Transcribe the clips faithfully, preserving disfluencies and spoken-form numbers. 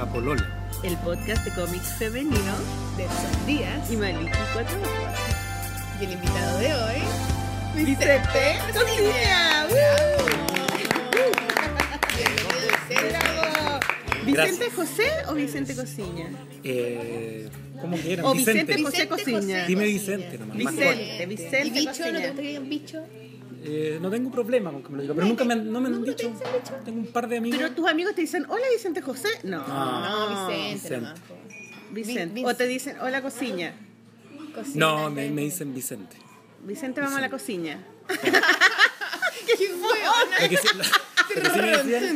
La Polola, el podcast de cómics femenino de Son Díaz y Maliki Cuatro Ojos. Y el invitado de hoy, Vicente Cociña. ¿Vicente José o Vicente Cociña? eh, ¿cómo quieran? O Vicente, Vicente. José Cociña. Dime Vicente nomás. más Vicente, Vicente ¿Y bicho? Cociña. ¿No te gusta que digan bicho? Eh, no tengo problema con que me lo digan, pero nunca me han, no me han ¿Nunca te dicho. dicen bicho? Tengo un par de amigos. Pero tus amigos te dicen, hola Vicente José. No, Ah, No, Vicente, Vicente. nomás. po. Vicente. Vi- O te dicen, hola Cociña. Cocina, No, me, gente. me dicen Vicente. Vicente, vamos a la cocina. ¡Qué huevona! Lo que sí, lo que sí me decían,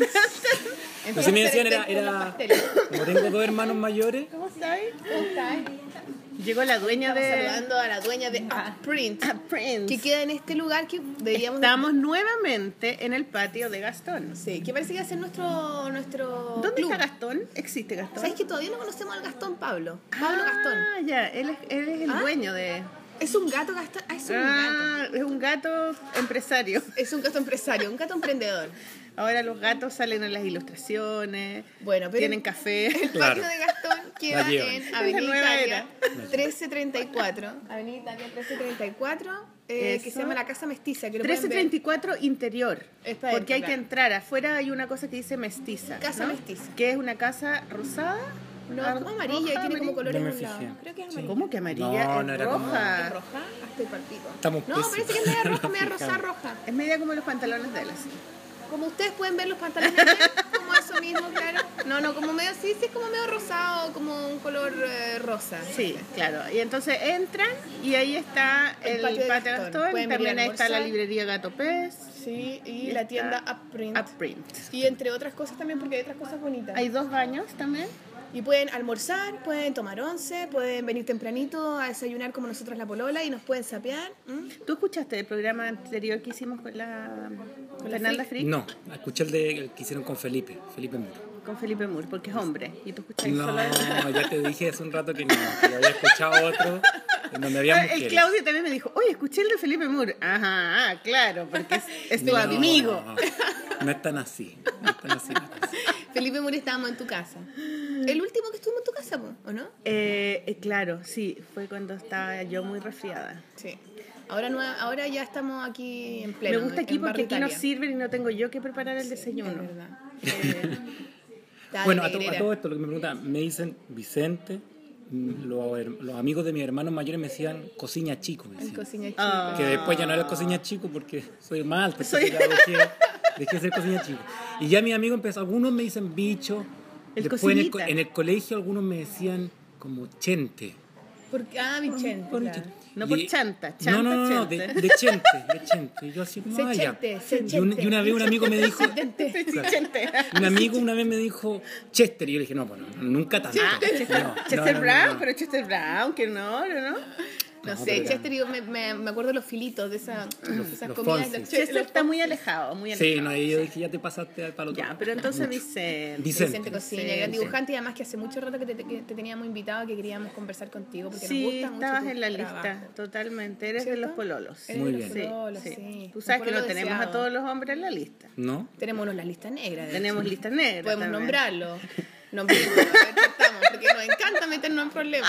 lo que sí me decían era, era, como tengo dos hermanos mayores, ¿Cómo estás? ¿Cómo estás? Llegó la dueña Estamos de... saludando a la dueña de Upprint, Ah, Prince. que queda en este lugar que deberíamos... Estamos nuevamente en el patio de Gastón. Sí, que parece que va a ser nuestro, nuestro ¿Dónde club. está Gastón? ¿Existe Gastón? ¿Sabes que todavía no conocemos al Gastón Pablo? Pablo Gastón. Ah, ya, él es, él es el ¿Ah? dueño de... Es un gato Gastón. Ah, es un gato. Ah, es un gato empresario. Es un gato empresario, un gato emprendedor. Ahora los gatos salen en las ilustraciones, Bueno, pero tienen café. el Claro. patio de Gastón queda La llevan. en Es la Avenida nueva Italia trece treinta y cuatro. Avenida Italia trece treinta y cuatro, eh, que Eso. se llama la Casa Mestiza. Que lo trece pueden ver. treinta y cuatro interior, Es para porque adentro, hay que claro. entrar. Afuera hay una cosa que dice mestiza. Casa ¿no? mestiza. Que es una casa rosada. No, Ah, es como amarilla y roja, tiene como amarilla. colores No me a un lado. fijé. Creo que es Sí. amarilla. ¿Cómo que amarilla? No, es no era como- roja. ¿Es roja? Hasta el palpito. Estamos No, pésimos. parece que es media roja, Nos media rosada fijamos. roja. Es media como los pantalones de él, así. Como ustedes pueden ver los pantalones de él, como eso mismo, claro. No, no, como medio, sí, sí, es como medio rosado, como un color eh, rosa. Sí, claro. Y entonces entran y ahí está El el, patio de patio de Gastón. Gastón. Pueden También venir a ahí está la almorzar. librería Gato Pez. Sí, y Y la está tienda Upprint. Upprint. Y entre otras cosas también, porque hay otras cosas bonitas. Hay dos baños también. Y pueden almorzar, pueden tomar once, pueden venir tempranito a desayunar como nosotros la polola y nos pueden sapear. ¿m? ¿Tú escuchaste el programa anterior que hicimos con la, con la Fernanda Frick? Frick? No, escuché el, de, el que hicieron con Felipe, Felipe Muro. Con Felipe Moore, porque es hombre. Y tú escuchaste No, solo... ya te dije hace un rato que no, que había escuchado otro en donde había El mujeres. Claudio también me dijo, oye, escuché el de Felipe Moore. Ajá, ah, claro, porque es, es tu No, amigo. No es tan así, no es tan así. no es tan así. Felipe Muri estábamos en tu casa. El último que estuvo en tu casa, po, ¿o no? Eh, eh, claro, sí, fue cuando estaba yo muy resfriada. Sí. Ahora, no, ahora ya estamos aquí en pleno. Me gusta aquí en porque Barrio aquí nos Italia. sirven y no tengo yo que preparar el Es desayuno. verdad. Eh, está Bueno, de a, to- a negrera. todo esto lo que me preguntan, me dicen Vicente, mm, los, her- los amigos de mis hermanos mayores me decían Cociña Chico, me El decían. cocina chico. Ah. Que después ya no era Cociña Chico porque soy más alto, Soy- entonces ya dejé, dejé de ser Cociña Chico. Y ya mis amigos empezó, algunos me dicen bicho, El después en el, co- cocinita. en el colegio algunos me decían como chente. Porque, ah, Vicente. Por- claro. No por Y- chanta, chanta, no, no, no, no, de, chente. de chente, de chente. Y yo así como, Se ah, ya. chente, se Y, un- y una vez un amigo me dijo, Chente. un amigo una vez me dijo Chester y yo le dije, no, bueno, nunca tanto. Ah, Chester, No, no, Chester no, no, Brown, no. pero Chester Brown, que no, no, no. No, No, sé, pero ya. Chester, yo me, me, me acuerdo de los filitos de, esa, de esas los comidas. Fonsi. Los Chester está muy alejado, muy alejado. Sí, no, y yo dije, ya te pasaste al palo. Ya, pero entonces Vicente. Vicente. Vicente Cocina, Vicente. gran dibujante, y además que hace mucho rato que te, que te teníamos invitado, que queríamos conversar contigo, porque nos Sí, gusta mucho estabas tu en la trabajo. lista, totalmente. Eres de ¿Cierto? los pololos. Eres Muy de los bien. pololos, Sí, sí. sí. Tú Los sabes que no pololos tenemos a deseados. todos los hombres en la lista. ¿No? Tenemos unos las listas negras. de Tenemos hecho. listas negras. Podemos también. nombrarlo. Nombremos, a ver qué estamos, porque nos encanta meternos en problemas.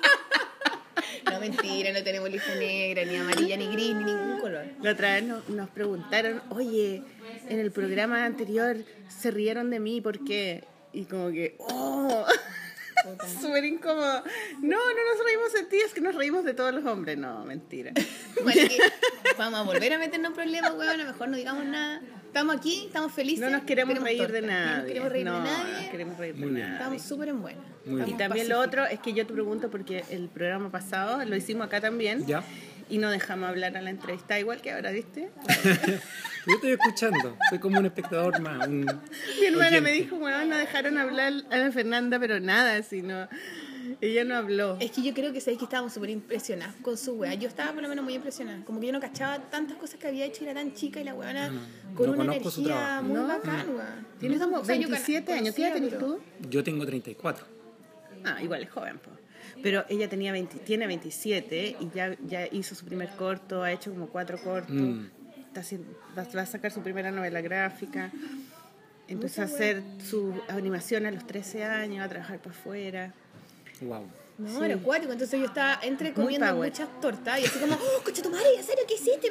No, mentira, no tenemos lista negra, ni amarilla, ni gris, ni ningún color. La otra vez nos, nos preguntaron, oye, en el programa anterior se rieron de mí, ¿por qué? Y como que, oh, Puta. súper incómodo. No, no nos reímos de ti, es que nos reímos de todos los hombres. No, mentira. Bueno, que vamos a volver a meternos en problemas, weón, a lo mejor no digamos nada. Estamos aquí, estamos felices. No nos queremos tenemos reír de torta. nadie. No nos queremos reír No, de no nadie. nos queremos reír de Muy bien. nadie. Estamos súper en buena. Muy bien. Y también lo otro es que yo te pregunto, porque el programa pasado lo hicimos acá también, Ya. y no dejamos hablar a la entrevista, igual que ahora, ¿viste? Yo estoy escuchando, soy como un espectador más. Un Mi hermana me oyente. dijo, bueno, no dejaron hablar a la Fernanda, pero nada, sino ella no habló. Es que yo creo que sabéis que estábamos súper impresionadas con su wea. Yo estaba por lo menos muy impresionada. Como que yo no cachaba tantas cosas que había hecho y era tan chica y la weona No, no. con No una conozco su energía trabajo. muy No. bacán, weón. Tienes como O sea, yo veintisiete con- años. ¿Qué edad conocía, tenés pero- tú? Yo tengo treinta y cuatro. Ah, igual es joven, pues. Pero ella tenía veinte, tiene veintisiete y ya, ya hizo su primer corto, ha hecho como cuatro cortos. Mm. Está haciendo- va, va a sacar su primera novela gráfica. Empezó a Mucha hacer su animación a los trece años, a trabajar para afuera. Wow. No, Sí. era acuático. Entonces yo estaba entre Muy comiendo power. muchas tortas y así como, oh, coche tu madre, ¿en serio qué hiciste?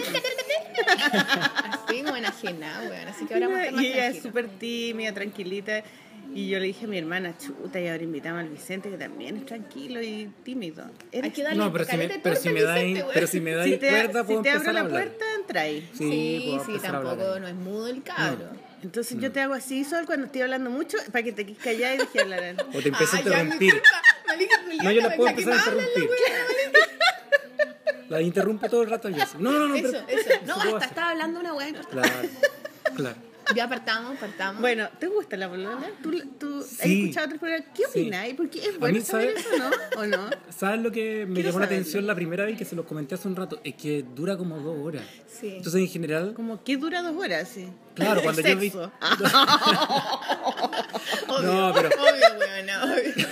Así como enajenada, weón. Así que ahora vamos a estar más Y ella es tranquilos. súper tímida, tranquilita. Y yo le dije a mi hermana, chuta, y ahora invitamos al Vicente, que también es tranquilo y tímido. Hay que darle No, pero si me, caleta de pero torta si al me dais, Vicente, weón. pero si me dais Si te, cuerda, si puedo te abro empezar a la hablar. puerta, entra ahí. Sí, Sí, puedo sí, empezar a hablar. tampoco no es mudo el cabro. Entonces yo te hago así, Sol, cuando estoy hablando mucho, para que te quedes callada y dejes hablar. O te empiezo a Ah, ya, me interrumpir. culpa. Malika Juliana, No, yo la puedo que empezar a más habla la interrumpir. weona. La interrumpo todo el rato yo. No, no, no. Eso, pero- eso. No, puedo hasta hacer. estaba hablando una weá importante. Claro, claro. Ya partamos, partamos. Bueno, ¿te gusta la polola? ¿Tú, tú has Sí. escuchado otros programas? ¿Qué Sí. opinas? Porque es A bueno mí, saber ¿sabes? eso, ¿no? ¿O no? ¿Sabes lo que me Quiero llamó la saberlo. atención la primera vez que se los comenté hace un rato? Es que dura como dos horas. Sí. Entonces, en general, Como que dura dos horas, sí. claro, cuando yo vi. Sexo. Obvio, No, pero- obvio, weona, obvio.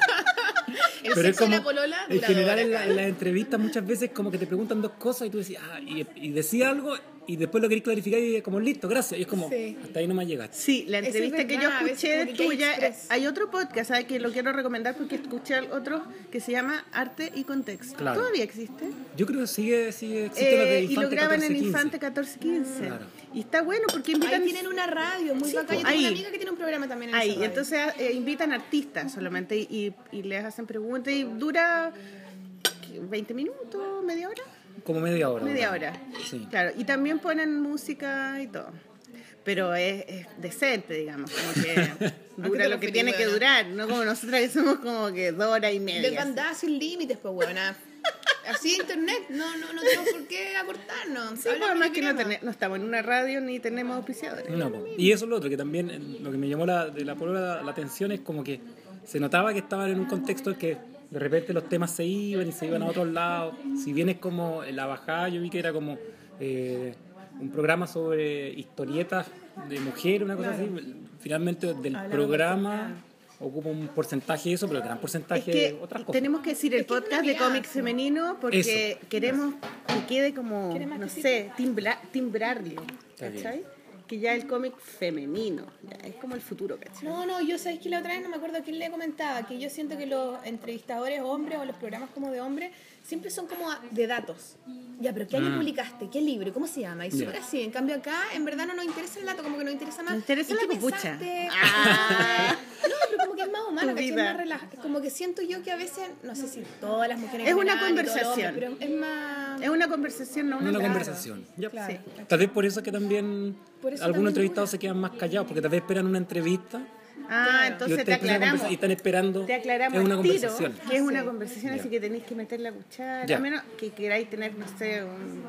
El Pero es sexo de como, la polola en dura general dos en, la- horas. en las entrevistas muchas veces como que te preguntan dos cosas y tú decís, ah, y, y decís algo y después lo querés clarificar y es como, listo, gracias. Y es como, Sí. hasta ahí no me llegaste. Sí, la Eso es entrevista que yo verdad, a veces escuché como que hay tuya, express. hay otro podcast, ¿sabes? Que lo quiero recomendar porque escuché otro que se llama Arte y Contexto. Claro. ¿Todavía existe? Yo creo que sigue, sigue existe la de Eh, y Infante lo graban catorce en quince. Infante catorce quince. Claro. Y está bueno porque invitan... Ahí tienen una radio muy Sí, bacán. Yo pues, tengo una ahí. amiga que tiene un programa también en Ahí, esa radio. entonces eh, invitan artistas solamente y, y les hacen preguntas y dura veinte minutos, media hora. Como media hora. Media ¿verdad? hora. Sí. Claro, y también ponen música y todo. Pero es, es decente, digamos, como que qué dura te lo que referís, tiene que weona? durar, no como nosotras que somos como que dos horas y Del media. bandada sin límites, pues, weona. Así internet, no, no, no tenemos por qué acortarnos. Sí, Hablamos pues, además lo que no, queremos. tene- no estamos en una radio ni tenemos auspiciadores. No, po. Y eso es lo otro, que también eh, lo que me llamó la, de la polola la, la atención es como que se notaba que estaban en un contexto en que de repente los temas se iban y se iban a otros lados. Si bien es como en la bajada, yo vi que era como eh, un programa sobre historietas de mujeres, una cosa así. Finalmente del Hablamos programa ocupa un porcentaje de eso, pero el gran Es porcentaje que de otras cosas. tenemos que decir el Es que es podcast una de mirada, cómics sí. femenino porque Eso. queremos que quede como, ¿Quiere más no tecito? sé, timbra, timbrarle, Está bien. ¿cachai? Que ya el cómic femenino, ya es como el futuro, ¿cachai? No, no, yo sabéis que la otra vez no me acuerdo a quién le comentaba, que yo siento que los entrevistadores hombres o los programas como de hombres siempre son como de datos. Ya, pero ¿qué año Mm. publicaste? ¿Qué libro? ¿Cómo se llama? Y Ya. súper así. En cambio acá, en verdad no nos interesa el dato, como que nos interesa más. Nos interesa ¿y la qué copucha. pensaste? Ah. No, pero como que es más humano, Tu ¿cachai? Es vida. más relajado. Como que siento yo que a veces, no sé si todas las mujeres... Es en una general y todos los hombres, conversación. pero es más... Es una conversación, no una, Una claro. conversación. Ya. Claro. Sí. Tal vez por eso es que también Por eso algunos también entrevistados dura. se quedan más callados, porque tal vez esperan una entrevista Ah, Claro. y, entonces te ustedes empiezan a aclaramos. conversar y están esperando. Te aclaramos es una al tiro conversación. que es una Sí. conversación, Ya. así que tenéis que meter la cuchara, Ya. a menos que queráis tener, no sé,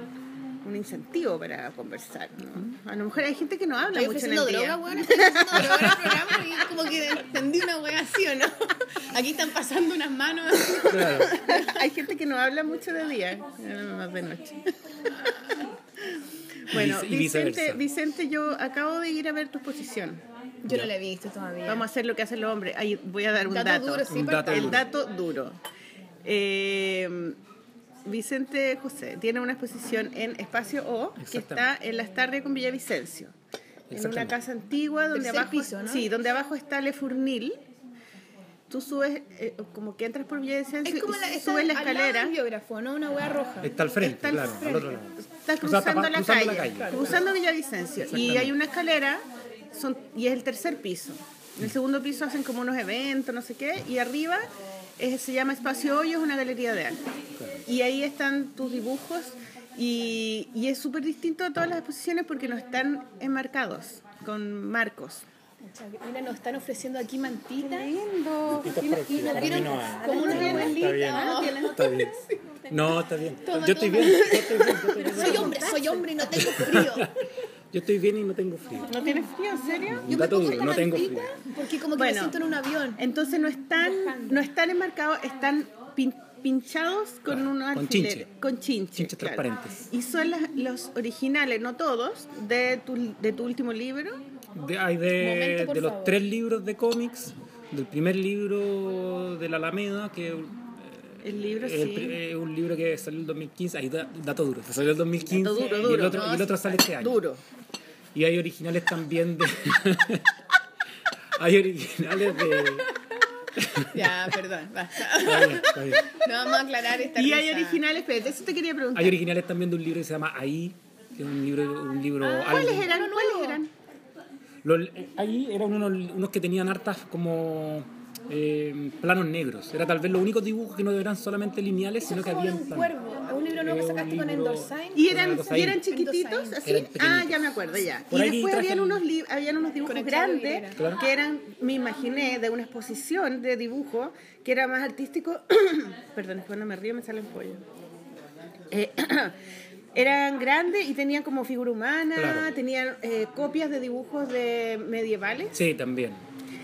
un, un incentivo para conversar, ¿no? A lo mejor hay gente que no habla Estoy mucho en el ofreciendo día. droga, weón. Estoy ofreciendo droga en el programa y como que entendí una wea así, ¿o no? Aquí están pasando unas manos. Claro. Hay gente que no habla mucho de día, habla más de noche. Bueno, Y Vicente, viceversa. Vicente, yo acabo de ir a ver tu exposición. Yo no la he visto todavía. Vamos a hacer lo que hacen los hombres. Ahí voy a dar un Dato dato. duro, sí, Un por dato favor. El duro. dato duro. Eh, Vicente José tiene una exposición en Espacio O que está Exactamente. en Las Tardes con Villavicencio. En una Exactamente. casa antigua donde Tercer abajo, piso, ¿no? sí, donde abajo está Le Fournil. Tú subes, eh, como que entras por Villavicencio Es como y la, está subes la al lado escalera. del biógrafo, ¿no? Una wea roja. Está al frente, Está al claro, al frente. otro lado. Estás O sea, cruzando, tapa- la, cruzando calle, la calle. Claro, cruzando Villavicencio. Y Exactamente. hay una escalera son, y es el tercer piso. En el segundo piso hacen como unos eventos, no sé qué, y arriba es- se llama Espacio Hoyo, es una galería de arte. Y ahí están tus dibujos y, y es súper distinto a todas las exposiciones porque no están enmarcados con marcos. O sea, mira, nos están ofreciendo aquí mantita. Lindo. Para mí no hay. Como una Está abuelita. bien, está bien. No, está bien. Toma, Yo estoy toma. bien, yo estoy bien, yo estoy bien. Soy hombre, soy hombre y no tengo frío. Yo estoy bien y no tengo frío. ¿No tienes frío, en serio? Un Yo me dato pongo duro, esta no tengo mantita frío. porque como que Bueno. me siento en un avión. Entonces no están, Viajando. no están enmarcados, están pin- pinchados con Claro, unos con alfileres. chinche. Con chinche. Chinches claro. transparentes. Y son las- los originales, no todos, de tu, de tu último libro. De, hay de, Momento, por de los favor. tres libros de cómics, del primer libro de la Alameda, que El libro, es sí. el pri- es un libro que salió en el dos mil quince, ahí da, dato duro, que salió en el dos mil quince Dato duro, y, duro. el otro, y el otro sale este año. Duro. Y hay originales también de... hay originales de... Ya, perdón, basta. Está bien, está bien. No vamos a aclarar esta Y hay risa. originales, espérate, eso te quería preguntar. Hay originales también de un libro que se llama Ahí, que es un libro... Un libro Ah, ¿Cuáles álbum. eran? ¿Cuáles eran? Los, ahí eran unos, unos que tenían hartas como eh, planos negros. Era tal vez los únicos dibujos que no eran solamente lineales, sino que Como habían un planos. cuervo, es un libro nuevo que Eh, un sacaste con libro- Endorsign. ¿Y eran, Una cosa y ahí. eran chiquititos? Endos ¿Así? Eran Ah, pequeñitos. ya me acuerdo, ya. Por Y ahí después traje habían el- unos, li- habían unos dibujos Con el grandes Xavier, Claro. que eran, me imaginé, de una exposición de dibujo que era más artístico. Perdón, es que cuando me río me sale el pollo. Eh, eran grandes y tenían como figura humana, Claro. tenían eh, copias de dibujos de medievales Sí, también.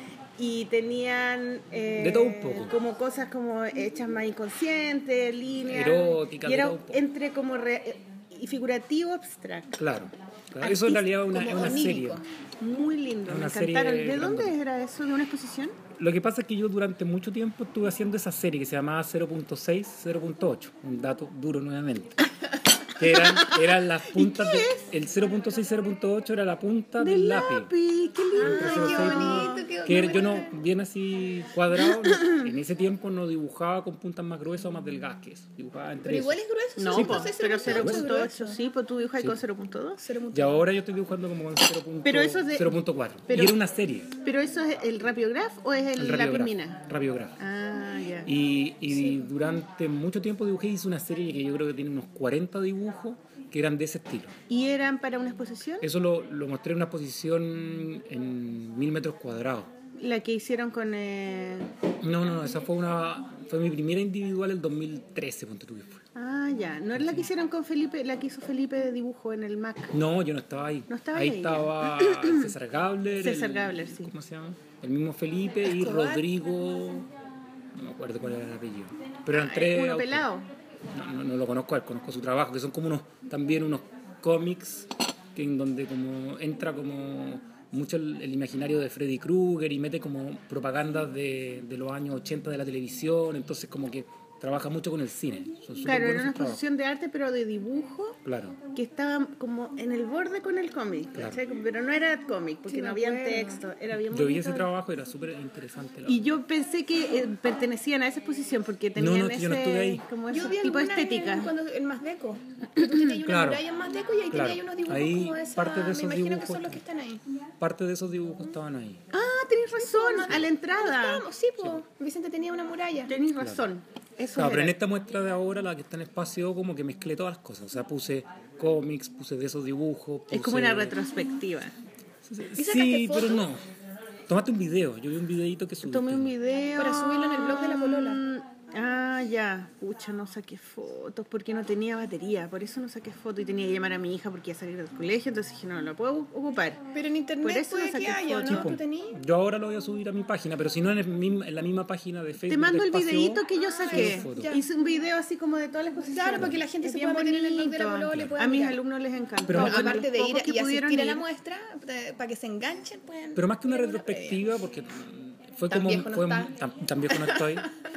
y tenían eh, De todo un poco. como cosas como hechas más inconscientes, líneas Eróticas, y de era todo un poco. entre como re- y figurativo abstracto. Claro. claro. Eso en realidad es una, como es una serie. onírico. Muy lindo, Una me serie encantaron. ¿De grandota. dónde era eso? ¿De una exposición? Lo que pasa es que yo durante mucho tiempo estuve haciendo esa serie que se llamaba cero punto seis, cero punto ocho. Un dato duro nuevamente. Que eran, eran las puntas qué de, el cero punto seis, cero punto ocho era la punta del, Del lápiz. lápiz, qué lindo. Entre cero punto seis, bonito, qué que bonito. yo no, bien así cuadrado, no, en ese tiempo no dibujaba con puntas más gruesas o más delgadas que eso. Dibujaba entre Pero igual eso. es grueso. No, sí, po, pues, es pero cero punto ocho, grueso. sí, pues tú dibujas con cero punto dos. cero punto Y ahora yo estoy dibujando como con Pero eso de- cero punto cuatro. pero- Y era una serie, ¿Pero eso es el rapiograph o es el, el lápiz rabiograph. mina? rabiograph. Ah, ya. Y, y durante mucho tiempo dibujé, hice una serie que yo creo que tiene unos cuarenta dibujos que eran de ese estilo. ¿Y eran para una exposición? Eso lo, lo mostré en una exposición en mil metros cuadrados. La que hicieron con... Eh... No, no, no, esa fue una fue mi primera individual el dos mil trece, ponte tú que fue. Ah, ya. ¿No es la que hicieron con Felipe, la que hizo Felipe de dibujo en el Mac? No, yo no estaba ahí. No estaba ahí. ahí, estaba César Gabler. César el- Gabler, sí. ¿Cómo se llama? El mismo Felipe y Escobar. Rodrigo. No me acuerdo cuál era el apellido. Pero eran Ah, tres. uno autores. pelado. No, no, no lo conozco a él, conozco su trabajo, que son como unos, también unos cómics que en donde como entra como mucho el, el imaginario de Freddy Krueger y mete como propagandas de, de los años ochenta de la televisión, entonces como que trabaja mucho con el cine. Son súper Claro, era buenos una sus trabajos. exposición de arte, pero de dibujo, Claro. que estaba como en el borde con el cómic, Claro. ¿cachai? Pero no era cómic, porque Sí, no me había acuerdo. texto, era bien Yo vi bonito. ese trabajo y era súper interesante. la Y verdad. yo pensé que eh, pertenecían a esa exposición porque tenían no, que ese yo no estuve ahí. como Yo ese vi tipo de alguna estética. en, cuando, en Mazdeco. Tú tenías una Claro. muralla en Mazdeco y ahí Claro. tenías unos dibujos Ahí como esa. parte de Me esos imagino que dibujos- son los que están ahí. Parte de esos dibujos estaban ahí. Ah, tenés razón, a la entrada. Estábamos, sí, pues. Vicente tenía una muralla. Tenés razón. Eso Claro, pero en era. esta muestra de ahora, la que está en espacio, como que mezclé todas las cosas. O sea, puse cómics, puse de esos dibujos. Es como puse- una retrospectiva. sacaste Sí, fotos? pero no. Tomaste un video. Yo vi un videito que subí. Tomé un video. Para subirlo en el blog de la polola. Mm, Ah, ya. Pucha, no saqué fotos porque no tenía batería. Por eso no saqué fotos y tenía que llamar a mi hija porque iba a salir del colegio. Entonces dije, no, no lo puedo ocupar. Pero en internet Por eso puede no saqué que haya, fotos. ¿no? Sí, po. ¿Tú tenías? Yo ahora lo voy a subir a mi página, pero si no en, el mismo- en la misma página de Facebook. Te mando de el Espacio, videíto que yo saqué. subo fotos. Ya. Hice un video así como de toda la exposición. Claro, para que la gente Es se bien pueda meter en el blog de la bonito. polola y pueda A mis mirar. alumnos les encantó. Pero No, más que- aparte de Los ir pocos que y pudieron asistir a la ir. muestra, de- para que se enganchen, pueden. Pero más que una ver retrospectiva, porque fue Tan como. viejo no fue, está. tan, tan viejo no estoy.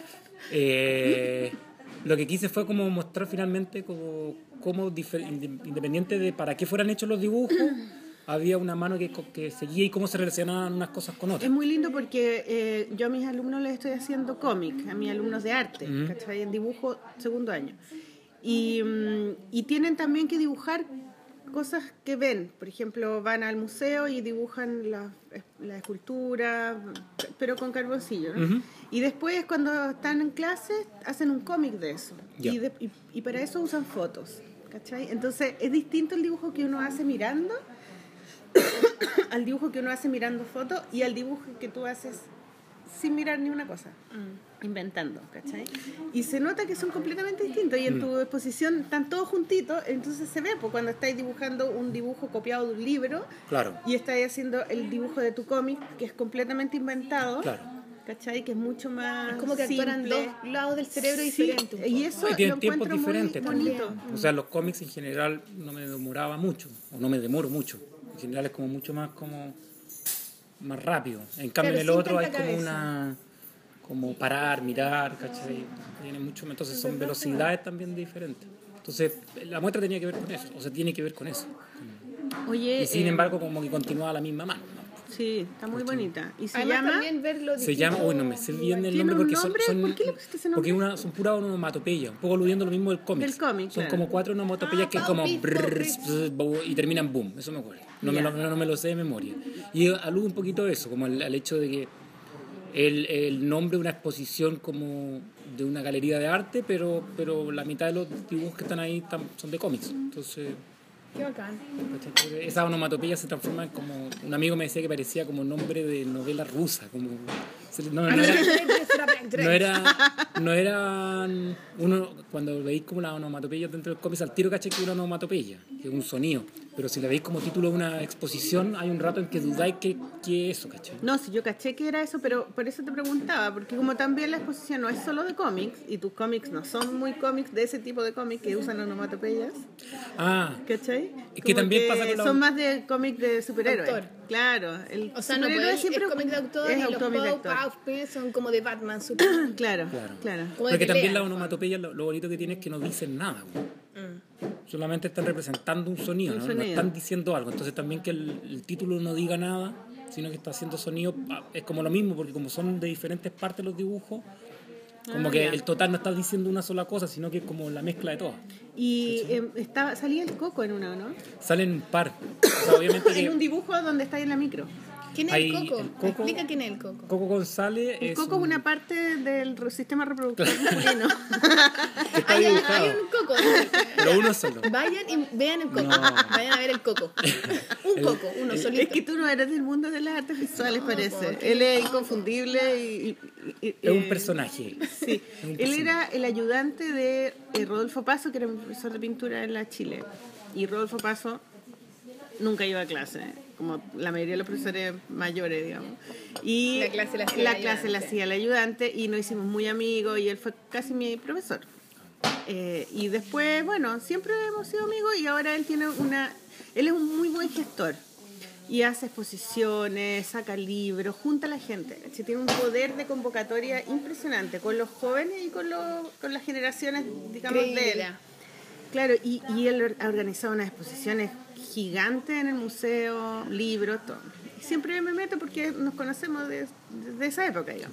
Eh, lo que quise fue como mostrar finalmente como, como difer- inde- independiente de para qué fueran hechos los dibujos, había una mano que, que seguía y cómo se relacionaban unas cosas con Es otras. muy lindo porque eh, yo a mis alumnos les estoy haciendo cómic, a mis alumnos de arte, Ujú. ¿cachai? En dibujo segundo año. Y, mm, y tienen también que dibujar cosas que ven. Por ejemplo, van al museo y dibujan la, la escultura, pero con carboncillo, ¿no? Ujú. Y después, cuando están en clase, hacen un cómic de eso. Ya. Y, de- y- y para eso usan fotos, ¿cachai? Entonces, es distinto el dibujo que uno hace mirando al dibujo que uno hace mirando fotos y al dibujo que tú haces sin mirar ni una cosa, inventando, ¿cachai? Y se nota que son completamente distintos y en Mm. tu exposición están todos juntitos, entonces se ve pues, cuando estáis dibujando un dibujo copiado de un libro Claro, y estáis haciendo el dibujo de tu cómic que es completamente inventado, claro. ¿cachai? Que es mucho más Es como que actuaran simple. dos lados del cerebro Sí, diferentes. un y poco. eso Y tienen lo tiempos encuentro muy diferentes también. bonito. O sea, los cómics en general no me demoraba mucho, o no me demoro mucho. En general es como mucho más como más rápido. En cambio Claro, en el sin otro hay tanta como cabeza. una como parar, mirar, ¿cachai? Tiene mucho, entonces son velocidades también diferentes. Entonces, la muestra tenía que ver con eso, o sea, tiene que ver con eso. Oye, Y sin eh, embargo, como que continúa la misma mano, ¿no? sí, está muy bonita. Y se Además, llama... también ver los Se llama, distintos uy, no me sé bien el ¿Tiene nombre un porque nombre? son, son ¿Por qué le pusiste ese nombre? porque una, son puras onomatopeyas, un poco aludiendo lo mismo del cómic. Del cómic, Son claro. como cuatro onomatopeyas Ah, que es como Pau, Pip, brrr, Pau, ss, bo- y terminan boom, eso me acuerdo. No, me Ya. lo, no, no me lo sé de memoria. Y alude un poquito a eso, como al, al hecho de que el, el nombre de una exposición como de una galería de arte, pero, pero la mitad de los dibujos que están ahí están- son de cómics. Entonces, Qué bacán. ¿cachai? Esa onomatopeya se transforma en como... Un amigo me decía que parecía como nombre de novela rusa, como... No, no era, no era, no eran uno cuando veis como las onomatopeyas dentro del cómic al tiro caché que es una onomatopeya, que es un sonido, pero si la veis como título de una exposición hay un rato en que dudáis que, que es eso, caché. No, sí, yo caché que era eso, pero por eso te preguntaba, porque como también la exposición no es solo de cómics, y tus cómics no son muy cómics de ese tipo de cómics que usan onomatopeyas, Ah, ¿cachai? Es que Como también pasa con la- son más de cómics de superhéroes. Autor. Claro, el O sea, no superhéroe puede, siempre es cómic de autor es y los cómic de Pow, autor. Pow, Pip son como de Batman, super. Claro, Claro. claro. Como de porque también pelea, las onomatopeyas lo, lo bonito que tiene es que no dicen nada, güey. Solamente están representando un sonido, Un ¿no? No sonido. están diciendo algo. Entonces también que el, el título no diga nada, sino que está haciendo sonido, ah, es como lo mismo, porque como son de diferentes partes los dibujos, como Ah, que ya. el total no está diciendo una sola cosa, sino que es como la mezcla de todas. Y eh, estaba, salía el coco en una, ¿no? Salen un par. O sea, obviamente En un que dibujo donde está en la micro. ¿Quién es Hay el Coco? el Coco. Explica quién es el Coco. Coco González El es, coco es un- una parte del re- sistema reproductor masculino. que está Hay, hay dibujado, un Coco. pero uno solo. Vayan y vean el Coco. No. Vayan a ver el Coco. Un El- Coco, uno el- solito. Es que tú no eres del mundo de las artes visuales, No, parece. porque- Él es inconfundible y... y- y- Es un eh, personaje. Sí, Es un él personaje. era el ayudante de eh, Rodolfo Paso, que era mi profesor de pintura en la Chile. Y Rodolfo Paso nunca iba a clase, como la mayoría de los profesores mayores, digamos. Y La clase la hacía la el clase la ayudante. hacía el ayudante y nos hicimos muy amigos y él fue casi mi profesor. Eh, y después, bueno, siempre hemos sido amigos y ahora él tiene una... Él es un muy buen gestor y hace exposiciones, saca libros, junta a la gente. ¿cachai? Tiene un poder de convocatoria impresionante con los jóvenes y con, los, con las generaciones, digamos, de él. Credibilidad. Claro, y, y él ha organizado unas exposiciones gigantes en el museo, libros, todo. Y siempre me meto porque nos conocemos de, de esa época, digamos.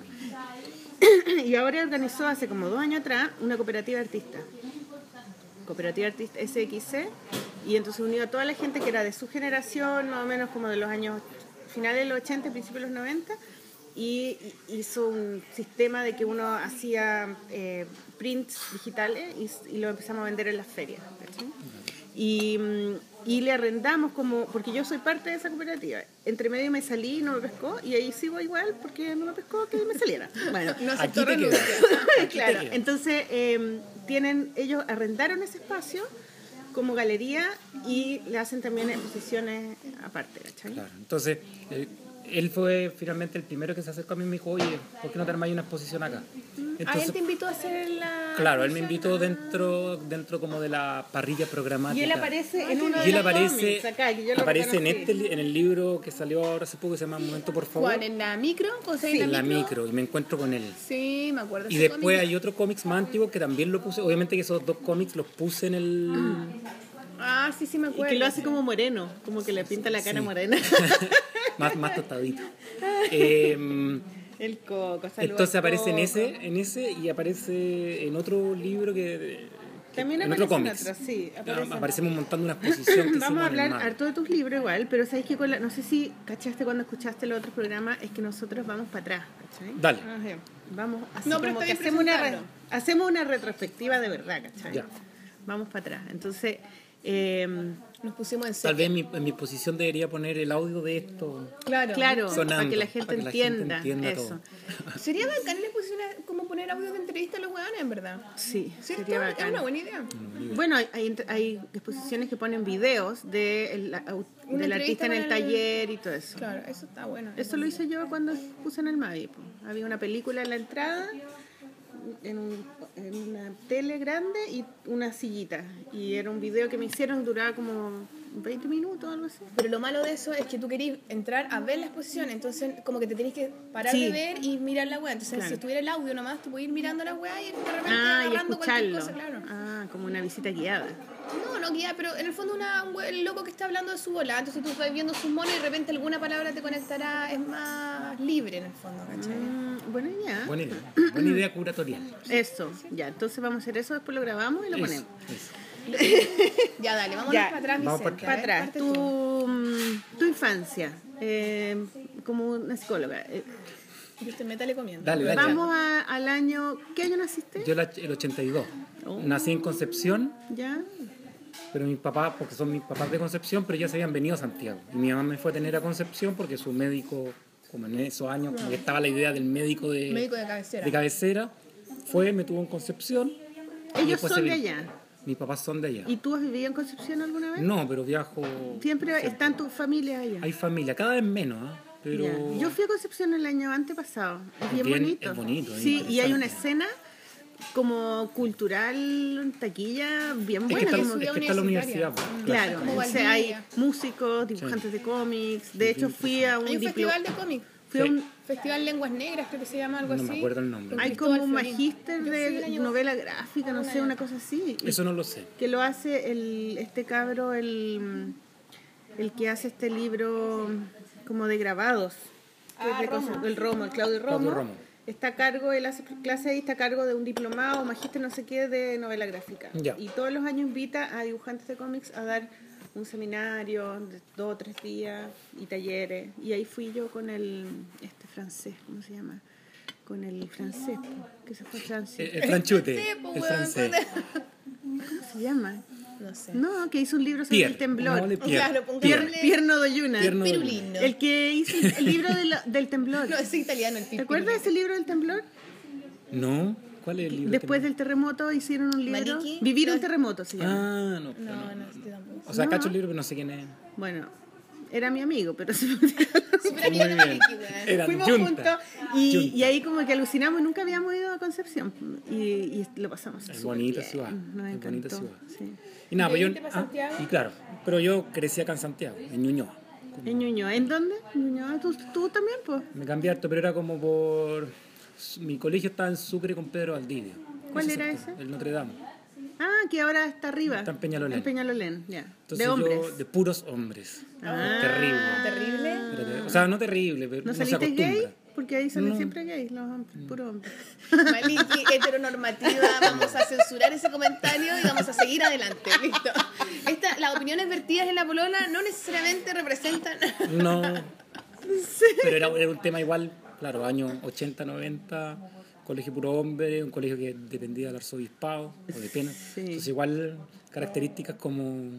Y ahora organizó hace como dos años atrás una cooperativa artista. Cooperativa Artista S X C. Y entonces unió a toda la gente que era de su generación, más o menos como de los años finales de los ochenta, principios de los noventa. Y hizo un sistema de que uno hacía eh, prints digitales y, y lo empezamos a vender en las ferias. ¿cachai? Y, mm, y le arrendamos como, porque yo soy parte de esa cooperativa. Entre medio me salí, no me pescó, y ahí sigo igual porque no me pescó que me saliera. Bueno, No Aquí aceptó te renuncia. quedas. Aquí te claro. quedas. Entonces eh, tienen, ellos arrendaron ese espacio como galería y le hacen también exposiciones aparte, ¿cachai? Claro, entonces eh, él fue finalmente el primero que se acercó a mí y me dijo, oye, ¿por qué no te armáis una exposición acá? Ah, Entonces, él te invitó a hacer la. claro, él me invitó exposición? dentro dentro como de la parrilla programática. Y él aparece en uno Y de él los aparece, cómics acá, que yo lo aparece en reconocí. este li- en el libro que salió ahora hace poco que se llama Momento por favor. ¿Cuál? ¿En la micro? ¿O sea, Sí, En la micro y me encuentro con él. Sí, me acuerdo. Y ese después cómic. hay otro cómics más antiguo que también lo puse, obviamente que esos dos cómics los puse en el Ah, sí, sí, me Y acuerdo. que lo hace como moreno, como que le pinta la cara Sí. morena. más, más tostadito. Eh, El coco, saludos entonces al aparece en Coco. ese, en ese y aparece en otro libro que, que- También en aparece otro en cómics. otro, sí, Ah, aparece. aparecemos montando una exposición que Vamos a hicimos en el hablar mar. harto de tus libros igual, pero sabéis que con la, no sé si cachaste cuando escuchaste los otros programas, es que nosotros vamos para atrás, ¿cachai? Dale. Ajá. Vamos así No, pero como está que bien hacemos una, re- presentarlo. hacemos una retrospectiva de verdad, ¿cachai? Ya. Vamos para atrás. Entonces, eh, Nos pusimos en Tal serio. vez en mi, en mi exposición debería poner el audio de esto. Claro. claro, Sonando, para que la gente para que la gente entienda entienda eso. todo. Sería bacán en la exposición como poner audio de entrevista a los hueones, en verdad. Sí, ¿Cierto? sería Es bacán. una buena idea. Bueno, hay, hay, hay exposiciones que ponen videos de el- la- au- Una del artista en el entrevista con el- taller y todo eso. Claro, eso está bueno. Eso lo hice yo cuando puse en el Mavi. po. Había una película en la entrada, en, un- en una tele grande y una sillita. Y era un video que me hicieron, duraba como veinte minutos o algo así. Pero lo malo de eso es que tú querías entrar a ver la exposición, entonces como que te tenés que parar Sí. de ver y mirar la weá. Entonces Claro. si estuviera el audio nomás, tú puedes ir mirando la weá y de repente Ah, y agarrando cualquier escucharlo. cosa, claro. Ah, como una visita guiada. No, no guía, pero en el fondo una, un güey loco que está hablando de su bola. Entonces tú estás viendo sus monos y de repente alguna palabra te conectará, es más libre en el fondo, ¿cachai? Mm, buena idea. Buena idea. Buena idea curatorial. Eso, ya, entonces vamos a hacer eso, después lo grabamos y lo Eso, ponemos. eso. Ya, dale, vámonos Ya, para atrás, vamos Vicente. para A ver, Para atrás, parte tú. tu, mm, tu infancia, eh, como una psicóloga. eh, Viste, métale comiendo. Dale, dale. Vamos a- al año, ¿qué año naciste? Yo la- el ochenta y dos. Oh. Nací en Concepción, Ya, pero mis papás, porque son mis papás de Concepción, pero ya se habían venido a Santiago. Y mi mamá me fue a tener a Concepción porque su médico, como en esos años, como que estaba la idea del médico de, Médico de cabecera. de cabecera, fue, me tuvo en Concepción. y ellos después son se de vino. allá. Mis papás son de allá. ¿Y tú has vivido en Concepción alguna vez? No, pero viajo. Siempre están tus familias allá. Hay familia, cada vez menos, ¿ah? Pero. Ya. Yo fui a Concepción el año antepasado. Es bien, Bien, bonito. es bonito, es Sí, y hay interesante. una escena como cultural, taquilla, bien Es que buena. está, como- es que está la universidad. pues, Claro, Como o sea, hay Valdivia. músicos, dibujantes de cómics. De hecho, fui a un Hay un diplo- festival de cómics. fui a Sí. un- Festival Lenguas Negras, creo que se llama algo No así. me acuerdo el nombre. Con hay Cristóbal como un Florín. magíster Yo fui el de año- novela gráfica, no sé, una cosa así. y Eso no lo sé. que lo hace el este cabro, el, el que hace este libro como de grabados. que es Ah, de Romo. cosas- el Romo, el Claudio Romo. Claudio Romo. Está a cargo, él hace clase ahí, está a cargo de un diplomado, magíster no sé qué, de novela gráfica. Ya. Y todos los años invita a dibujantes de cómics a dar un seminario de dos o tres días y talleres. Y ahí fui yo con el, este francés, ¿cómo se llama? Con el francés, po, que se fue a Francia. El, el franchute, Sí, pues, el weón, francés. ¿Cómo se llama? No sé. No, que hizo un libro sobre Pierre. el temblor. No, de Pierre. Claro, pongámosle- Pierre. Pierno de Yuna. Pierno de Pirulino. El que hizo el libro de la- del temblor. No, es italiano el ¿Te pipi. acuerdas de ese libro del temblor? No, ¿cuál es el libro? Después que del terremoto hicieron un libro. Maliki. Vivir un No. terremoto se llama. Ah, no, No, no, no, estoy tampoco. O sea, No. cacho el libro, pero no sé quién es. Bueno, era mi amigo, pero se me Super amiga de Muy bien. Maliki, weón. Eran fuimos yunta. juntos y, Yunta. y ahí como que alucinamos y nunca habíamos ido a Concepción y, y lo pasamos Es súper bonita bien. ciudad, Nos es bonita encantó, ciudad. sí. Y nada, ¿Y pues yo. viniste pa' ah, Santiago? y claro, pero yo crecí acá en Santiago, en Ñuñoa. En Ñuñoa, ¿en dónde? Ñuñoa, ¿tú, tú también, pues? Me cambié harto, pero era como por. Mi colegio estaba en Sucre con Pedro Valdivia. ¿Cuál Ese era sector, ese? El Notre Dame. Ah, que ahora está arriba. Está en Peñalolén. En Peñalolén, ya. Entonces de hombres. yo, de puros hombres. Ah. Terrible. Terrible. Pero te- O sea, no terrible, pero ¿No uno se saliste gay? acostumbra. Porque ahí salen No. siempre gays, los hombres, puro hombres. Maliki, heteronormativa, vamos a censurar ese comentario y vamos a seguir adelante, listo. Esta, las opiniones vertidas en la polola no necesariamente representan... No. Pero era, era un tema igual, claro, años ochenta, noventa, colegio puro hombre, un colegio que dependía del arzobispado o de pena. Sí. Entonces igual características como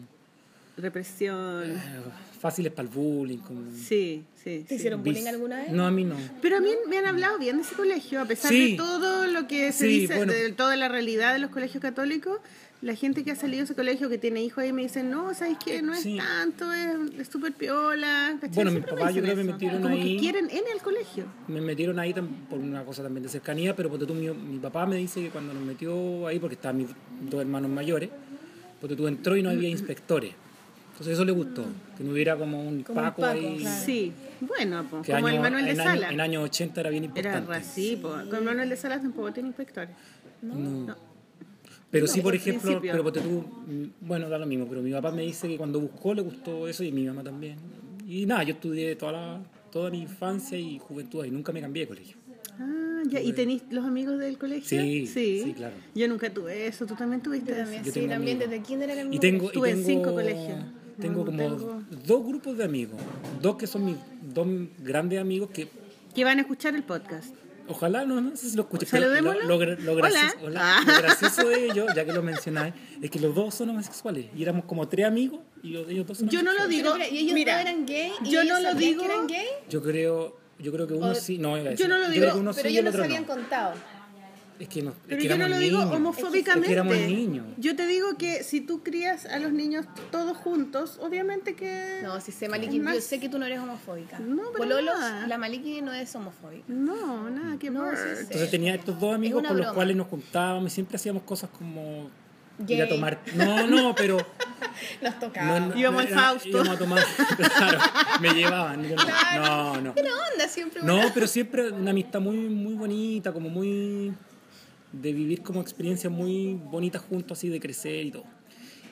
Represión. eh, fáciles para el bullying. Como, Sí, sí. ¿Te sí. hicieron bullying vis- alguna vez? No, a mí no. Pero a mí me han hablado bien de ese colegio, a pesar Sí. de todo lo que se Sí, dice, bueno. de toda la realidad de los colegios católicos. La gente que ha salido de ese colegio, que tiene hijos ahí, me dicen, no, ¿sabes qué? No es Sí. tanto, es es súper piola. ¿cachai? Bueno, mis Siempre papás yo dicen creo que me eso. metieron Como ahí. que quieren en el colegio. Me metieron ahí tam- por una cosa también de cercanía, pero porque tú, mi, mi papá me dice que cuando nos metió ahí, porque estaban mis dos hermanos mayores, porque tú entró y no había inspectores. Entonces eso le gustó, que no hubiera como un Como un Paco, Paco, ahí. claro. Sí, bueno, pues, Que como año- el Manuel de en año- Sala. en años ochenta era bien Era importante. así, pues. Con Manuel de Sala tampoco tiene inspectores. No. No. Pero No, sí, por al ejemplo, principio. pero ponte tú, mm, bueno, da lo mismo, pero mi papá me dice que cuando buscó le gustó eso y mi mamá también. Y nada, yo estudié toda, la, toda mi infancia y juventud y nunca me cambié de colegio. Ah, ya. ¿Y tenéis los amigos del colegio? Sí, sí, claro. Yo nunca tuve eso. ¿Tú también tuviste Yo también, Yo sí, tengo también amigos. desde kinder era el Y mismo tengo, y Estuve en tengo, cinco colegios. Tengo No, como tengo- dos grupos de amigos, dos que son mis dos grandes amigos que que van a escuchar el podcast? ojalá no, no sé si lo escuchen. pero Saludémoslo. Lo, lo, lo gracioso, Hola. hola. Ah. Lo gracioso de ellos, ya que lo mencionáis, es que los dos son homosexuales y éramos como tres amigos y los- ellos dos son Yo no lo homosexuales. digo. Pero, ¿y ellos Mira, no eran gay? ¿Y yo ellos no lo sabían digo. que eran gay? Yo creo, yo creo que uno O- sí, no, iba a yo decir, no lo creo digo, que uno Pero sí y ellos el nos otro habían no. contado. Es que, no, Pero es que yo no éramos lo digo niños. homofóbicamente. Es que éramos niños. Yo te digo que si tú crías a los niños todos juntos, obviamente que... No, si sé Maliki, Es más- yo sé que tú no eres homofóbica. No, para Pololos, nada. la Maliki no es homofóbica. No, nada que No, ver. sí, sí. Entonces tenía estos dos amigos una con los broma. cuales nos juntábamos y siempre hacíamos cosas como Gay. ir a tomar. No, no, pero. Nos tocaba. no, no, Íbamos al era- Fausto. Íbamos a tomar. Claro, me llevaban. yo no, Claro. no, no. ¿Qué onda siempre? No, pero siempre una amistad muy, muy bonita, como muy. De vivir como experiencias muy bonitas juntos, así de crecer y todo.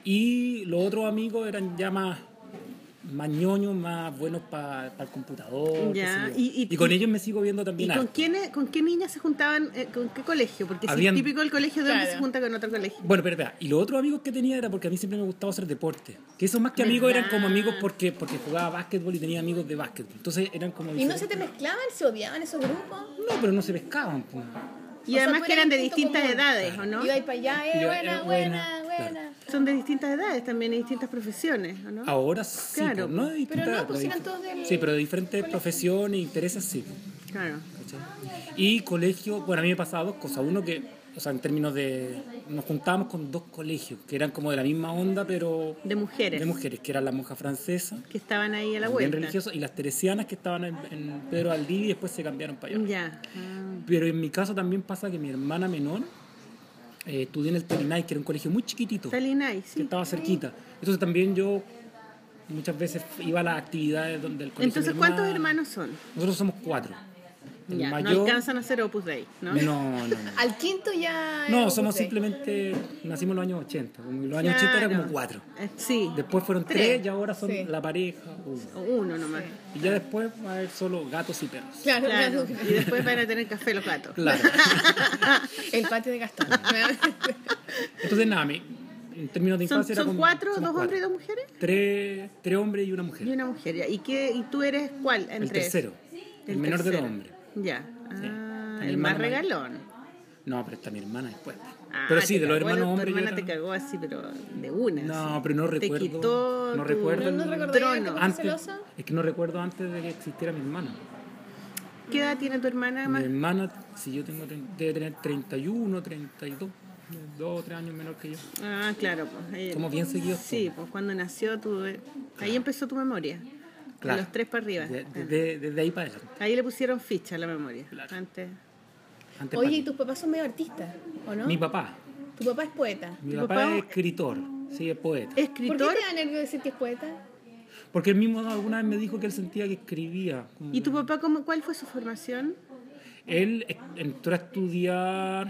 Y los otros amigos eran ya más, más ñoños, más buenos para el computador. Ya, qué sé yo. y- y- con y- ellos me sigo viendo ¿Y también. con harto. quiénes, con qué niñas se juntaban? eh, ¿Con qué colegio? Porque si Habían- es típico el colegio de hombre Claro. se junta con otro colegio. Bueno, pero espera, y los otros amigos que tenía era porque a mí siempre me gustaba hacer deporte. Que esos más que amigos ¿Verdad? eran como amigos porque, porque jugaba básquetbol y tenía amigos de básquetbol. Entonces eran como... ¿Y no se te diferentes. mezclaban? ¿Se odiaban esos grupos? No, pero no se pescaban. Pues. Y O sea, además tú que eras eran de el punto distintas común. edades, ¿o no? Iba para allá, eh, Yo, buena, eh, buena, buena, buena. Son de distintas edades también y distintas profesiones, ¿o no? Ahora sí, Claro. pues, no de distintas Pero no, edades, pues de eran dif- todos del Sí, pero de diferentes colegio. profesiones, intereses, sí. Claro. ¿Cachai? Y colegio, bueno, a mí me pasaba dos cosas. Uno que, o sea, en términos de... Nos juntábamos con dos colegios que eran como de la misma onda, pero... De mujeres De mujeres, que eran la monja francesa, que estaban ahí a la bien vuelta. religiosas, y las teresianas que estaban en, en Pedro Valdivia y después se cambiaron para allá. Ya. Ah. Pero en mi caso también pasa que mi hermana menor eh, estudió en el Telinay, que era un colegio muy chiquitito, que Talinay, sí. estaba cerquita. Entonces también yo muchas veces iba a las actividades donde el colegio Entonces, de mi ¿cuántos hermana- hermanos son? Nosotros somos cuatro. El Ya, no mayor... alcanzan a hacer Opus Dei, ¿no? No, no, no. Al quinto ya. No, era somos Opus Dei. simplemente... Nacimos en los años ochenta. Como en los años ochenta era Claro. como cuatro. Eh, sí. Después fueron tres, Tres. y ahora son Sí. la pareja. uno. O uno nomás. Y ya después va a haber solo gatos y perros. Claro, Claro. claro. Y después van a tener café los gatos. Claro. El patio de Gastón. Entonces, nada, mi- en términos de ¿Son, infancia era son como... cuatro, somos dos hombres y cuatro. dos mujeres? Tres, tres hombres y una mujer. Y una mujer. ya. ¿Y, qué, ¿Y tú eres cuál entre El tercero. esos? El, menor de los tercero. hombres. Ya. Sí. Ah, Mi el más hermano regalón. No, pero está mi hermana después. Ah, pero sí, te de los cagó, hermanos tu hombres. yo hermana era- te cagó así, pero de una. No, así. pero no Te recuerdo. quitó no tu- recuerdo. ¿No, no el- recordáis trono. que te puso antes, celosa? es que no recuerdo antes de que existiera mi hermana. ¿Qué edad tiene tu hermana Mi más? hermana, si yo tengo, tre- debe tener treinta y uno, treinta y dos, dos o tres años menor que yo. Ah, claro. Pues, ahí- Somos bien seguidos. Sí, pues cuando nació tu... Ahí empezó tu memoria. Claro. De los tres para arriba. De- de- de- desde ahí para adelante. Ahí le pusieron ficha a la memoria. Claro. Antes. Antes Oye, para ¿y tus papás son medio artistas? ¿O no? Mi papá. Tu papá es poeta. Mi ¿Tu papá, papá- es escritor. Sí, es poeta. ¿Por qué Escritor. te da nervio decir que es poeta? Porque él mismo alguna vez me dijo que él sentía que escribía. como ¿Y tu que- papá cómo, cuál fue su formación? Él eh, entró a estudiar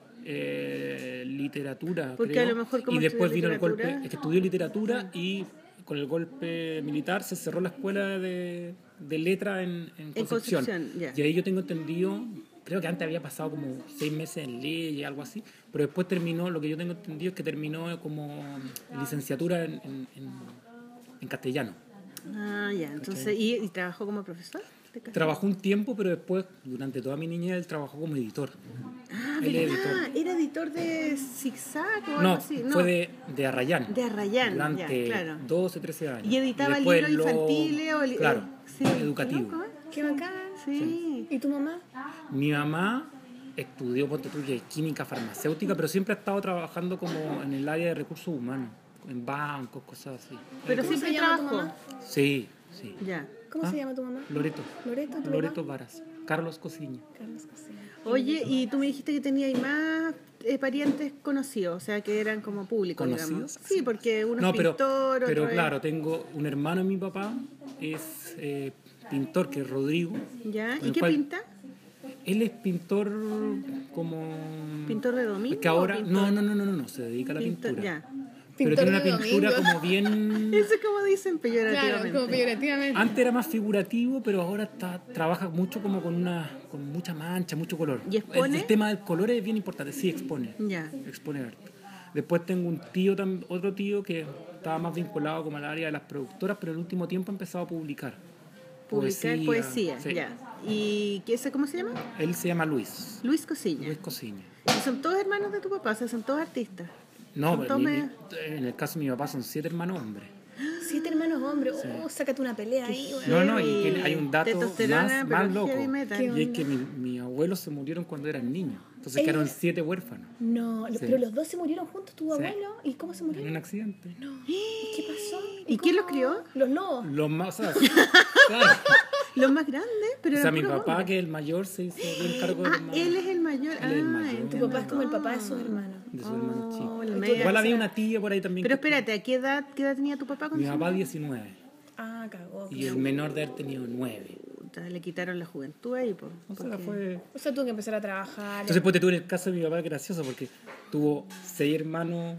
eh, literatura. Porque creo, a lo mejor como y después estudió vino el golpe. literatura- Es que estudió literatura y con el golpe militar se cerró la escuela de, de letra en, en En Concepción. Concepción, ya. Y ahí yo tengo entendido, creo que antes había pasado como seis meses en ley, algo así, pero después terminó, lo que yo tengo entendido es que terminó como licenciatura en, en, en- en castellano. Ah, ya. Entonces, ¿y, y trabajó como profesor? de castellano? Trabajó un tiempo, pero después, durante toda mi niñez, él trabajó como editor. Ah, Él es ¿verdad? editor. ¿Era editor de Zigzag o algo No, así? No, fue de, de Arrayán. De Arrayán, Durante ya, claro. doce, trece años. ¿Y editaba después libros lo- infantiles o li- Claro, eh, sí, educativo. qué loco, ¿eh? Qué bacán. Sí. ¿Y tu mamá? Mi mamá estudió, ponte tú, que química farmacéutica, pero siempre ha estado trabajando como en el área de recursos humanos, en bancos, cosas así. Pero ¿Cómo siempre se llama tu trabajó. mamá? Sí, sí. Ya. ¿Cómo ¿Ah? se llama tu mamá? Loreto. Loreto, ¿tu Loreto papá? Varas. Carlos Cosiña. Carlos Cosío. Oye, y tú me dijiste que tenías más eh, parientes conocidos, o sea, que eran como públicos, digamos. ¿Conocidos? Sí, porque uno No, es pero, pintor, pero otro es- claro, tengo un hermano de mi papá, es eh, pintor, que es Rodrigo. ¿Ya? con ¿Y el qué cual- pinta? Él es pintor como... ¿Pintor de domingo? Es que ahora... o pintor- No, no, no, no, no, no, se dedica a la pintor- pintura. Ya. Pero Pintor tiene una de pintura domingo. como bien... Eso es como dicen Claro, peyorativamente. como peyorativamente. Antes era más figurativo, pero ahora está, trabaja mucho como con una con mucha mancha, mucho color. ¿Y expone? El, el tema del color es bien importante, sí, expone. Ya. Expone arte. Después tengo un tío, tam- otro tío que estaba más vinculado como al área de las productoras, pero en el último tiempo ha empezado a publicar. Publicar poesía, sí. ya. ¿Y qué, ese, cómo se llama? Él se llama Luis, Luis Cosiña. Luis Cosiña. ¿Y son todos hermanos de tu papá? O sea, son todos artistas. No, Son pero todos mi- medio- en el caso de mi papá son siete hermanos hombres. Siete hermanos hombres. Oh, sácate una pelea ahí, güey. No, no, y Heavy. tiene- hay un dato Testosterona, más, pero más loco. heavy metal. ¿Qué Y es onda? que mi, mis abuelos se murieron cuando eran niños. Entonces Ellos- quedaron siete huérfanos No, lo- Sí. pero los dos se murieron juntos, tu Sí. abuelo. ¿Y cómo se en murieron? un accidente. ¿Y qué pasó? ¿Y quién los cómo? crió? Los lobos. Los más, o sea, claro. Los más grandes, pero O sea, eran mi puros papá, hombres. que es el mayor, se hizo bien cargo de Ah, los más- él es el mayor. Él es el ah, mayor. Tu entiendo papá es como el papá de todo. sus hermanos. de su hermano Oh, chico. la Igual media- Igual había una tía por ahí también. Pero que- espérate, ¿a qué edad, qué edad tenía tu papá Mi cuando se papá diecinueve Ah, cagó. y el menor de haber tenido nueve. Puta, le quitaron la juventud ahí, po, O sea, porque- fue... O sea, tuvo que empezar a trabajar. Entonces, pues, te tuve en el caso de mi papá, gracioso, porque tuvo seis hermanos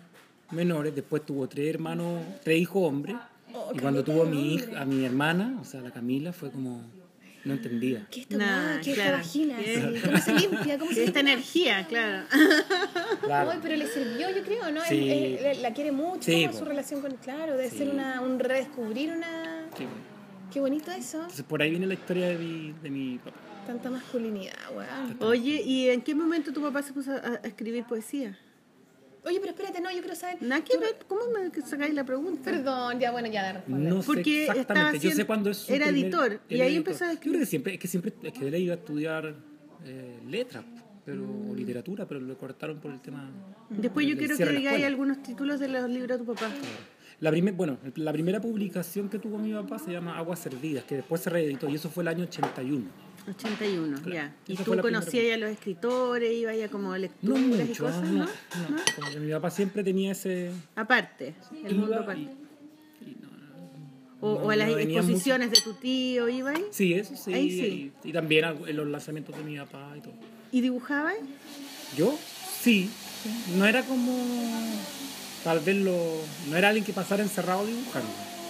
menores, después tuvo tres hermanos, tres hijos hombres, Oh, y cuando caleta tuvo a de mi, hombre. hija, a mi hermana, o sea, la Camila, fue como, no entendía. ¿Qué esta Nah, weá? ¿Qué claro. esta vagina? ¿Qué? así? ¿Cómo se limpia? ¿Cómo se Esta limpia? energía, claro. Claro. Ay, pero le sirvió, yo creo, ¿no? Sí. Él- él la quiere mucho, Sí, ¿no? po. Su relación con... Claro, debe Sí. ser una, un redescubrir una... Sí. Qué bonito eso. Entonces por ahí viene la historia de mi, de mi papá. Tanta masculinidad, weón. Oye, ¿y en qué momento tu papá se puso a, a escribir poesía? Oye, pero espérate, no, yo quiero saber... Nada que tú- ver, ¿cómo me sacáis la pregunta? Perdón, ya, bueno, ya de responder. No sé Porque estaba exactamente, yo haciendo- sé cuándo es su era primer- editor, y era ahí editor. empezó a Yo escribir. creo que siempre, es que siempre, es que él iba a estudiar eh, letras, pero, o literatura, pero lo cortaron por el tema... Después yo del quiero que cierre de la digáis escuela. algunos títulos de los libros de tu papá. La primer, bueno, la primera publicación que tuvo mi papá se llama Aguas Servidas, que después se reeditó, y eso fue el año ochenta y uno. ochenta y uno, Claro. ya. ¿Y Esa tú fue la conocías primera- a los escritores, ibas ya como No lecturas y mucho, cosas, no, ¿no? no, como que mi papá siempre tenía ese... Aparte, el iba mundo y- aparte. y no, O, no, o a las no venía exposiciones de tu tío, ¿ibas? Sí, eso sí, Ahí sí. Y, y también a- en los lanzamientos de mi papá y todo. ¿Y dibujabas? Yo, sí, no era como, tal vez lo, no era alguien que pasara encerrado dibujando.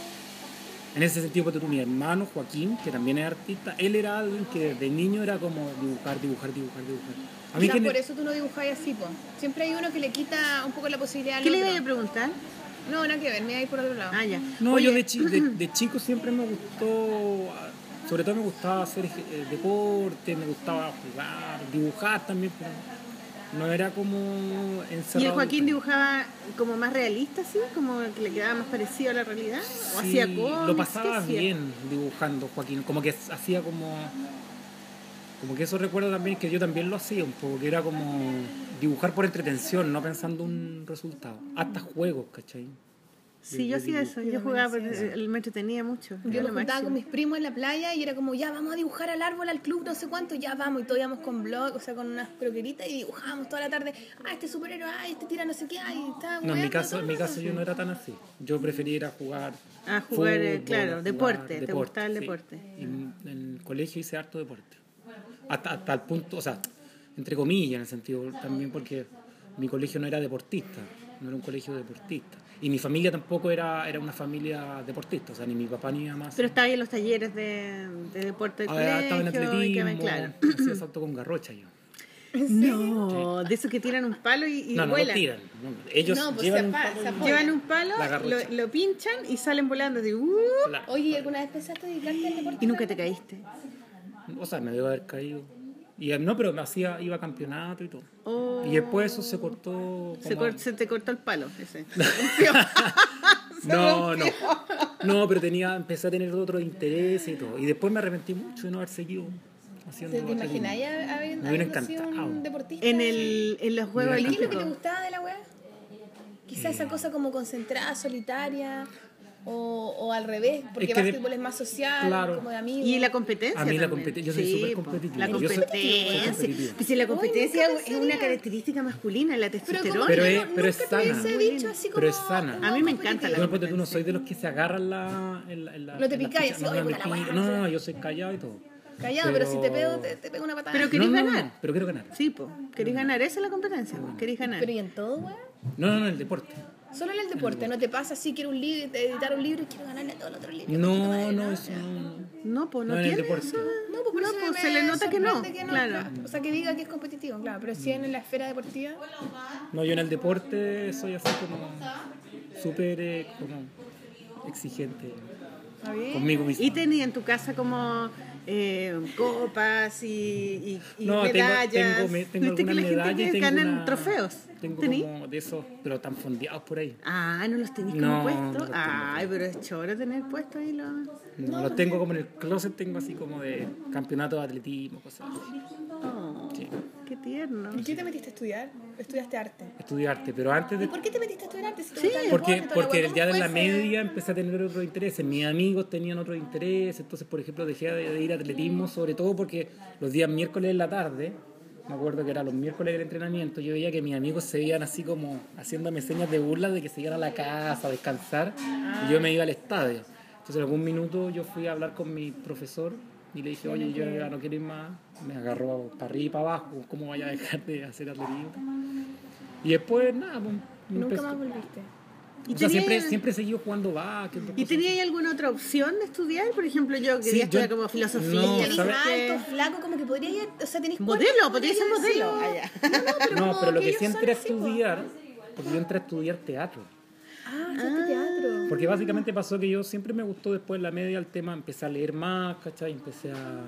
En ese sentido, porque tú, mi hermano Joaquín, que también es artista, él era alguien que desde niño era como dibujar, dibujar, dibujar, dibujar. A mí Quizás que por eso tú no dibujabas así, po. Siempre hay uno que le quita un poco la posibilidad al ¿Qué le otro. iba a preguntar? No, nada que ver, me iba a ir por otro lado. Ah, ya. No, Oye, yo de, chi- de, de chico siempre me gustó, sobre todo me gustaba hacer eh, deporte, me gustaba jugar, dibujar también, pero no era como encerrado. ¿Y el Joaquín dibujando. dibujaba como más realista, así? ¿Como que le quedaba más parecido a la realidad? ¿O Sí, hacía cómics? lo ¿Qué pasaba hacía? bien dibujando Joaquín, como que hacía como como que eso recuerdo también que yo también lo hacía un poco, que era como dibujar por entretención, no pensando un resultado, hasta juegos, ¿cachai? Sí, yo hacía eso. Yo Yo jugaba, también pero el me entretenía mucho. Yo Era me lo juntaba máximo. con mis primos en la playa y era como, ya vamos a dibujar al árbol, al club, no sé cuánto, ya vamos. Y todos íbamos con blog, o sea, con unas croqueritas y dibujábamos toda la tarde. Ah, este superhéroe, ah, este tira no sé qué, ay, está No, en mi hueando caso, todo en el mi rato. caso yo no era tan así. Yo prefería ir a jugar A jugar, eh, fútbol, claro, a jugar deporte, te gustaba el sí. deporte. Y en en el colegio hice harto deporte. Hasta, hasta el punto, o sea, entre comillas, en el sentido también porque mi colegio no era deportista, no era un colegio deportista. Y mi familia tampoco era, era una familia deportista, o sea, ni mi papá ni mi mamá. Pero estaba ahí en los talleres de, de deporte del Ah, estaba en colegio. y que me- atletismo, claro. hacía salto con garrocha yo. No, de esos que tiran un palo y, y No, no lo vuelan. tiran. no, ellos No, pues llevan se un apa- palo se y- apoyan. Llevan un palo, La garrocha. lo, lo pinchan y salen volando así, ¡uh! Claro. Oye, ¿y alguna vez pensaste dedicarte al deporte? Y nunca te caíste. O sea, me debo haber caído. Y, eh, no, pero me hacía, iba a campeonato y todo. Oh, Y después eso se cortó. se, como- cor- se te cortó el palo ese. No, no. No, pero tenía, empecé a tener otro interés y todo. Y después me arrepentí mucho de no haber seguido haciendo. ¿Te, te atletismo. imagináis haber- Me hubiera habiendo sido encantado. un deportista? En, el, en los Juegos Mira, ¿Qué es lo que te Olímpicos. gustaba de la weá? Quizás esa cosa como concentrada, solitaria, o, o al revés, porque Es que de- básquetbol es más social, claro. como de amigos. Y la competencia. A mí la también. competi- yo soy Sí, súper po, competitivo. La Yo soy- soy competencia. competitivo. Pues si la competencia nunca es una pensaría. característica masculina, la Pero, testosterona. como Pero que es- no- pero es nunca te sana. hubiese dicho así como Pero es sana. un A mí me encanta la Yo, competitivo. ponte tú, no soy de los que se agarran la, en la, en la- No te en la picáis, picha- así, no, oye, no, me puta la pico. weá, no, no no, sé. yo soy callado y todo. Callado, pero, si te Pero- pego, te, te pego una patada. Pero No, ¿querés no, ganar? no, pero quiero ganar. Sí, pues. ¿Querés ganar? Esa es la competencia, po. ¿Querés ganar? Pero ¿y en todo, weá? No, no, no, el deporte. Solo en el deporte, ¿no te pasa así, quiero un libro, editar un libro y quiero ganarle a todos los otros libros? No, no, eso no. No, pues no, No, en el tiene deporte. eso. No, pues por No, eso pues, me se le nota que no, sorprende claro. O sea, que diga que es competitivo, claro. Pero si en la esfera deportiva, No, yo en el deporte soy así como súper eh, como exigente está bien. conmigo mismo. Y tenía en tu casa como eh, copas y, y, y No, tengo- medallas. tengo me- tengo ¿Viste que algunas la gente medallas y que tengo ganan una- trofeos? Tengo ¿Tení? como de esos, pero tan fondeados por ahí. Ah, ¿no los tenéis No, como no puestos? los tengo Ay, pero es choro tener puestos ahí los... No, los tengo como en el closet, tengo así como de campeonato de atletismo, cosas así. Oh, Sí. qué tierno. ¿Y qué te metiste a estudiar? ¿Estudiaste arte? Estudié arte, pero antes ¿Y de... por qué te metiste a estudiar arte? Si te Sí, gusta el Porque, deporte, toda la porque weá, el día ¿cómo de la fue ese- media empecé a tener otros intereses. Mis amigos tenían otros intereses. Entonces, por ejemplo, dejé de, de ir a atletismo, sobre todo porque los días miércoles en la tarde, me acuerdo que eran los miércoles del entrenamiento, yo veía que mis amigos se veían así como haciéndome señas de burla de que se iban a la casa a descansar y yo me iba al estadio. Entonces, en algún minuto yo fui a hablar con mi profesor y le dije, oye, yo ya no quiero ir más. Me agarró para arriba y para abajo, ¿cómo vaya a dejar de hacer atletismo? Y después, nada, pues, Nunca más volviste. ¿Y O sea, siempre, tenía- siempre he seguido jugando básquet. ¿Y tenías alguna otra opción de estudiar? Por ejemplo, yo quería Sí, yo- estudiar como filosofía. no, Tenés ¿sabes? alto, flaco, como que podría ir, o sea, tenés cuerpo, Modelo, podría ser podría modelo. ser- Ah, ya. No, no, pero, No, como pero lo que ellos sí son entré a así, po. estudiar, porque yo entré a estudiar teatro. Ah, hiciste teatro. Porque básicamente pasó que yo siempre me gustó después de la media el tema, empecé a leer más, ¿cachai? Empecé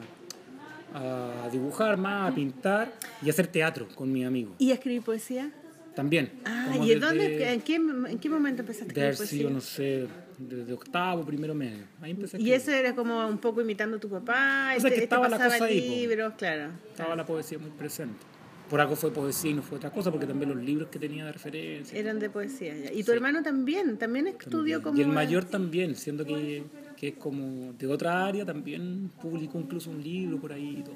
a, a dibujar más, a pintar y a hacer teatro con mis amigos. ¿Y a escribir poesía? También. Ah, como ¿y en, desde- dónde, en, qué, en qué momento empezaste de a haber escribir sido, poesía? no sé, desde octavo, primero medio. Ahí empecé a Y escribir. eso era como un poco imitando a tu papá, O y sea, te, que te estaba la pasaba cosa ahí, po. libros, claro. Estaba la poesía muy presente. Por algo fue poesía y no fue otra cosa, porque también los libros que tenía de referencia. Eran de poesía. Ya. Y tu Sí. hermano también, también estudió como... Y el mayor también, siendo que, que es como de otra área, también publicó incluso un libro por ahí y todo.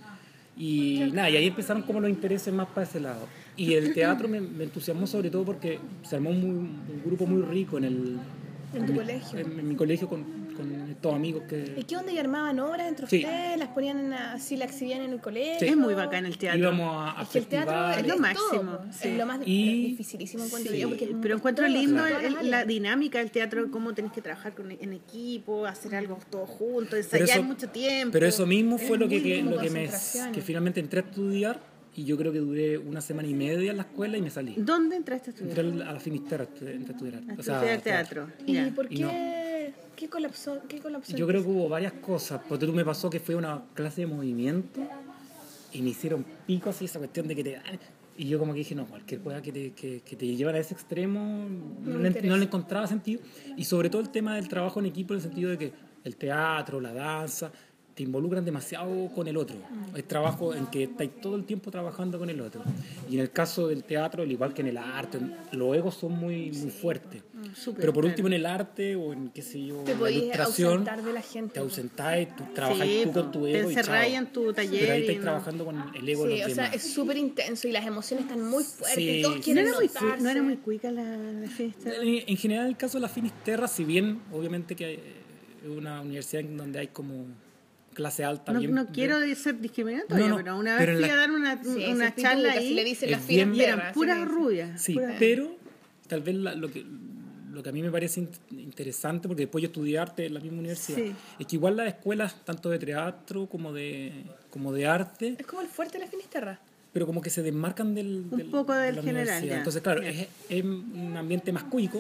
Y nada, y ahí empezaron como los intereses más para ese lado. Y el teatro me, me entusiasmó sobre todo porque se armó un, muy- un grupo muy rico en el... En tu colegio. En, en mi colegio con, con estos amigos ¿Y que qué onda? ¿Y armaban obras entre Sí. ustedes? ¿Las ponían en la- así, la exhibían en el colegio? Sí. Es muy bacán el teatro. íbamos a, a Es que el teatro festivales. Es lo es máximo, todo, sí. es lo más Y- dificilísimo encuentro sí. yo. Porque es Pero encuentro todo, lindo todas las el- la áreas. dinámica del teatro, cómo tenés que trabajar con, en equipo, hacer algo todos juntos, Pero ensayar eso- mucho tiempo. Pero eso mismo fue Es lo que, muy que- como lo que me concentración. que finalmente entré a estudiar y yo creo que duré una semana y media en la escuela y me salí. ¿Dónde entraste a estudiar? Entré a la Finisterra entré a estudiar. A O sea, estudiar teatro. ¿Y Ya. por Y qué? no. ¿Qué colapsó? ¿Qué colapsó? Yo creo que hubo varias cosas, porque tú me pasó que fue una clase de movimiento y me hicieron pico así esa cuestión de que te dan. Y yo como que dije, no, cualquier cosa que te, que, que te llevan a ese extremo no, me le, interesa. no le encontraba sentido. Y sobre todo el tema del trabajo en equipo, en el sentido de que el teatro, la danza, te involucran demasiado con el otro. Es trabajo en que estáis todo el tiempo trabajando con el otro. Y en el caso del teatro, al igual que en el arte, los egos son muy, muy fuertes. Súper, Pero por claro. último en el arte o en, qué sé yo, Te la podías ilustración, ausentar de la gente. te ausentáis, tú trabajáis Sí, tú con po, tu te ego y encerráis chao. en tu taller Pero ahí y estáis no- trabajando con el ego de Sí, los o sea, demás. es súper intenso y las emociones están muy fuertes. Sí, y todos sí. ¿No quieren era, muy, notarse. cu- ¿No era muy cuica la, la fiesta? En, en general, el caso de la Finisterra, si bien obviamente que hay, eh, es una universidad en donde hay como clase alta, No, bien, no quiero bien- ser discriminatoria, No, no, pero una vez pero en fui la- a dar una, Sí, una ese charla pituca, ahí se le dicen es las finas bien- y eran perras, puras así le dicen. rubias. Sí, puras- pero tal vez la- lo que lo que a mí me parece in- interesante, porque después yo estudié arte en la misma universidad, Sí. es que igual las escuelas, tanto de teatro como de, como de arte, Es como el fuerte de la Finisterra. pero como que se desmarcan del, Un del- poco de del la general, universidad. ya. Entonces, claro, Ya. es, es un ambiente más cuico,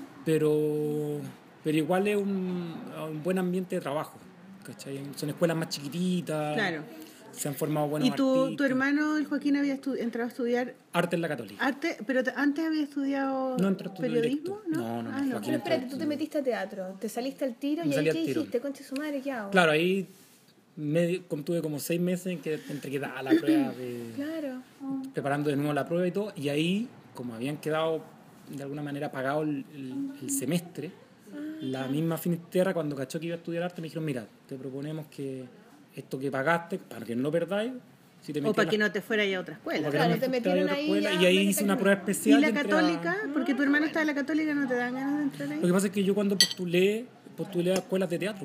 pero, pero igual es un, un buen ambiente de trabajo. ¿Cachai? Son escuelas más chiquititas, Claro. se han formado buenos ¿Y tu, artistas. tu hermano, el Joaquín, había estu- entrado a estudiar Arte en la Católica. arte, pero te- antes había estudiado No entró a estudiar periodismo? directo. No, no, no, Ah, no. Joaquín. Pero espérate, tú te metiste a teatro, te saliste al tiro Me y ahí salí qué al tiro. dijiste, concha su madre, ¿qué hago? Claro, ahí me, como tuve como seis meses en que entre que daba la prueba de, Claro. preparando de nuevo la prueba y todo, y ahí, como habían quedado de alguna manera pagado el, el- el semestre, la misma Finisterra, cuando cachó que iba a estudiar arte, me dijeron, mira, te proponemos que esto que pagaste, para que no lo perdáis, si te O metes para a que la- no te fuera ya a otra o escuela. para que Claro, no te me metieron fuera a otra ahí escuela, ya, y ahí métete hice una aquí. prueba ¿Y especial. la y entré a- católica? Porque tu hermano está en la católica, ¿no te dan ganas de entrar ahí? Lo que pasa es que yo cuando postulé, postulé a escuelas de teatro.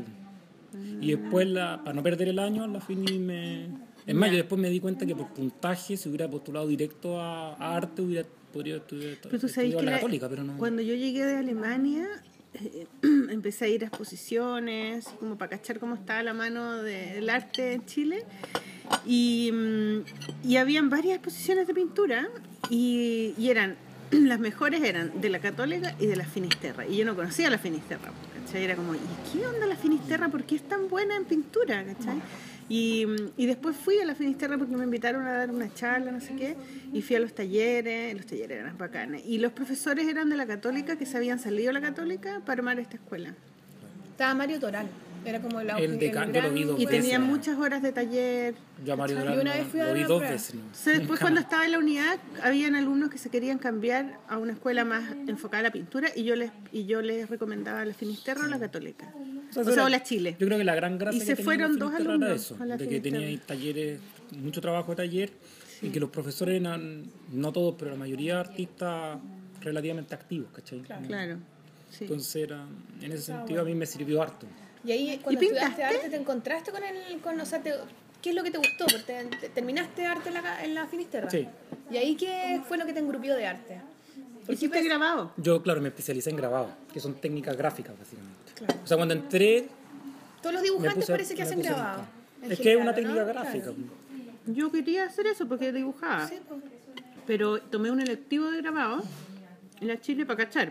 Y después, la, para no perder el año, la Fini me... Es más, yo después me di cuenta que por puntaje, si hubiera postulado directo a, a arte, hubiera podido estudiar, Pero tú sabes estudiado que en la la- católica, pero no... cuando yo llegué de Alemania, eh, empecé a ir a exposiciones, como para cachar cómo estaba la mano del arte en Chile. Y, mm, y habían varias exposiciones de pintura y, y eran, las mejores eran de la Católica y de la Finisterra. Y yo no conocía la Finisterra, ¿cachai? Era como, ¿y qué onda la Finisterra? ¿Por qué es tan buena en pintura? ¿Cachai? Y, y después fui a la Finisterra porque me invitaron a dar una charla, no sé qué, y fui a los talleres, los talleres eran bacanes. Y los profesores eran de la Católica, que se habían salido de la Católica para armar esta escuela. Estaba Mario Toral, era como el El decano, yo lo vi dos Y veces. tenían muchas horas de taller. Yo a Mario ¿cachai? Durán Y una vez fui a lo dar vi una dos prueba. veces. ¿no? Entonces, después Nunca cuando más. estaba en la unidad, habían alumnos que se querían cambiar a una escuela más enfocada a la pintura y yo les y yo les recomendaba la Finisterra o la Católica. O sea, eso o era- la Chile. Yo creo que la gran gracia Y que se tenía fueron la dos Finisterra era alumnos eso, a la de que Finisterra. tenía talleres, mucho trabajo de taller, y que los profesores eran, no todos, pero la mayoría artistas relativamente activos, ¿cachai? Claro. Sí. Entonces, era, en ese sentido, a mí me sirvió harto. Y ahí cuando ¿Y estudiaste pintaste? arte te encontraste con el, con, o sea, te- ¿qué es lo que te gustó? Porque te- te- terminaste arte en la, en la Finisterra. Sí. Y ahí qué fue lo que te engrupió de arte. Hiciste grabado. Yo, claro, me especialicé en grabado, que son técnicas gráficas, básicamente. Claro. O sea, cuando entré... Todos los me dibujantes puse- parece que me hacen puse a grabado. buscar. en Es que es una general, técnica ¿no? gráfica. Claro. Yo quería hacer eso porque dibujaba. Sí, pues. Pero tomé un electivo de grabado en la Chile para cachar.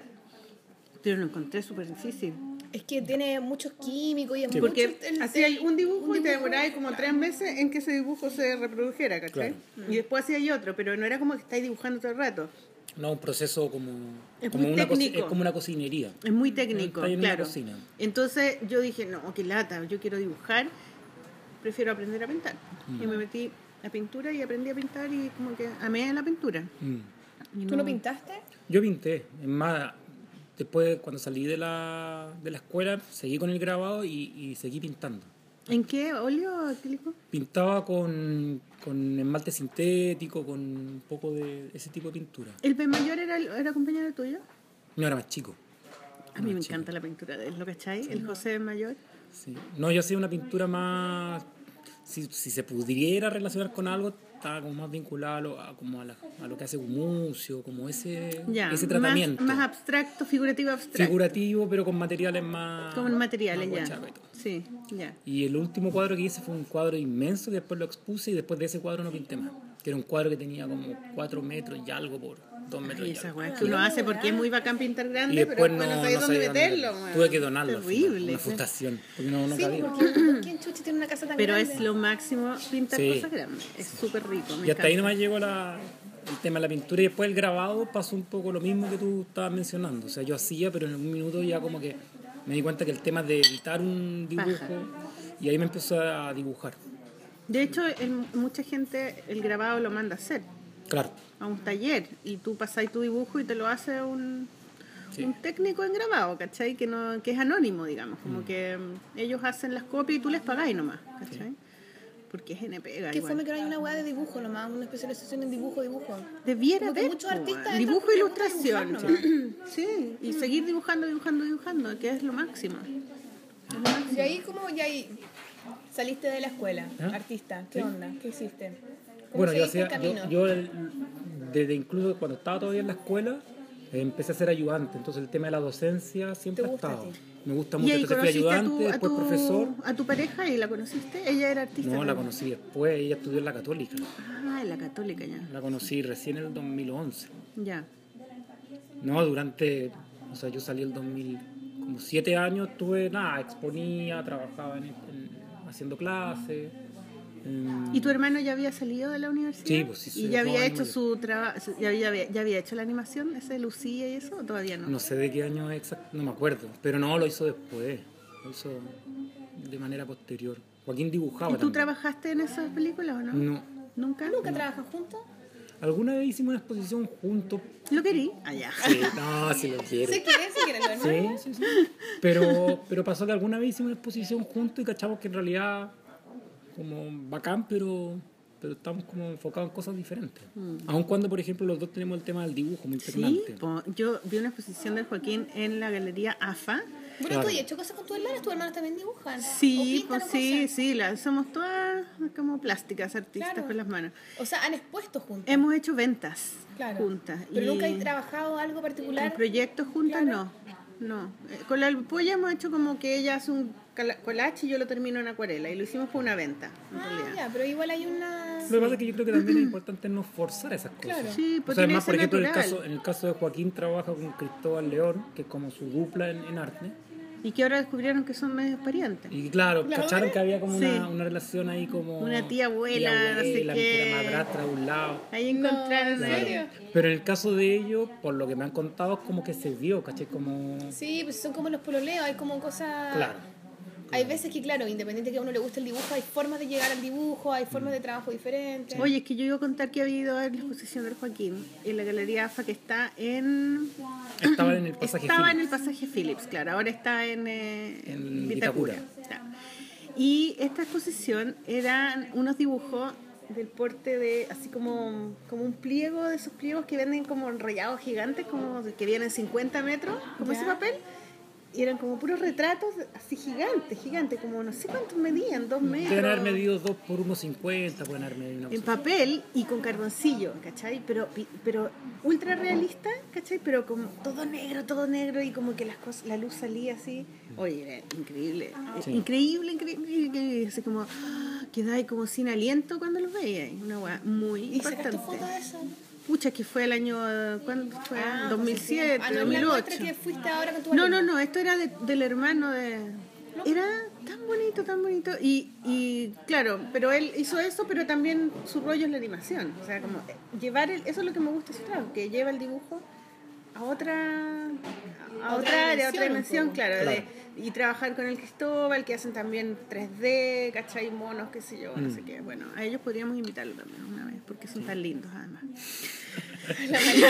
Pero lo encontré súper difícil. Es que tiene muchos químicos y es Sí. mucho Porque el- hacía el- un dibujo un y te dibujo. demorabas como tres meses en que ese dibujo se reprodujera, ¿cachai? Claro. Y después hacía otro, pero no era como que estáis dibujando todo el rato. No, un proceso como, Es como muy una, coci- técnico. es como una cocinería. Es muy técnico, Está en una claro. cocina. Entonces yo dije, no, qué lata, yo quiero dibujar, prefiero aprender a pintar. Mm. Y me metí a pintura y aprendí a pintar y como que amé la pintura. Mm. Y ¿Tú no pintaste? Yo pinté, es más, después cuando salí de la, de la escuela, seguí con el grabado y, y seguí pintando. ¿En qué? ¿Óleo o acrílico? Pintaba con, con esmalte sintético, con un poco de ese tipo de pintura. ¿El P mayor era, era compañero tuyo? No, era más chico. A mí me chico. encanta la pintura de él, ¿lo cachai? El José mayor. Sí. No, yo hacía una pintura más... Si, si se pudiera relacionar con algo, estaba como más vinculado a lo, a, como a, la- a lo que hace Gumucio, como ese, Ya, ese tratamiento. Más, más abstracto, figurativo abstracto. Figurativo, pero con materiales más... Como en materiales, más ya. guachaca y todo. Sí, ya. Y el último cuadro que hice fue un cuadro inmenso que después lo expuse y después de ese cuadro no pinté más. Que era un cuadro que tenía como cuatro metros y algo por dos metros Y y esas algo. weas que uno hace porque es muy bacán pintar grande, Y después pero no, después no no sabéis dónde sabía dónde meterlo. meterlo. weón. Tuve que donarlo al final, Terrible. una sí. frustración, porque no, no Sí, cabía. porque ¿quién chuchi tiene una casa tan Pero grande? es lo máximo pintar Sí. cosas grandes. Es súper rico. Me Y hasta ahí encanta. nomás llegó la, el tema de la pintura y después el grabado pasó un poco lo mismo que tú estabas mencionando. O sea, yo hacía, pero en un minuto ya como que me di cuenta que el tema de editar un dibujo Paja. y ahí me empezó a dibujar. De hecho, en- mucha gente el grabado lo manda a hacer Claro. a un taller y tú pasáis tu dibujo y te lo hace un, Sí. un técnico en grabado, ¿cachai? Que, no, que es anónimo, digamos. Como Mm. que mm, ellos hacen las copias y tú les pagáis nomás, ¿cachai? Porque es N pega Que igual. fue que no hay una weá de dibujo nomás, una especialización en dibujo, dibujo. Debiera Como que haber, muchos po, artistas weón. entran dibujo e porque les gusta ilustración. dibujar Sí, y seguir dibujando, dibujando, dibujando, que es lo máximo. Es lo máximo. Y ahí como, y ahí saliste de la escuela, ¿Ah? artista, ¿qué Sí. onda? ¿Qué hiciste? ¿Cómo Bueno, yo seguiste el hacía, camino? yo, yo el- desde incluso cuando estaba todavía en la escuela, eh, empecé a ser ayudante, entonces el tema de la docencia siempre ¿Te ha gusta a estado. ti? Me gusta Y mucho, ahí entonces fui conociste a ayudante, tu, a, después tu, profesor. a tu pareja y la conociste. Ella era artista. No, la también. conocí después, ella estudió en la Católica. Ah, en la católica ya. La conocí recién en el dos mil once. Ya. No, durante, o sea, yo salí el dos mil, como siete años estuve, nada, exponía, trabajaba en, en- haciendo clases. em, ¿Y tu hermano ya había salido de la universidad? Sí, pues sí, sí, ¿Y ya dos había años hecho mayor. su trabajo? ¿Ya había, ¿Ya había hecho la animación, ese de Lucía y eso? ¿O todavía no? No sé de qué año exacto, no me acuerdo, pero no, lo hizo después, lo hizo de manera posterior. Joaquín dibujaba ¿Y tú también. trabajaste en esas películas o no? No. ¿Nunca? ¿Nunca trabajan juntos? ¿Alguna vez hicimos una exposición juntos? ¿Lo querí? Allá. Sí, no, si lo quiero. ¿Se quieren? ¿Se quieren? ¿Lo nuevo? Sí, sí, sí. Pero, pero pasó que alguna vez hicimos una exposición juntos y cachamos que en realidad, como bacán, pero, pero estamos como enfocados en cosas diferentes. Aun cuando, por ejemplo, los dos tenemos el tema del dibujo muy Sí, pregnante. po, yo vi una exposición de Joaquín en la galería A F A. Bueno, Claro. tú has hecho cosas con tus hermanos, tus hermanos también dibujan. Sí, o pintan pues o sí, cosas. sí, la, somos todas como plásticas, artistas Claro. con las manos. O sea, han expuesto juntos. Hemos hecho ventas Claro. juntas. Pero y nunca hay trabajado algo en particular. proyectos juntas Claro. no. No. Eh, Con la polla hemos hecho como que ella hace un cala- collage y yo lo termino en acuarela. Y lo hicimos por una venta, en Ah, realidad. ya, pero igual hay una... Lo que pasa es que yo creo que también es importante no forzar esas cosas. Claro. Sí, O pues sea, tiene además, que por ser ejemplo, en el, natural. caso, en el caso de Joaquín trabaja con Cristóbal León, que es como su dupla en, en arte. Y que ahora descubrieron que son medios parientes. Y claro, ¿La cacharon abuela? que había como Sí. una, una relación ahí como... Una tía abuela, no sé abuela, qué. que era madrastra de un lado. Ahí encontraron No, ¿en ahí. serio? Pero en el caso de ellos, por lo que me han contado, es como que se dio, ¿cachai? Como... Sí, pues son como los pololeos, hay como cosas... Claro. Hay veces que, claro, independiente que a uno le guste el dibujo, hay formas de llegar al dibujo, hay formas de trabajo diferentes. Oye, es que yo iba a contar que había ido a ver la exposición del Joaquín en la galería A F A que está en... Estaba en el pasaje Estaba en Phillips. el pasaje Phillips, claro. Ahora está en, eh, En Vitacura. Vitacura. Claro. Y esta exposición eran unos dibujos del porte de, así como, como un pliego de esos pliegos que venden como enrollados gigantes, como que vienen cincuenta metros, como Ya. ese papel. y eran como puros retratos así gigantes, gigantes, como no sé cuántos medían, dos metros. Pueden haber medido dos por uno cincuenta, pueden haber medido una En cosa papel y con carboncillo, ¿cachai? Pero, pero ultra realista, ¿cachai? Pero como todo negro, todo negro y como que las cosas, la luz salía así. Oye, era increíble. Sí. Increíble, increíble, increíble. Así como, quedáis como sin aliento cuando los veíais. Una weá muy ¿Y sacaste impactante. foto de eso? Pucha, que fue el año, ¿cuándo fue? Ah, dos mil siete, ah, no es la dos mil nuestra ocho. que fuiste ahora con tu No, alumno. no, no, esto era de- del hermano de... Era tan bonito, tan bonito. Y, y claro, pero él hizo eso, pero también su rollo es la animación. O sea, como eh, llevar el... Eso es lo que me gusta de su trabajo, que lleva el dibujo a otra... A otra área, a otra dimensión, dimensión, un poco. claro. Claro. De, y trabajar con el Cristóbal, que hacen también tres D, ¿cachai? Monos, qué sé yo, no sé qué. Bueno, a ellos podríamos invitarlo también una vez, porque son tan lindos además. La María.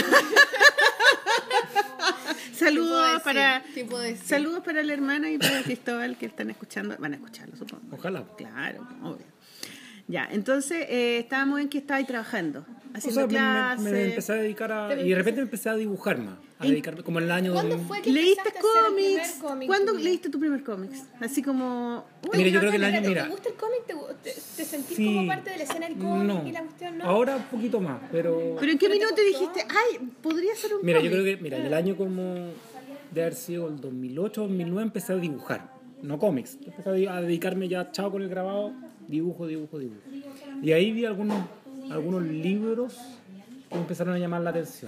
Saludos ¿Qué puedo para decir? ¿Qué puedo decir? saludos para la hermana y para el Cristóbal que están escuchando. Van a escucharlo, supongo. Ojalá. Claro, obvio. Ya, entonces eh, estábamos en que estaba ahí trabajando, O haciendo sea, me- clases. me, me empecé a dedicar a... Y de repente me empecé a dibujar más. A dedicarme como en el año... ¿Cuándo dos mil. fue que ¿Leíste empezaste a hacer el primer cómics? cómic ¿Cuándo tuyo? leíste tu primer cómics? Así como... uy, Mira, yo qué creo que el bacán. año, ¿Te mira... gusta el cómic? ¿Te, te, te sentís Sí. como parte de la escena del cómic No. y la cuestión, no? Ahora un poquito más, pero... ¿Pero en qué ¿Pero te minuto costó? dijiste, ay, podría ser un Mira, cómic? yo creo que, mira, en el año como de haber sido el dos mil ocho, dos mil nueve empecé a dibujar, no cómics. Empecé a di- a dedicarme ya, chao con el grabado, dibujo, dibujo, dibujo. Y ahí vi algunos, algunos libros que me empezaron a llamar la atención.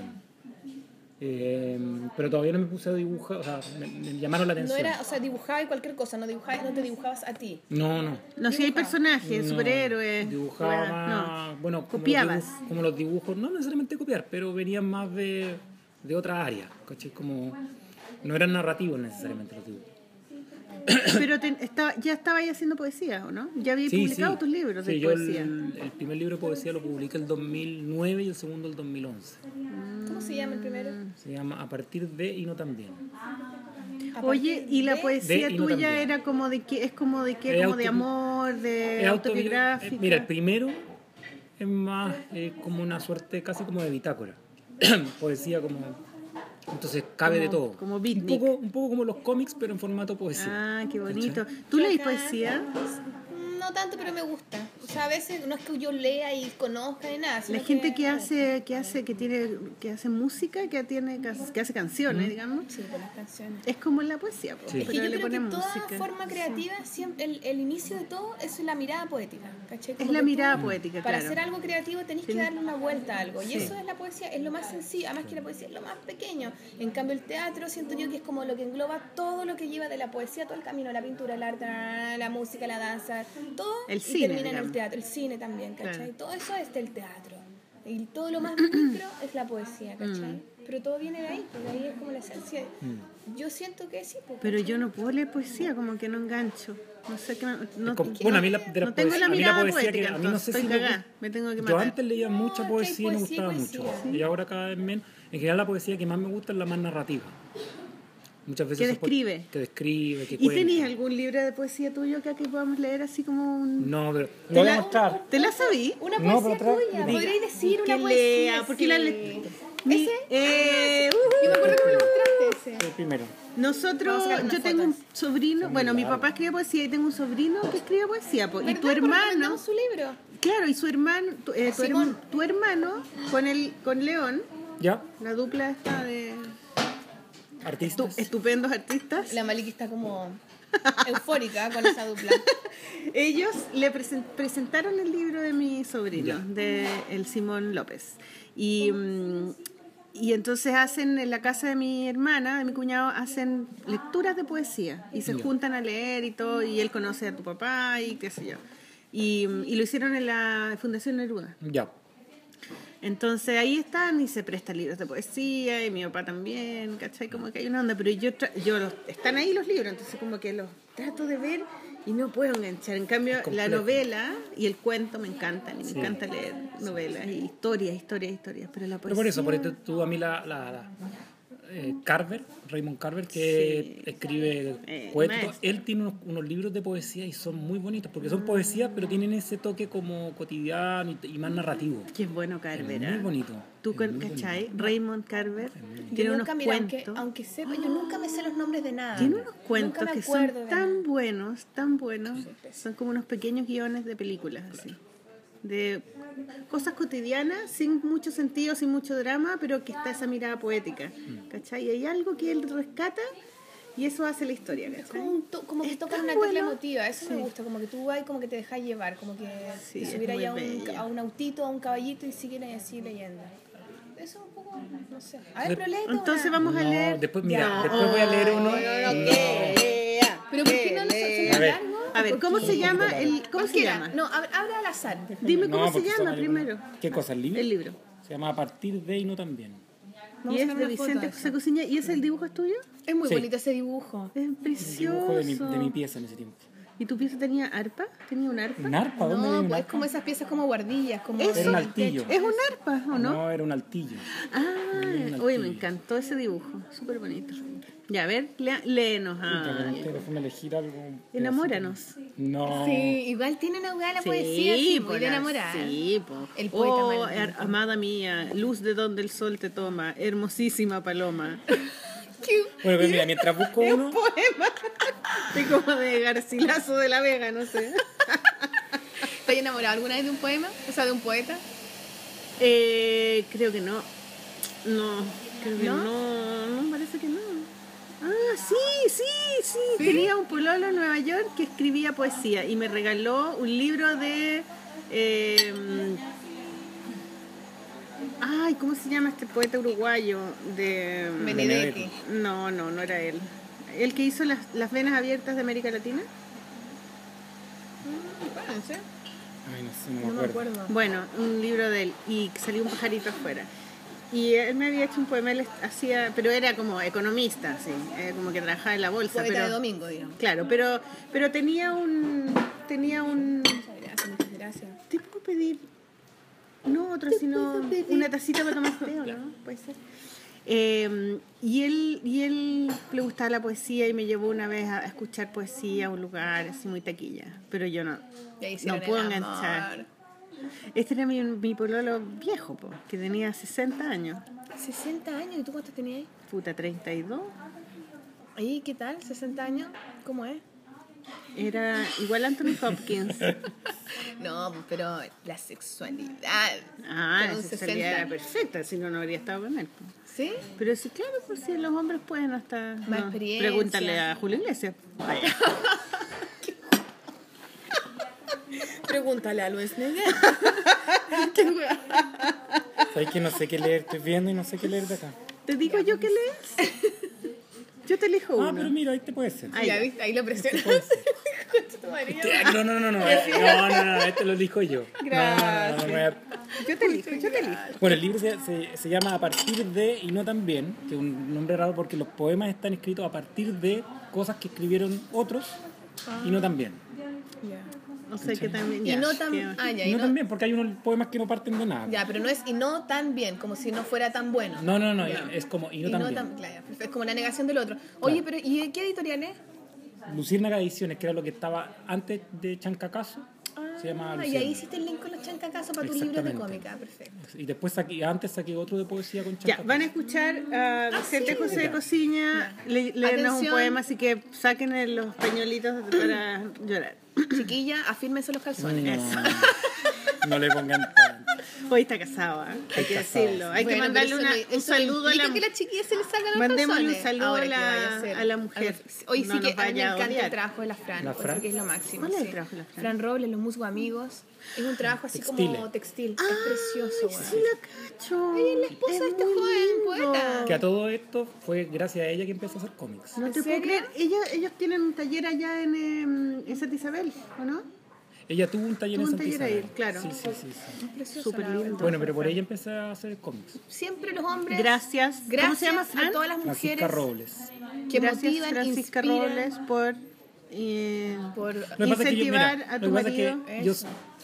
Eh, pero todavía no me puse a dibujar, o sea, me, me llamaron la No atención. era, o sea, dibujaba y cualquier cosa, no dibujabas, no te dibujabas a ti. No, no. No, si hay Dibuja. personajes, No, superhéroes. Dibujaba bueno, más, no. bueno, como Copiabas. Los dibujos, como los dibujos, no necesariamente copiar, pero venían más de, de otra área, ¿cachai? Como, no eran narrativos necesariamente los dibujos. Pero te- estaba, ya estaba ahí haciendo poesía, ¿o no? Ya había Sí, publicado sí. tus libros de Sí, yo poesía. el, el primer libro de poesía lo publiqué el dos mil nueve y el segundo el dos mil once. ¿Cómo se llama el primero? Se llama A partir de y no también. A Oye, partir y la de- poesía de y no tuya también. era como de qué, es como de qué, Es como de autobi- amor, de Es autobi- autobiográfica. eh, Mira, el primero es más eh, como una suerte casi como de bitácora. Poesía como... Entonces cabe de Como- todo. como un beatnik. poco, un poco como los cómics, pero en formato poesía. Ah, qué bonito. ¿Cachai? ¿Tú leís Acá- poesía? No tanto, pero me gusta. O sea, a veces no es que yo lea y conozca ni nada. sino La gente que hace, que hace, que tiene, que hace música, que tiene, que hace canciones, digamos, Sí, con las canciones. es como en la poesía, po, Sí. Es que pero yo le creo que ponen toda música. forma creativa, siempre, el, el inicio de todo es la mirada poética. ¿cachai? Es Como la que tú, mirada poética, Para claro. hacer algo creativo tenés que Tienes- darle una vuelta a algo. Y Sí. eso es la poesía, es lo más sencillo. Además que la poesía es lo más pequeño. En cambio, el teatro siento yo que es como lo que engloba todo lo que lleva de la poesía, todo el camino, la pintura, el arte, la música, la danza, todo. El y cine, termina en digamos. el teatro, el cine también, ¿cachai? Claro. Todo eso es del teatro. Y todo lo más micro es la poesía, ¿cachai? Mm. Pero todo viene de ahí, porque ahí es como la esencia. Yo siento que sí, pues, Pero yo no puedo leer poesía, como que no engancho. No sé qué. No, no- Es como- bueno, a mí la, de la no tengo poesía, la a mí la mirada poesía que poética, a mí no entonces sé si estoy me cagada. gusta. Me tengo que Yo matar. antes leía mucha No, es que hay poesía y me poesía y gustaba poesía, mucho. sí. Y ahora cada vez menos. En general la poesía que más me gusta es la más narrativa. Muchas veces Que son po- describe. Que describe, que ¿Y cuenta. tenías algún libro de poesía tuyo que aquí podamos leer así como un... No, pero ¿Te lo voy a la- mostrar. ¿Te la sabí? Una No, poesía pero tra- tuya, diga. podríais decir Que una poesía. lea, porque la sí. le- Mi- ¿Ese? eh, Yo me acuerdo que me lo mostraste ese. El primero. Nosotros, Vamos a sacar unas yo tengo un fotos. sobrino, bueno, mi papá escribe poesía y tengo un sobrino que escribe poesía, po, y ¿Verdad? tu Porque hermano, recomendamos su libro. claro, y su hermano, tu, eh, tu, Simón. herm- tu hermano con el con León, ¿Ya? la dupla esta de estu- Artistas. estupendos artistas, La Maliki está como eufórica con esa dupla. ellos le presen- presentaron el libro de mi sobrino, Ya. de el Simón López, y mm, y entonces hacen en la casa de mi hermana, de mi cuñado, hacen lecturas de poesía y se Ya. juntan a leer y todo, y él conoce a tu papá y qué sé yo. Y, y lo hicieron en la Fundación Neruda. Ya. Entonces ahí están y se prestan libros de poesía y mi papá también, ¿cachai? Como que hay una onda, pero yo, tra- yo los, están ahí los libros, entonces como que los trato de ver y no puedo enganchar. En cambio, Es complejo. la novela y el cuento me encantan y me Sí. encanta leer novelas y historias, historias, historias, pero la poesía... Pero por eso, por eso tú a mí la, la, la, eh, Carver, Raymond Carver, que Sí. escribe Eh, cuentos. maestro. Él tiene unos, unos libros de poesía y son muy bonitos, porque son poesías, pero tienen ese toque como cotidiano y, y más narrativo. Qué bueno Carver. Es muy ¿ah? bonito. ¿Tú es con- muy cachai? bonito. Raymond Carver Yo tiene unos nunca, mira, aunque, cuentos. aunque sepa, yo nunca me sé los nombres de nada. Tiene unos cuentos Nunca me que son acuerdo de tan nada. buenos, tan buenos. Son como unos pequeños guiones de películas, así. De cosas cotidianas, sin mucho sentido, sin mucho drama, pero que está esa mirada poética. ¿Cachai? Y hay algo que él rescata y eso hace la historia, Como, ¿cachai? un to- como que Es tocan tan una tecla bueno. emotiva, eso me gusta, como que tú vas y como que te dejas llevar, como que Sí, te es subieras muy ya a un, bella. a un autito, a un caballito y siguieras así leyendo. Eso un poco, no sé. A ver, De- pero léete Entonces una. vamos a No, leer. después, mira, Ya. después voy a leer uno. No, no, no, No. que lea, Pero ¿por que qué no lo lea. A ver. largo? A ver, ¿cómo se llama? El, ¿Cómo se Cualquiera. llama? No, ab- abre al azar. Dime No, cómo se porque son llama algunos- primero. ¿Qué cosa? ¿El libro? El libro. Se llama A partir de y no también. Vamos Y a es sacar de una foto Vicente de eso. José Cociña. ¿Y ese el dibujo es tuyo? Es muy Sí. bonito ese dibujo. Es El precioso. dibujo de mi, de mi pieza en ese tiempo. ¿Y tu pieza tenía arpa? ¿Tenía un arpa? ¿Un arpa? ¿Dónde No, hay un pues arpa? como esas piezas como guardillas, como Eso. Era un de- altillo. ¿Es un arpa o no? No, era un altillo. Ah, un oye, me altillo. encantó ese dibujo. Súper bonito. Ya, a ver, lea- léenos. Puta, pero Ah, usted déjame elegir algo. enamóranos. No. Sí, igual tiene una hueá la poesía, sí, muy pues, de la- enamorar. Sí, po. El poeta Oh, maldito. her- amada mía, luz de donde el sol te toma, hermosísima paloma. Bueno, pues mira, mientras busco uno, Poema. Es como de Garcilaso de la Vega, no sé. ¿Estás enamorado alguna vez de un poema? O sea, de un poeta. Eh, creo que no. No, creo que ¿No? no. No, parece que no. Ah, sí, sí, sí, Tenía un pololo en Nueva York que escribía poesía y me regaló un libro de... eh, ay, ¿cómo se llama este poeta uruguayo? De... Benedetti. No, no, no era él. El que hizo las, las venas abiertas de América Latina. Acuérdense. ay, no sé, no No me me acuerdo. acuerdo. Bueno, un libro de él y salió un pajarito afuera. Y él me había hecho un poema, él hacía, pero era como economista, sí, eh, como que trabajaba en la bolsa. Poeta pero, de domingo, digamos. Claro, pero, pero tenía un, tenía un, Muchas gracias, muchas gracias. ¿te puedo pedir? No otro, sino una tacita para tomar té, ¿o no? Puede ser. Eh, y él y él le gustaba la poesía y me llevó una vez a, a escuchar poesía a un lugar así muy taquilla, pero yo no, Y ahí no hicieron puedo el enganchar. amor. Este era mi, mi pololo viejo, po, que tenía sesenta años. sesenta años, ¿y tú cuántos tenías ahí? Puta, treinta y dos. ¿Y qué tal? ¿sesenta años? ¿Cómo es? Era igual a Anthony Hopkins. No, pero la sexualidad. Ah, con la un sexualidad era sesenta. perfecta, si no, no habría estado con él. po. ¿Sí? Pero sí, claro, pues si los hombres pueden hasta... Más experiencia. Pregúntale a Julio Iglesias. Vaya. Pregúntale a Luis Neguer. Sabes que no sé qué leer, estoy viendo y no sé qué leer de acá. ¿Te digo yo qué lees? Yo te elijo uno. Ah, pero mira, ahí te puede ser. Ay, ya ya. viste, ahí lo presionas. Concha tu madre. No, no, no, no, no, no, no, no, este lo elijo yo. No, no, no, Gracias. no, me voy a- Yo te elijo, yo te elijo. Bueno, el libro se, se, se llama A partir de y no también, que es un nombre raro porque los poemas están escritos a partir de cosas que escribieron otros y no también. Ya. O sea que también... Y ya, no tan... qué- Ah, ya, Y y no no... también, porque hay unos poemas que no parten de nada. Ya, pero no es y no tan bien, como si no fuera tan bueno. No, no, no, Ya. es como y no Y no también. tan... Claro, es como la negación del otro. Oye, Claro. pero ¿y qué editorial es? Luciérnaga Ediciones, que era lo que estaba antes de Chancacazo, se llama Ah, y Luciérnaga. ahí hiciste el link con los chancacazos para tus libros de Exactamente. cómica. Perfecto. Y después saqué, antes saqué otro de poesía con Ya, Chancacazo. van a escuchar a Vicente sí. José Ya. Cociña le- leernos un Atención. poema, así que saquen el- los pañuelitos para llorar. Chiquilla, afírmense los calzones. No, no le pongan tanto. Hoy está casado, ¿eh? hay que casado, decirlo. sí. Hay que Bueno, mandarle pero una- eso no- un eso no saludo a la implica que la chiquilla se le salgan los Mandémosle un calzones. saludo Ahora a que la- vaya a, ser. a la mujer. Hoy No sí que nos a mí me vaya a encanta odiar. el trabajo de la Fran. ¿La encuentro Fran? que es lo máximo. ¿Cuál es el sí. trabajo de la Fran? Fran Robles, Los Musgos Amigos. Es un trabajo así como Textiles. textil. Ay, es precioso, güey. sí la cacho. Ella es la esposa Es de este muy joven lindo. poeta. Que a todo esto fue gracias a ella que empezó a hacer cómics. No ¿En te puedo serio? creer. Ella, ellos tienen un taller allá en, em, en Santa Isabel, ¿o no? Ella tuvo un taller Tuvo en un Santa taller Isabel. ahí, claro. Sí, sí, sí, sí. Es precioso, Súper la lindo. verdad. Bueno, pero por ella empecé a hacer cómics. Siempre los hombres. Gracias. Gracias ¿Cómo se llama, Fran? a todas las Francisca mujeres Robles. que Gracias, motivan, Francisca inspiran, Robles, por, eh, por Lo que pasa es que yo, incentivar mira, a lo tu que pasa es marido. que yo Eso.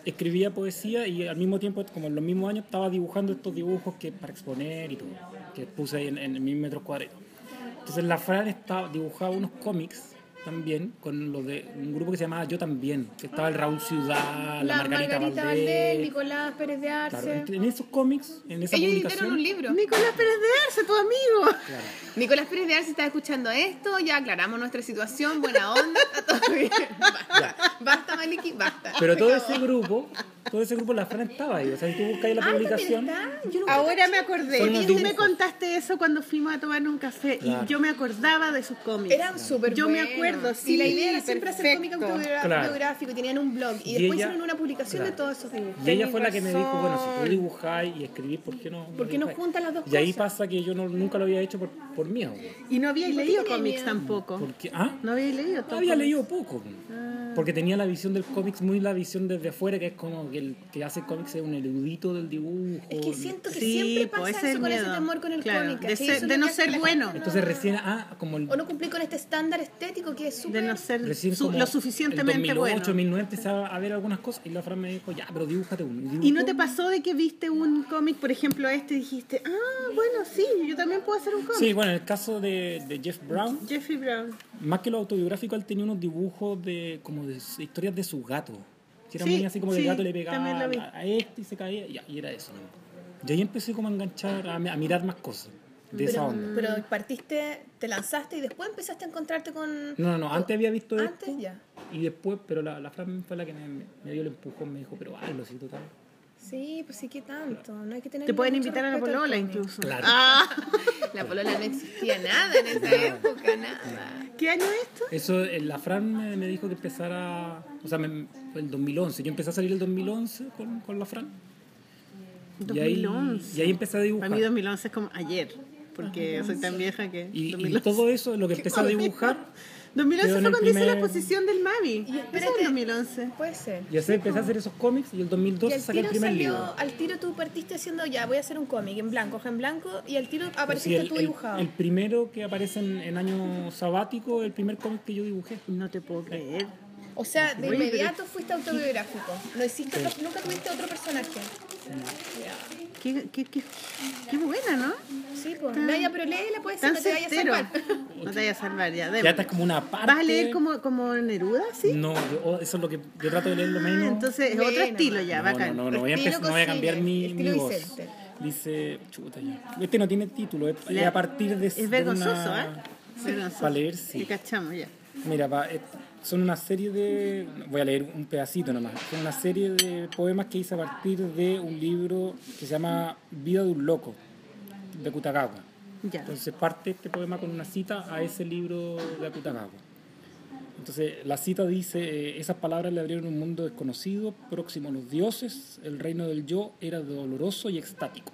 escribía poesía y al mismo tiempo, como en los mismos años, estaba dibujando estos dibujos que para exponer y todo, que puse ahí en, en mis metros cuadrados. Entonces la Fran estaba, dibujaba unos cómics también con los de un grupo que se llamaba Yo También, que estaba el Raúl Ciudad, la, La Margarita, Margarita Valdés, Valdés, Nicolás Pérez de claro, Arce. en, en esos cómics, en esa Ellos publicación, editaron un libro. Nicolás Pérez de Arce, tu amigo. claro, Nicolás Pérez de Arce está escuchando esto, ya aclaramos nuestra situación, buena onda, está todo bien. Basta, basta Maliki, basta. pero Se todo acabó. ese grupo, todo ese grupo la Fran estaba ahí, o sea, si tú buscas ahí la Ah, ¿también publicación, está? Yo nunca Ahora caché. me acordé. Son unos Tú me dibujos. contaste eso cuando fuimos a tomar un café Claro. y yo me acordaba de sus cómics. Eran súper Yo me buenos. acuerdo, sí, Y la idea era siempre hacer cómic perfecto. autobiográfico, y tenían un blog. Y, Y después ella- hicieron una publicación claro. de todos esos dibujos. y ella Tenés fue la que me dijo, bueno, si tú razón. dibujáis y escribís, ¿por qué no? ¿Por qué no dibujáis? juntan las dos Y ahí cosas? pasa que yo no, nunca lo había hecho por, por miedo. Y no habíais ¿Por qué leído tenía cómics miedo? tampoco. Porque, ¿ah? No habíais leído No todo. había leído poco. Ah. Porque tenía la visión del cómics, muy la visión desde afuera, que es como que el que hace cómics es un erudito del dibujo. Es que siento que Sí, siempre pues, pasa ese es eso con ese miedo. temor con el Claro, cómic. de ¿cachai? ser- Eso es de lo no que hace ser la bueno. gente Entonces no- recién, ah, como el... O no cumplir con este estándar estético que es De súper... no ser Recién su- como lo suficientemente el dos mil ocho, bueno. dos mil nueve empezaba a ver algunas cosas y la Fran me dijo, ya, pero dibújate uno. ¿Y dibujó no te pasó de que viste un cómic, por ejemplo, este, y dijiste, ah, bueno, sí, yo también puedo hacer un cómic? Sí, bueno, en el caso de, de Jeff Brown, Jeffrey Brown. más que lo autobiográfico, él tenía unos dibujos de como de s- historias de sus gatos. Que era Sí, muy así como que sí, el gato le pegaba también lo vi. a, a este y se caía, y, ya, y era eso. ¿No? Y ahí empecé como a enganchar, a, a mirar más cosas de esa Pero, onda. pero partiste, te lanzaste y después empezaste a encontrarte con... No, no, no, antes había visto Antes esto ya. y después, pero la, la Fran fue la que me, me dio el empujón, me dijo, pero hazlo, sí, total. Sí, pues sí, ¿qué tanto? No hay que tener Te pueden mucho invitar a la respeto al polola cómic. incluso. Claro. Ah, La polola no existía nada en esa época, nada. ¿qué año es esto? Eso, eh, la Fran me, me dijo que empezara, o sea, me, fue el dos mil once. Yo empecé a salir el dos mil once con, con la Fran. Y ahí, dos mil once. y ahí empecé a dibujar. Para mí dos mil once es como ayer, porque soy tan vieja que... Y, y dos mil once. todo eso, lo que empecé a dibujar, dos mil once quedó en fue el cuando hice la primer- exposición del Mavi. Y Eso espérate. es el dos mil once. Puede ser. y así empecé a hacer esos cómics y el dos mil Y doce al saqué el tiro primer salió, libro. al tiro tú partiste haciendo, ya, voy a hacer un cómic en blanco, hoja en blanco, y al tiro Sí, apareciste el, tú el- dibujado. el primero que aparece en, en año sabático, el primer cómic que yo dibujé. No te puedo creer. O sea, de Oye, pero- inmediato fuiste autobiográfico. No hiciste otro- nunca tuviste otro personaje. Ya. Qué, qué, qué, qué buena, ¿no? Sí, pues. Naya, pero léela, pues, si Tan no te vayas a certero. salvar. No te vayas a salvar, ya. Ya démosle. está es como una parte. ¿Vas a leer como, como Neruda, sí? No, yo- oh, eso es lo que yo trato de leer lo Ah, menos. entonces es Lee otro estilo nomás. ya, no, bacán. no, no, no voy a, Estilo empezar, no voy a cambiar Cosille, mi, estilo mi voz. Vicente. Dice, chuta ya. Este no tiene título, es, Le- es a partir de. Es vergonzoso, una... ¿eh? Vergonzoso. Para leer, sí. Te cachamos ya. Mira, pa- eh, son una serie de... Voy a leer un pedacito nomás. Son una serie de poemas que hice a partir de un libro que se llama Vida de un loco, de Akutagawa. Ya. Entonces parte este poema con una cita a ese libro de Akutagawa. Entonces la cita dice, eh, esas palabras le abrieron un mundo desconocido, próximo a los dioses, el reino del yo era doloroso y extático.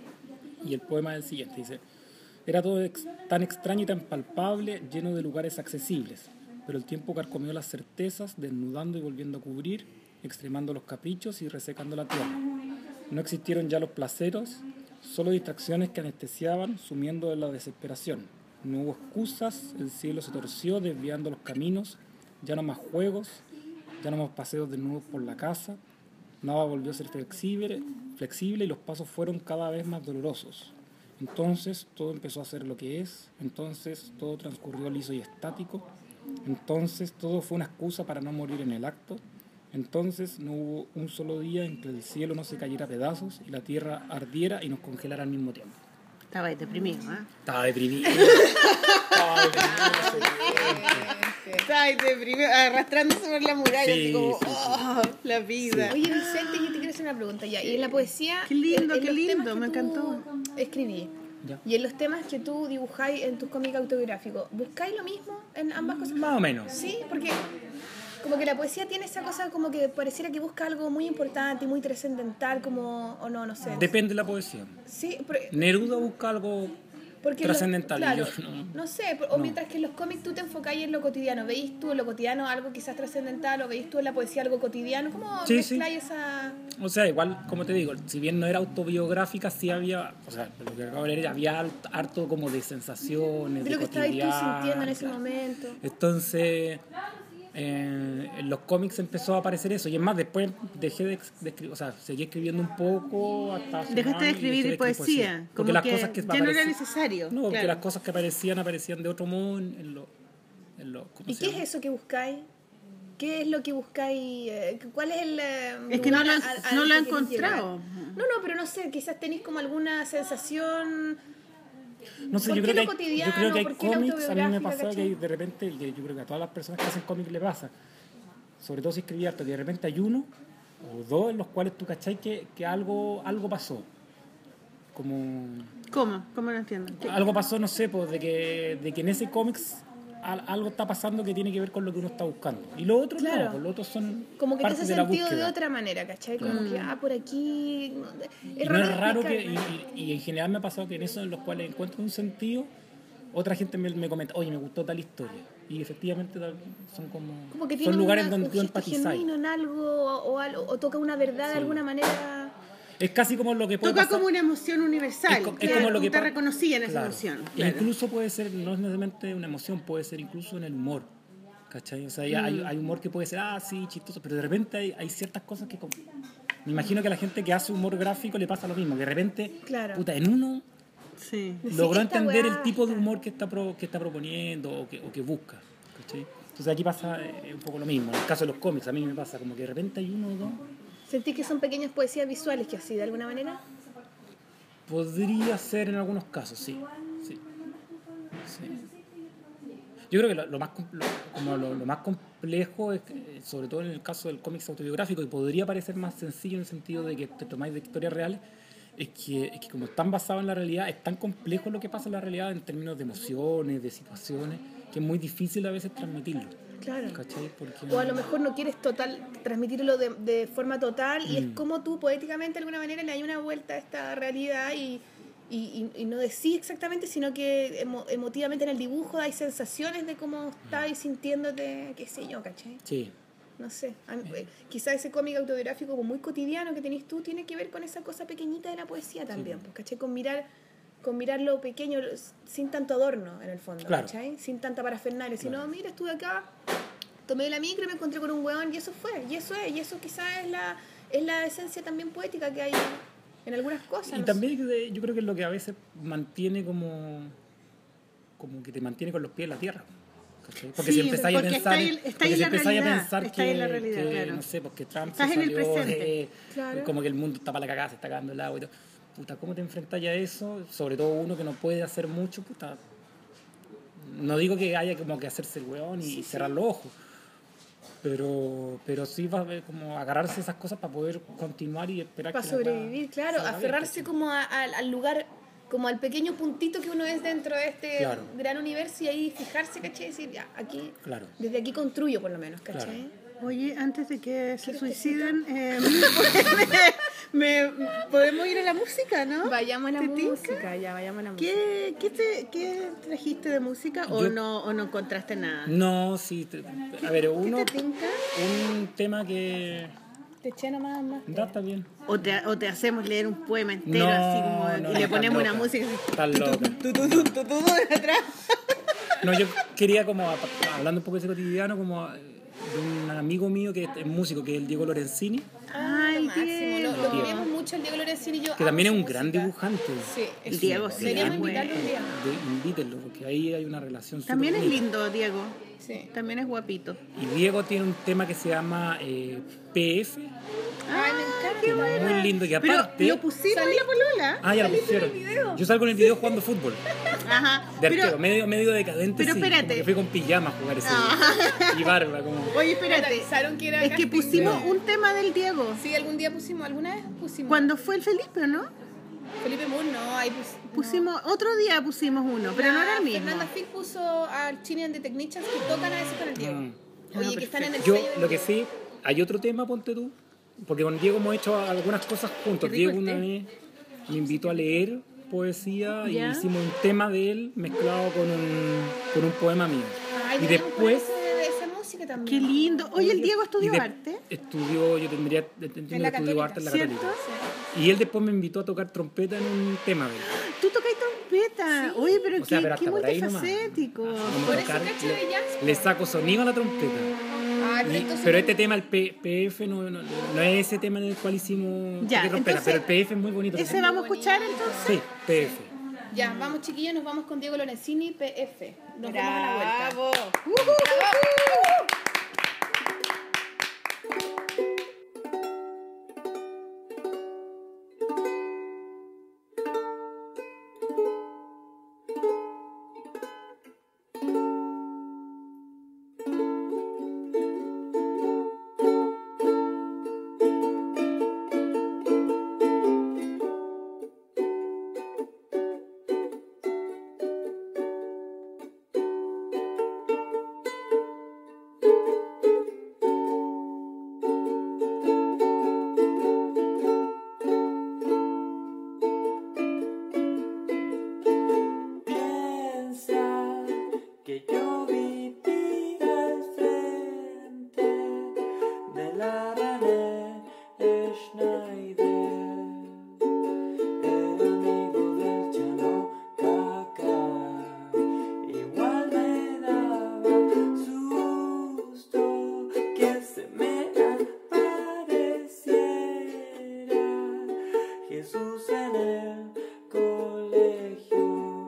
Y el poema es el siguiente, dice, era todo ex- tan extraño y tan palpable, lleno de lugares accesibles, pero el tiempo carcomió las certezas, desnudando y volviendo a cubrir, extremando los caprichos y resecando la tierra. No existieron ya los placeres, solo distracciones que anestesiaban, sumiendo en la desesperación. No hubo excusas, el cielo se torció, desviando los caminos, ya no más juegos, ya no más paseos desnudos por la casa, nada volvió a ser flexible, flexible y los pasos fueron cada vez más dolorosos. Entonces todo empezó a ser lo que es, entonces todo transcurrió liso y estático, entonces todo fue una excusa para no morir en el acto, entonces no hubo un solo día en que el cielo no se cayera a pedazos y la tierra ardiera y nos congelara al mismo tiempo. Estaba ahí deprimido, ¿eh? Estaba deprimido. Estaba deprimido. Estaba ahí deprimido, arrastrándose por la muralla, Sí, así como, sí, sí. oh, la vida. Oye, Vicente, yo te quiero hacer una pregunta ya. Y en la poesía... Qué lindo, en- en qué los lindo, temas que me tú encantó. Escribí. Ya. Y en los temas que tú dibujáis en tus cómics autobiográficos, ¿buscáis lo mismo en ambas cosas? Más o menos. Sí, porque como que la poesía tiene esa cosa como que pareciera que busca algo muy importante y muy trascendental, como, o no, no sé. Depende de la poesía. Sí, pero- Neruda busca algo porque lo- trascendental, y claro, yo no. no sé, o No. mientras que en los cómics tú te enfocáis en lo cotidiano, ¿veis tú en lo cotidiano algo quizás trascendental o veis tú en la poesía algo cotidiano? ¿Cómo Sí, sí. mezcláis esa...? O sea, igual, como te digo, si bien no era autobiográfica, sí había, o sea, lo que acabo de leer, había harto, harto como de sensaciones, De de lo que estabas tú cotidiano, sintiendo en ese claro. momento. Entonces, eh, en los cómics empezó a aparecer eso. Y es más, después dejé de, de escribir, o sea, seguí escribiendo un poco hasta hace Dejaste un de año y escribir dejé de poesía, poesía. Porque como las que cosas que ya no era aparecían- necesario. No, porque claro. las cosas que aparecían aparecían de otro modo en, en lo, en lo- ¿cómo ¿Y se qué es llama? eso que buscáis? ¿Qué es lo que buscáis? eh, ¿Cuál es el eh, Es que no lugar lo, al- han- al no que lo he queréis encontrado. llegar? No, no, pero no sé, quizás tenéis como alguna sensación. No sé, ¿Por yo qué creo, que lo hay, cotidiano? yo creo que hay ¿Por qué la cómics, a mí me autobiográfica, pasa que cachai? hay de repente, y que yo creo que a todas las personas que hacen cómics le pasa, sobre todo si escribí harto, que de repente hay uno o dos en los cuales tú cachai que, que algo, algo pasó. Como... ¿Cómo? ¿Cómo no entiendo? ¿Qué? Algo pasó, no sé, pues de que, de que en ese cómics al- algo está pasando que tiene que ver con lo que uno está buscando. Y los otros Claro. no, pues los otros son Como que te parte hace de la sentido de búsqueda. otra manera, ¿cachai? Como que, ah, por aquí. no, Y Es no raro es raro que, explicar. y, y- y en general me ha pasado que en eso en los cuales encuentro un sentido, otra gente me, me comenta, oye, me gustó tal historia. Y efectivamente tal- son como, Como que son tiene lugares una, donde un tú gesto empatizas. genuino en algo o, algo, o toca una verdad de alguna manera. Es casi como lo que puede Toca pasar. como una emoción universal. Es co- es que como lo tú que te pa- reconocías en esa Claro. emoción. E Claro. incluso puede ser, no es necesariamente una emoción, puede ser incluso en el humor. ¿Cachai? O sea, ya hay, hay humor que puede ser, ah, sí, chistoso, pero de repente hay, hay ciertas cosas que... como- Me imagino que a la gente que hace humor gráfico le pasa lo mismo, que de repente, Claro. puta, en uno Sí. logró esta entender weá el tipo de está- humor que está, pro- que está proponiendo o que, o que busca. ¿Cachai? Entonces aquí pasa eh, un poco lo mismo. En el caso de los cómics, a mí me pasa como que de repente hay uno o dos. ¿Sentís que son pequeñas poesías visuales que así, de alguna manera? Podría ser en algunos casos, sí. sí. Sí. Yo creo que lo, lo más, com- lo- como lo, lo más complejo es, que, eh, sobre todo en el caso del cómics autobiográfico, y podría parecer más sencillo en el sentido de que te tomáis de historias reales, es que, es que como están basados en la realidad, es tan complejo lo que pasa en la realidad en términos de emociones, de situaciones, que es muy difícil a veces transmitirlo. Claro. ¿Cachai? Porque, O a lo mejor no quieres total transmitirlo de, de forma total y Mm. es como tú poéticamente de alguna manera le hay una vuelta a esta realidad y, y, y, y no decís exactamente, sino que emo- emotivamente en el dibujo hay sensaciones de cómo estás sintiéndote, qué sé yo, ¿cachai? Sí. No sé, a mí, eh, quizás ese cómic autobiográfico como muy cotidiano que tenés tú tiene que ver con esa cosa pequeñita de la poesía también, pues, ¿cachai? Con mirar, con mirar lo pequeño, lo- sin tanto adorno en el fondo, Claro. ¿cachai? Sin tanta parafernalia, sino, mira, estuve acá, tomé la micro y me encontré con un hueón y eso fue, y eso es, y eso quizás es la, es la esencia también poética que hay en algunas cosas. Y no también eh, yo creo que es lo que a veces mantiene como, como que te mantiene con los pies en la tierra. ¿Cachai? Porque Sí, si empezáis a porque pensar, está ahí- en- está porque ahí si la empezáis a realidad, pensar está que, ahí la realidad, que, claro. no sé, porque Trump Estás se en el salió, presente. eh, Claro. como que el mundo está para la cagada, se está cagando el agua y todo. Puta, ¿cómo te enfrentas ya a eso? Sobre todo uno que no puede hacer mucho, puta. No digo que haya como que hacerse el weón y cerrar los ojos, pero, pero sí va a haber como agarrarse esas cosas para poder continuar y esperar para que la weá sobrevivir, claro, salga bien, aferrarse ¿cachai? como a- a- al lugar, como al pequeño puntito que uno es dentro de este Claro. gran universo y ahí fijarse, ¿cachai? Y decir, ya, aquí, Claro. desde aquí construyo por lo menos, ¿cachai? Claro. Oye, antes de que se ¿Quieres suiciden, eh, me, me- podemos ir a la música, ¿no? Vayamos a la ¿Te tinca? música, ya, vayamos a la música. ¿Qué, qué, te, ¿Qué trajiste de música o Yo- no o no encontraste nada? No, sí. te- a ver, uno, ¿Qué te tinca? un tema que... Te eché nomás más. Da, está bien. O te, o te hacemos leer un poema entero No, así como no, y no, le estás ponemos una loca. música así, Estás loca. tu, tu, tu, tu, tu, tu, de atrás. No, yo quería como, hablando un poco de ese cotidiano, como eh, de un amigo mío que es músico, que es el Diego Lorenzini, Ay, Lo máximo, lo, lo Diego. queremos mucho el Diego Lorenzini y yo. que amo también es su un gran música. dibujante. Sí, El es- Diego sí, Deberíamos es invitarlo un día. De- invítenlo, porque ahí hay una relación súper También es bonita. lindo, Diego. Sí. También es guapito. Y Diego tiene un tema que se llama eh, P F, Ay, me encanta. que es muy lindo, y Pero aparte... lo pusimos en la polola. Ah, ya lo saliste en el pusieron. video. Yo salgo en el video jugando fútbol, Ajá. de Pero, arquero, medio, medio decadente, pero sí, espérate. como que fui con pijama a jugar ese día. Y barba, como... oye, Me espérate. avisaron que era Es que casting. pusimos Sí. un tema del Diego. Sí, algún día pusimos, alguna vez pusimos. Cuando fue el Felipe, ¿no? Felipe Moore, no, ahí pus- Pusimos, otro día pusimos uno, pero no era el mismo. Fernanda Fick puso al Chini and the Technicians que tocan a veces con el Diego. Mm. Oye, Ah, que están en el Yo, sello del lo que Diego. sí, hay otro tema, ponte tú, porque con Diego hemos hecho algunas cosas juntos. Qué rico Diego el una té. vez me invitó a leer poesía ¿Ya? y hicimos un tema de él mezclado con un, con un poema mío. Ay, y deberíamos después... poner ese- de esa música Qué también. lindo. Oye, el Diego y estudió de- arte, Estudió, yo tendría, entiendo En la que estudió Católica, arte en la ¿cierto? Católica. Y él después me invitó a tocar trompeta en un tema de él. Tú tocas trompeta. Oye, pero O sea, qué, pero qué hasta por ahí nomás. multifacético. Como Por eso tocar, cacho de jazz, le, le saco sonido a la trompeta. Y- entonces pero no- este tema, el P- PF, no, no, no es ese tema en el cual hicimos Ya, Rock and Pena, entonces, pero el P F es muy bonito. ¿Ese vamos a escuchar entonces? Sí, P F. Ya, vamos chiquillos, nos vamos con Diego Lorenzini, P F. Nos vemos a la vuelta. Bravo. Piensa que yo vivía al frente de la René Schneider. Era amigo del Chano Caca. Igual me daba susto que se me apareciera Jesús en el colegio.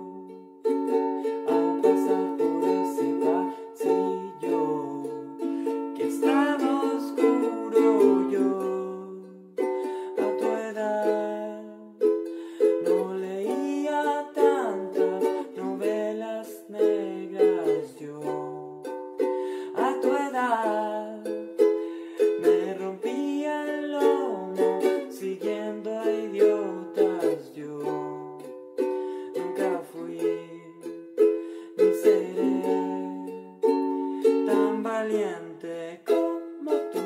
Al pasar por ese pasillo que estaba oscuro, yo a tu edad no leía tantas novelas negras. Yo a tu edad me rompía el lomo siguiendo a idiotas. Yo nunca fui ni seré tan valiente como tú.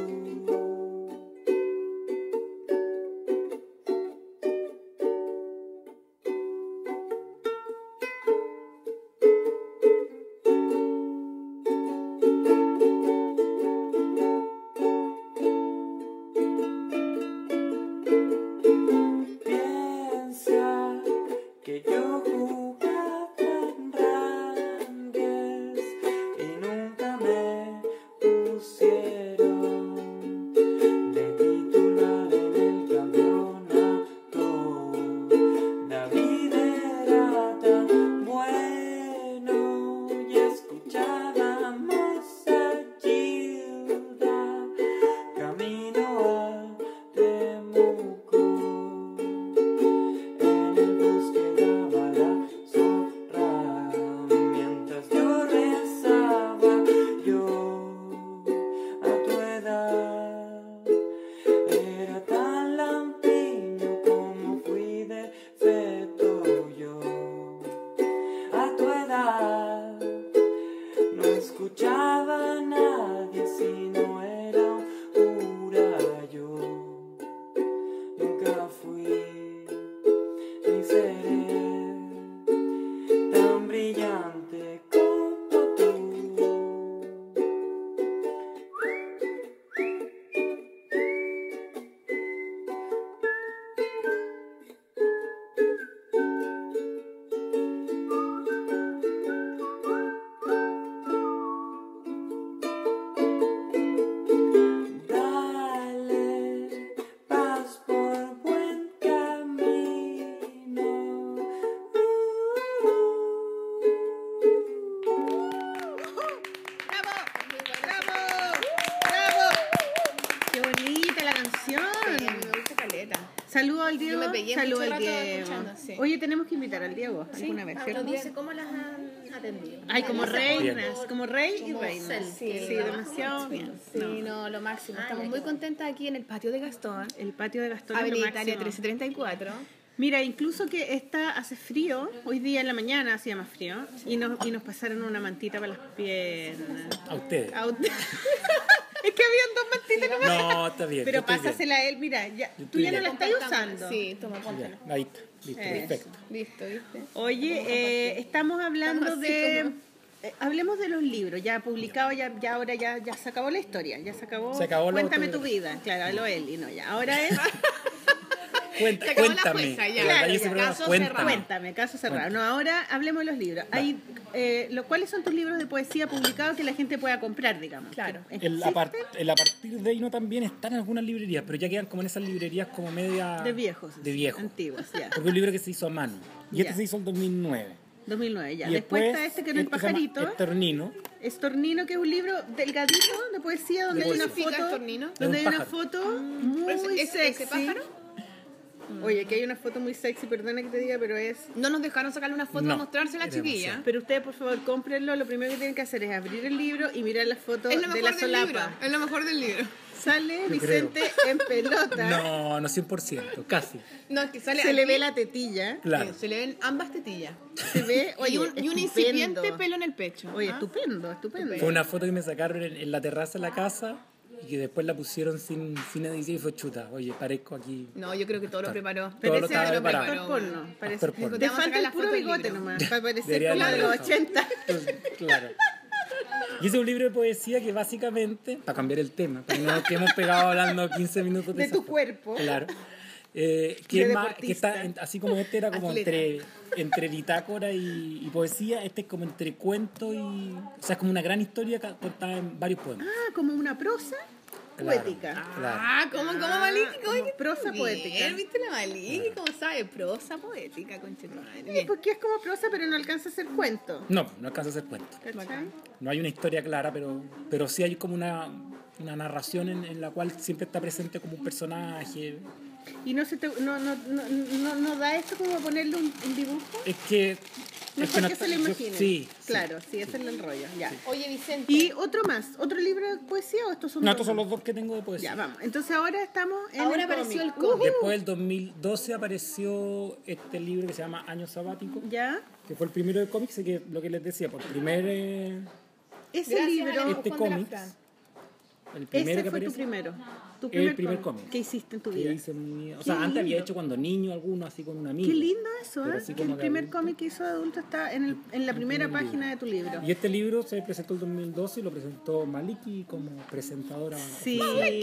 Piensa que yo jugaba en Rangers y nunca me pusieron de titular en el campeonato. David era tan bueno y escuchábamos a Gilda camino a Temuco. En el bosque daba la zorra mientras yo rezaba. Yo a tu edad era tan lampiño como fui de feto. Yo a tu edad no escuchaba a nadie si no era un cura. Yo nunca fui ni seré tan brillante como tú. Dale paz por buen camino. ¡Bravo! ¡Bravo! ¡Bravo! ¡Qué bonita la canción! Sí, a mí me gusta caleta. Saludo al Diego. Yo me pegué Saludo mucho al rato Diego. escuchando, sí. Oye, tenemos que invitar al Diego alguna vez, Sí, ¿cierto? no No sé cómo las han atendido. Ay, como Las reinas, apoyo como rey y como reina. cel, Sí, que sí, trabaja demasiado mucho. bien. Sí, No. no, lo máximo. Ah, Estamos ya, muy qué contentas aquí en el patio de Gastón. El patio de Gastón es lo Avenida Italia máximo. trece treinta y cuatro. Mira, incluso que esta hace frío, hoy día en la mañana hacía más frío, y nos, y nos pasaron una mantita para las piernas. A ustedes. A usted- es que habían dos mantitas nomás. No, está bien. yo Pero estoy bien. pásasela a él, mira, ya, Yo tú estoy ya no bien. la estás usando. Sí, toma, póntelo. Ya, ahí está. Listo, Eso. perfecto. Listo, ¿viste? Oye, eh, estamos hablando Estamos así de... como- eh, hablemos de los libros, ya publicados, ya, ya ahora ya, ya se acabó la historia, ya se acabó. Se acabó la Cuéntame tu autobiografía. vida, claro, lo él y no ya. Ahora es Cuenta, Se acabó la cuéntame. jueza, ya. La verdad, Claro, yo ya, siempre digo, caso cuéntame. cerrado. Cuéntame, caso cerrado. No, ahora hablemos de los libros. Hay eh, lo, ¿cuáles son tus libros de poesía publicados que la gente pueda comprar, digamos? Claro. ¿Existen? El, a, par- el a partir de ahí no también están en algunas librerías, pero ya quedan como en esas librerías como media... De viejos. De viejos. Antiguos, ya. Porque es un libro que se hizo a mano. Y este Ya. se hizo en dos mil nueve. dos mil nueve, ya. Y Después, está este que es el este se llama pajarito. Estornino. Estornino, que es un libro delgadito de poesía donde De hay una poesía. foto, Estornino? donde Es hay un una pájaro. foto muy ¿Ese- ese- ese sexy. pájaro? Oye, aquí hay una foto muy sexy, perdona que te diga, pero es... No nos dejaron sacarle una foto No, a mostrársela a la es chiquilla. demasiado. Pero ustedes, por favor, cómprenlo. Lo primero que tienen que hacer es abrir el libro y mirar la foto Es lo de mejor la del solapa. libro. Es lo mejor del libro. Sale Yo Vicente en pelota. No, no cien por ciento, casi. No, es que sale Se le aquí, ve la tetilla. Claro. eh, se le ven ambas tetillas. Se ve, oye, y un, y un estupendo. incipiente pelo en el pecho. Oye, ¿ah? estupendo, estupendo. Fue una foto que me sacaron en, en la terraza de la casa y que después la pusieron sin, sin edición y fue chuta. Oye, parezco aquí. No, yo creo que todo lo preparó. Todo lo Parece estaba actor preparado. porno. Parece. Actor porno. Te Vamos a falta sacar el la puro foto del bigote libro. nomás, para parecer Debería como de haberlo los dejado. ochenta. Entonces, claro. Y ese es un libro de poesía que básicamente, para cambiar el tema, para que no que hemos pegado hablando quince minutos de, De esa tu foto. Claro. Claro. Eh, que, De es más, que está deportista. en- así como este era como Atleta. entre, entre bitácora y, y poesía, este es como entre cuento y... O sea, es como una gran historia ca- contada en varios poemas. Ah, como una prosa Claro, poética. claro. Ah, ¿cómo, cómo Maliki? ¿Cómo como que- prosa Bien, poética. ¿viste la Maliki? ¿Cómo sabe? Prosa poética, conchetumare. Sí, Bien. porque es como prosa, pero no alcanza a ser cuento. No, no alcanza a ser cuento. ¿Cachai? No hay una historia clara, pero, pero sí hay como una, una narración en, en la cual siempre está presente como un personaje. Y no se te, no, no, no, no, no da esto como ponerle un, un dibujo. Es que... es Mejor no que está- se lo yo- imaginen. Sí, sí. Claro, sí, ese es el rollo. Ya. Oye, Vicente. Y otro más, otro libro de poesía o estos son No, dos? estos son los dos que tengo de poesía. Ya, vamos. Entonces ahora estamos en Ahora el apareció cómic. el cómic. Ujú. Después del dos mil doce apareció este libro que se llama Año Sabático, Ya. que fue el primero de cómics, y que lo que les decía, por primer... eh, Ese Gracias libro, al Este empujón de la cómics, Fran. el primero ese que fue tu aparece, primero. Tu el primer cómic. que hiciste en tu que vida. hice en mi- o sea, Qué antes había lindo. hecho cuando niño alguno, así con un amigo. Qué lindo eso, Pero ¿eh? así Que como el de primer adulto. cómic que hizo de adulto está en, el, en la primera primer página de tu libro. Y este libro se presentó en dos mil doce y lo presentó Maliki como presentadora. Sí,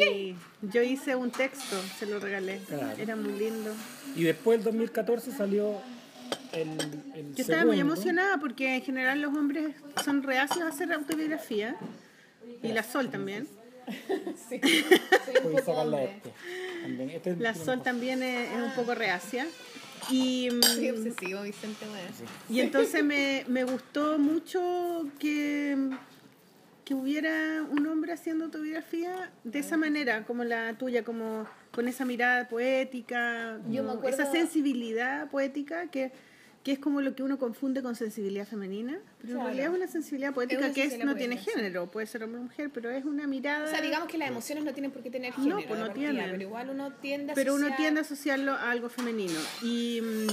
yo hice un texto, se lo regalé. Claro. Era muy lindo. Y después, en dos mil catorce, salió el, el Yo estaba muy segundo. emocionada porque en general los hombres son reacios a hacer autobiografía. Y la Sol también. Sí. Voy a sacarla de este. También. Este es el La primer Sol cómic. también es, es un poco reacia. Y, mm, Soy obsesivo, Vicente, bueno. y entonces me, me gustó mucho que, que hubiera un hombre haciendo autobiografía de esa manera, como la tuya, como con esa mirada poética, Yo me como acuerdo- esa sensibilidad poética que, que es como lo que uno confunde con sensibilidad femenina, pero Claro. en realidad es una sensibilidad poética una que es, sensibilidad no tiene poética, sí. género, puede ser hombre o mujer, pero es una mirada... O sea, digamos que las emociones no tienen por qué tener No, género. pues no de partida, tienen. Pero igual uno tiende a pero uno asociar- tiende a asociarlo a algo femenino y mm,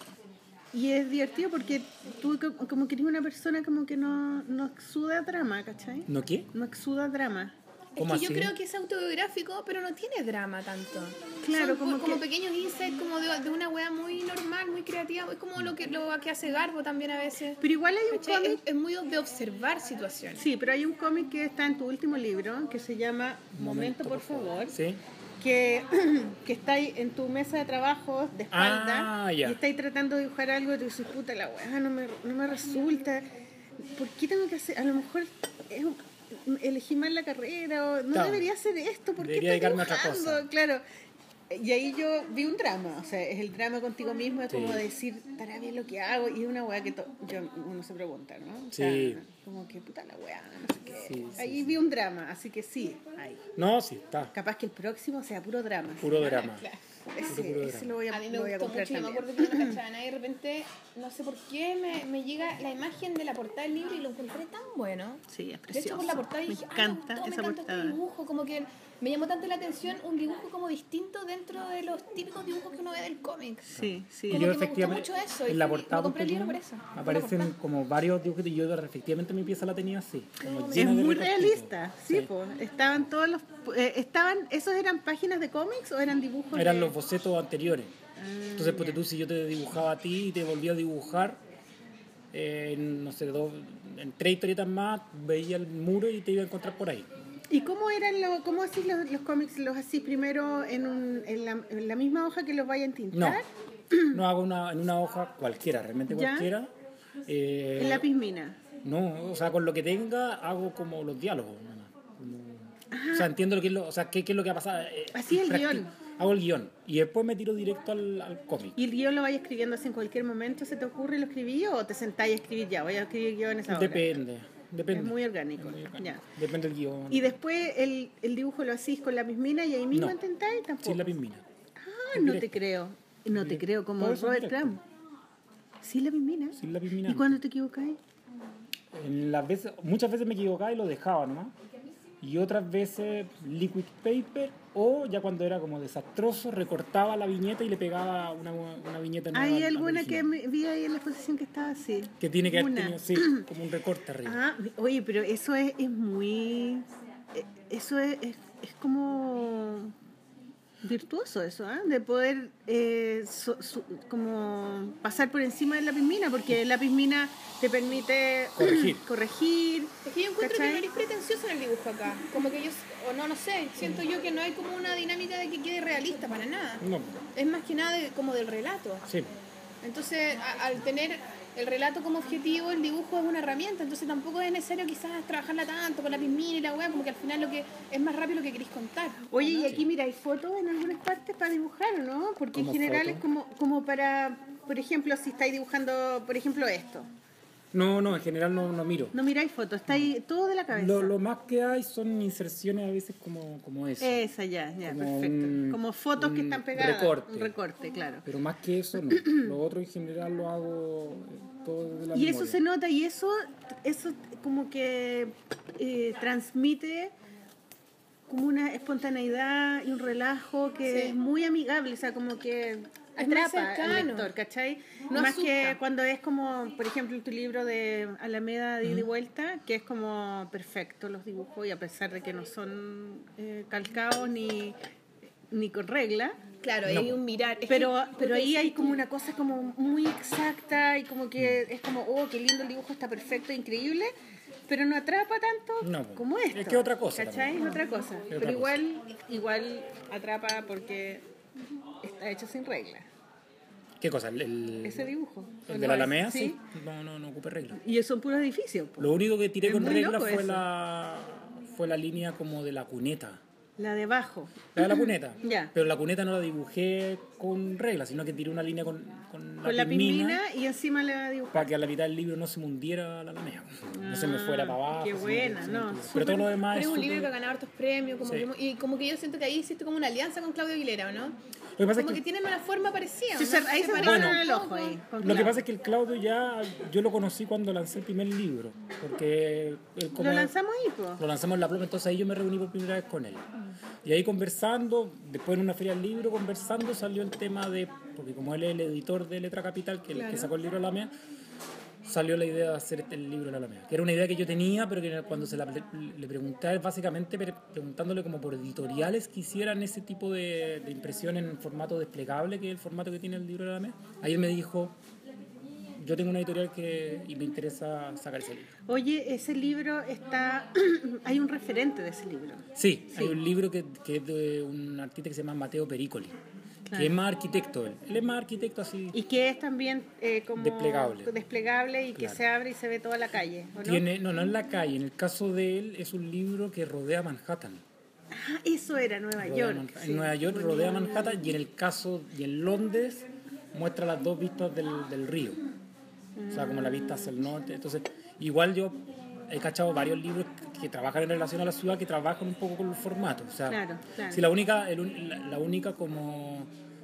y es divertido porque tú co- como que eres una persona como que no, no exuda drama, ¿cachai? ¿No qué? No exuda drama. Es ¿Cómo que yo así? creo que es autobiográfico, pero no tiene drama tanto. Claro, Son como como, que- pequeños insights como de, de una wea muy normal, muy creativa. Es como lo que, lo que hace Garbo también a veces. Pero igual hay un ¿Cachai? Es, cómic, es muy de observar situaciones. sí, pero hay un cómic que está en tu último libro que se llama Momento, por favor, Sí. que, que está ahí en tu mesa de trabajo de espalda Ah, ya. y está ahí tratando de dibujar algo y tú dices, puta la weá, no me, no me resulta. ¿Por qué tengo que hacer? A lo mejor es un- elegí mal la carrera o no Claro. debería hacer esto, ¿por qué Debería estoy dedicarme a otra dibujando? cosa. Claro. Y ahí yo vi un drama, o sea, es el drama contigo mismo, es Sí. como decir, ¿estará bien lo que hago? Y es una weá que to- yo, uno se pregunta, ¿no? O sea, Sí. como que puta la weá, no sé qué. Sí, sí, ahí vi un drama, así que sí, ahí. No, sí, está. Capaz que el próximo sea puro drama. Puro drama. Ese, puro ese drama. lo voy a, A mí me lo voy a gustó comprar mucho, yo me también. acuerdo que no cachaba nada y de repente, no sé por qué, me, me llega la imagen de la portada del libro y lo encontré tan bueno. Sí, es De hecho, precioso. por la portada me dije, ah, encanta me gustó, me esa encantó portada. este dibujo, como que me llamó tanto la atención un dibujo como distinto dentro de los típicos dibujos que uno ve del cómic. Sí, sí. Como Yo que me gustó efectivamente, mucho eso, y en la fui- portada me compré el ponte libro tú, por eso, por la aparecen portada. como varios dibujos y yo efectivamente mi pieza la tenía así. como Es llena de muy recortitos. realista, sí, pues. Estaban todos los. eh, estaban, ¿Esos eran páginas de cómics o eran dibujos? Eran de- los bocetos anteriores. Ah, Entonces, ponte ya. tú, si yo te dibujaba a ti y te volvía a dibujar, eh, en, no sé, dos, en tres historietas más, veía el muro y te iba a encontrar por ahí. ¿Y cómo eran los, cómo hacís los, los cómics? ¿Los hacís primero en, un, en, la, en la misma hoja que los vayan a No, tintar? no hago una, en una hoja cualquiera, realmente ¿Ya? cualquiera. Eh, En lápiz mina. No, o sea, con lo que tenga hago como los diálogos. nada más. Como- o sea, entiendo lo que es lo, o sea, qué, qué es lo que ha pasado. eh, Así es el practi- guión. Hago el guión y después me tiro directo al, al cómic. ¿Y el guión lo vayas escribiendo así en cualquier momento? ¿Se te ocurre y lo escribí o te sentáis a escribir ya? Voy a escribir guión esa hora. Depende, depende. Es muy orgánico. Muy orgánico. Ya. Depende del guión. Y después el, el dibujo lo hacís con lápiz mina y ahí mismo No. intentáis tampoco. Sin la pismina. Ah, no te creo. No te Directo. creo, como Todo eso Robert directo. Crumb. ¿Sí lápiz mina? Sin la pismina. ¿Y cuándo te equivocáis? En las veces, muchas veces me equivocaba y lo dejaba nomás. Y otras veces liquid paper o ya cuando era como desastroso recortaba la viñeta y le pegaba una, una viñeta nueva. ¿Hay al- al alguna que original. me- vi ahí en la exposición que estaba así? Que tiene que haber Una. tenido, sí, como un recorte arriba. Ah, oye, pero eso es, es muy... eh, Eso es, es, es como virtuoso eso, ¿ah? De poder eh, so- su- como pasar por encima de la pismina, porque la pismina te permite Corregir. corregir. Es que yo encuentro ¿Cachai? que no eres pretencioso en el dibujo acá. Como que yo, o no, no sé, siento yo que no hay como una dinámica de que quede realista para nada. No, Es más que nada de- como del relato. sí. Entonces, a- al tener el relato como objetivo, el dibujo es una herramienta. Entonces tampoco es necesario quizás trabajarla tanto con la pismina y la weá, como que al final lo que es más rápido lo que queréis contar. Oye, y aquí mira, hay fotos en algunas partes para dibujar, ¿o no? Porque en ¿Cómo general fotos? es como, como para, por ejemplo, si estáis dibujando, por ejemplo, esto. No, no, en general no, no miro. No miráis fotos, está ahí todo de la cabeza. Lo, lo más que hay son inserciones a veces como, como eso. Esa ya, ya, Como perfecto. un- Como fotos que un están pegadas. recorte. Un recorte, claro. Pero más que eso, no. Lo otro en general lo hago eh, todo desde la Y eso memoria. se nota y eso, eso como que eh, transmite como una espontaneidad y un relajo que Sí. es muy amigable, o sea, como que Es muy atrapa al cercano. lector, ¿cachai? No Más asusta. que cuando es como, por ejemplo, tu libro de Alameda de ida y vuelta, que es como perfecto los dibujos y a pesar de que no son eh, calcados ni, ni con regla, Claro, No, hay po. un mirar. Es pero, que- pero porque ahí sí, hay como una cosa como muy exacta y como que es como, oh, qué lindo el dibujo, está perfecto, increíble, pero no atrapa tanto No, po. como esto. Es que otra cosa ¿Cachai? Es también. otra cosa. otra pero cosa. igual, igual atrapa porque está hecho sin regla, ¿Qué cosa? ¿El, el, ese dibujo. el ¿O de no la es? Alameda? Sí. Sí. No, no, no ocupe regla. Y son puros edificios. po. Lo único que tiré Es con muy regla loco fue eso. la, fue la línea como de la cuneta. La de abajo. La de la cuneta. Ya. Pero la cuneta no la dibujé con regla, sino que tiré una línea con, con la Con la pismina pismina y encima la dibujo. para que a la mitad del libro no se me hundiera la alameda. No se me fuera para abajo. qué sino que buena, se no, mantuviera. súper- Pero todo lo demás Pero es un súper- libro que ha ganado hartos premios, como Sí. que- y como que yo siento que ahí hiciste como una alianza con Claudio Aguilera, ¿o no? Lo que pasa es Como que- que tienen una forma parecida. Sí, ¿no? se- ahí se parecen ponen un el ojo poco. ahí. con Lo que clavo. pasa es que el Claudio ya, yo lo conocí cuando lancé el primer libro, porque él como- Lo lanzamos ahí, po. lo lanzamos en la pluma, entonces ahí yo me reuní por primera vez con él. Y ahí conversando, después en una feria del libro, conversando, salió el tema de, porque como él es el editor de Letra Capital, que, es el que sacó el libro Alameda, salió la idea de hacer este- el libro de Alameda, que era una idea que yo tenía, pero que cuando se la le, le pregunté, a él, básicamente pre- preguntándole como por editoriales que hicieran ese tipo de, de impresión en formato desplegable, que es el formato que tiene el libro de Alameda, ahí él me dijo, yo tengo una editorial que, y me interesa sacar ese libro. Oye, ese libro está... hay un referente de ese libro. Sí, hay un libro que, que es de un artista que se llama Mateo Pericoli, que es más arquitecto él. Él es más arquitecto así. Y que es también eh, como... Desplegable. desplegable y que Claro. se abre y se ve toda la calle, ¿o no? Tiene, no, no en la calle. En el caso de él es un libro que rodea Manhattan. Ah, eso era Nueva Rodea York. Manhattan. sí. En Nueva York Bonito. rodea Manhattan y en el caso y en Londres muestra las dos vistas del, del río. O sea, como la vista hacia el norte. Entonces, igual yo he cachado varios libros que, que trabajan en relación a la ciudad, que trabajan un poco con los formatos. O sea, Claro, claro. si la única, el un- la, la única como,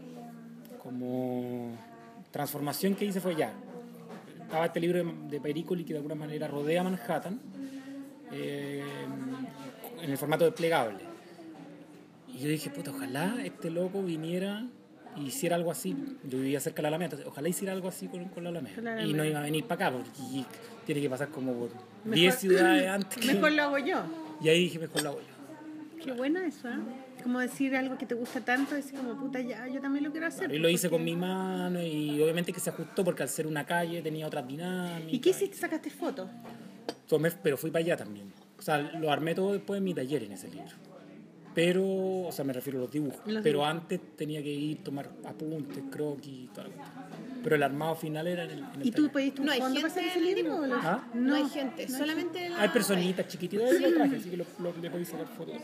como transformación que hice fue ya. Estaba este libro de, de Pericoli que de alguna manera rodea Manhattan eh, en el formato desplegable. Y yo dije, puta, ojalá este loco viniera y hiciera algo así. Yo vivía cerca de la Alameda, entonces ojalá hiciera algo así con, con la Alameda. Con la Y no Alameda. iba a venir para acá, porque y- tiene que pasar como por Mejor- diez ciudades antes. que- Mejor lo hago yo. Y ahí dije, mejor lo hago yo. Qué bueno eso, ¿eh? Como decir algo que te gusta tanto, decir como, puta, ya, yo también lo quiero hacer. Y lo hice porque- con mi mano y obviamente que se ajustó porque al ser una calle tenía otras dinámicas. ¿Y qué hiciste? ¿Sacaste fotos? Tomé- pero fui para allá también. O sea, lo armé todo después en mi taller en ese libro. pero, o sea, me refiero a los dibujos, Los pero dibujos. antes tenía que ir, tomar apuntes, croquis y toda la cosa. Pero el armado final era en el, en el ¿Y tú taller. pediste un No hay fondo para gente hacer ese en el libro? o lo- ¿Ah? No, hay gente, solamente la... Hay personitas chiquititas, ahí lo traje, así que lo, lo- le podéis sacar fotos.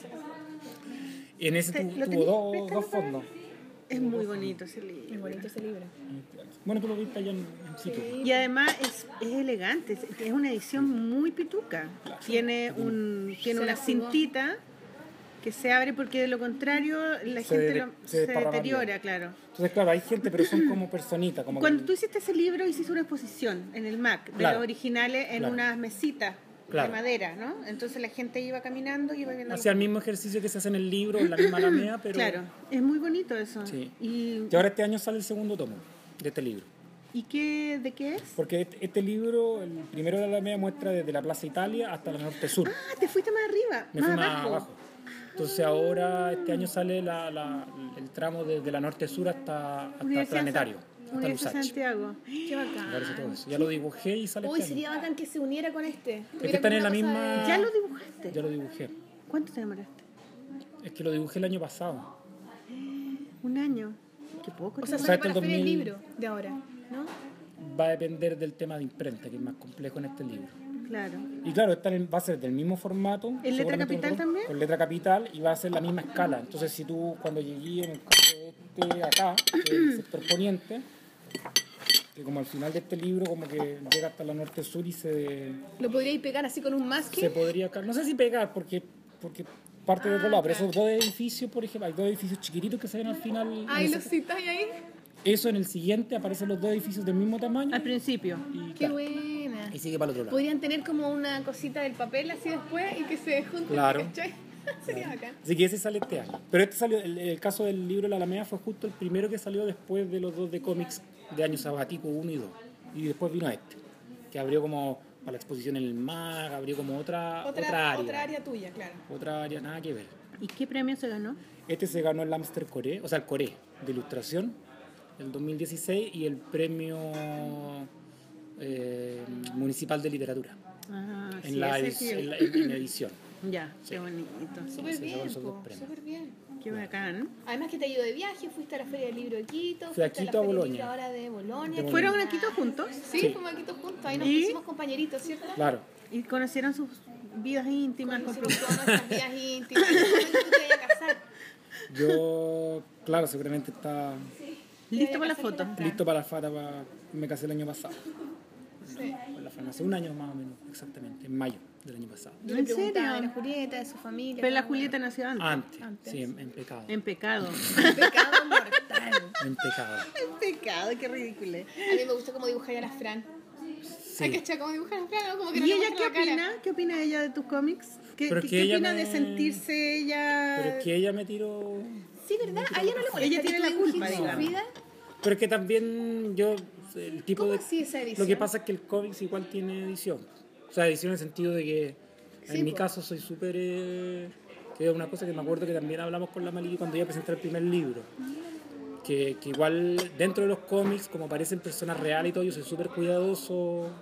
En ese ¿Te- tu- lo tuvo tenés? dos, Préstalo dos para- fondos. Es muy bonito ese Es libro. bonito ese libro. Bueno, tú lo viste allá en, en situ. Y además es, es elegante, es, es una edición muy pituca. Tiene un tiene Se una la jugó. cintita que se abre porque de lo contrario la Se gente de- lo- se se desparramaría. deteriora, claro. Entonces, claro, hay gente, pero son como personitas. Como Cuando que- tú hiciste ese libro hiciste una exposición en el M A C de Claro. los originales en Claro. unas mesitas Claro. de madera, ¿no? Entonces la gente iba caminando y iba viendo. hacía el mismo ejercicio que se hace en el libro, en la misma alameda, pero... Claro, es muy bonito eso. Sí. Y, Y ahora este año sale el segundo tomo de este libro. ¿y qué, de qué es? Porque este, este libro, el primero de la alameda, muestra desde la Plaza Italia hasta la Norte-Sur. Ah, te fuiste más arriba, Me más fui más abajo. abajo. Entonces ahora, este año sale la, la- el tramo desde la Norte-Sur hasta, hasta el Universidad Planetario, San- hasta Universidad Lusach. Santiago. Qué bacán. Parece todo eso. Ya lo dibujé y sale Uy, este año. sería bacán que se uniera con este. Es que están en la misma... ¿Ya lo dibujaste? Ya lo dibujé. ¿Cuánto te demoraste? Es que lo dibujé el año pasado. Un año. Qué poco. O sea, te O sea, sale este para la feria del dos mil libro de ahora, ¿no? Va a depender del tema de imprenta, que es más complejo en este libro. Claro. Y claro, esta va a ser del mismo formato. ¿En letra seguramente capital con- también? Con letra capital y va a ser la misma escala. Entonces, si tú cuando llegué en el caso de este acá, que es el sector poniente, que como al final de este libro como que llega hasta la norte-sur y se, Lo podríais pegar así con un se masking. podría... ca- No sé si pegar, porque, porque parte de otro lado, pero esos dos edificios, por ejemplo, hay dos edificios chiquititos que se ven al final. Ay, en lo ese- citáis ahí. Eso en el siguiente aparecen los dos edificios del mismo tamaño Al principio. y, Qué claro, buena. y sigue para el otro lado. Podrían tener como una cosita del papel así después y que se junten. Claro. ¿cachai? Sería bacán. Así que ese sale este año. Pero este salió, el, el caso del libro La Alameda fue justo el primero que salió después de los dos de cómics de año sabático uno y dos. Y después vino este, que abrió como para la exposición en el M A G, abrió como otra, Otra, otra, área. otra área tuya, claro. Otra área, nada que ver. ¿Y qué premio se ganó? Este se ganó el Amster Core, o sea, el Core de ilustración, el dos mil dieciséis, y el premio eh, municipal de literatura, Ah, sí, en, la ese edi- sí. en, la- en edición. Ya, qué bonito. Súper se bien, llevan esos dos po, premios. súper bien. Qué bacán. Además que te ha ido de viaje, fuiste a la Feria del Libro de Quito, Fui a fuiste Quito, a la Feria del Bolonia. Libro ahora de Bolonia. De ¿qué ¿Fueron más? a Quito juntos? Sí, Sí. fuimos a Quito juntos, ahí nos ¿Y? pusimos compañeritos, ¿cierto? Claro. Y conocieron sus vidas íntimas. con Hicimos todas nuestras vidas íntimas. ¿En qué momento tú te ibas a casar? Yo, claro, seguramente está Listo para la foto. listo para la fata, para... me casé el año pasado. Sí. Con la farmacia, un año más o menos, exactamente, en mayo del año pasado. Yo le ¿En preguntaba serio? a la Julieta, de su familia. Pero la todo. Julieta nació antes. Antes, Antes. sí, en, en pecado. En pecado. Pecado mortal. En pecado. En pecado, qué ridículo. A mí me gusta cómo dibuja a la Fran. Sí. Hay que echar cómo dibuja a la Fran, ¿no? Como que no ¿Y le ella muestra qué la cara. opina? ¿Qué opina ella de tus cómics? ¿Qué, Pero qué- que qué ella opina me- de sentirse ella? Pero es que ella me tiró... Sí, ¿verdad? A ella no le molesta. Ella que tiene tú la dibujes culpa, su digamos. vida. Pero es que también yo, el tipo ¿Cómo de... así esa edición? Lo que pasa es que el cómics igual tiene edición. O sea, edición en el sentido de que Sí, en mi po. caso soy súper... eh, que es una cosa que me acuerdo que también hablamos con la Maliki cuando iba a presentar el primer libro. Que, que igual dentro de los cómics, como aparecen personas reales y todo, yo soy súper cuidadoso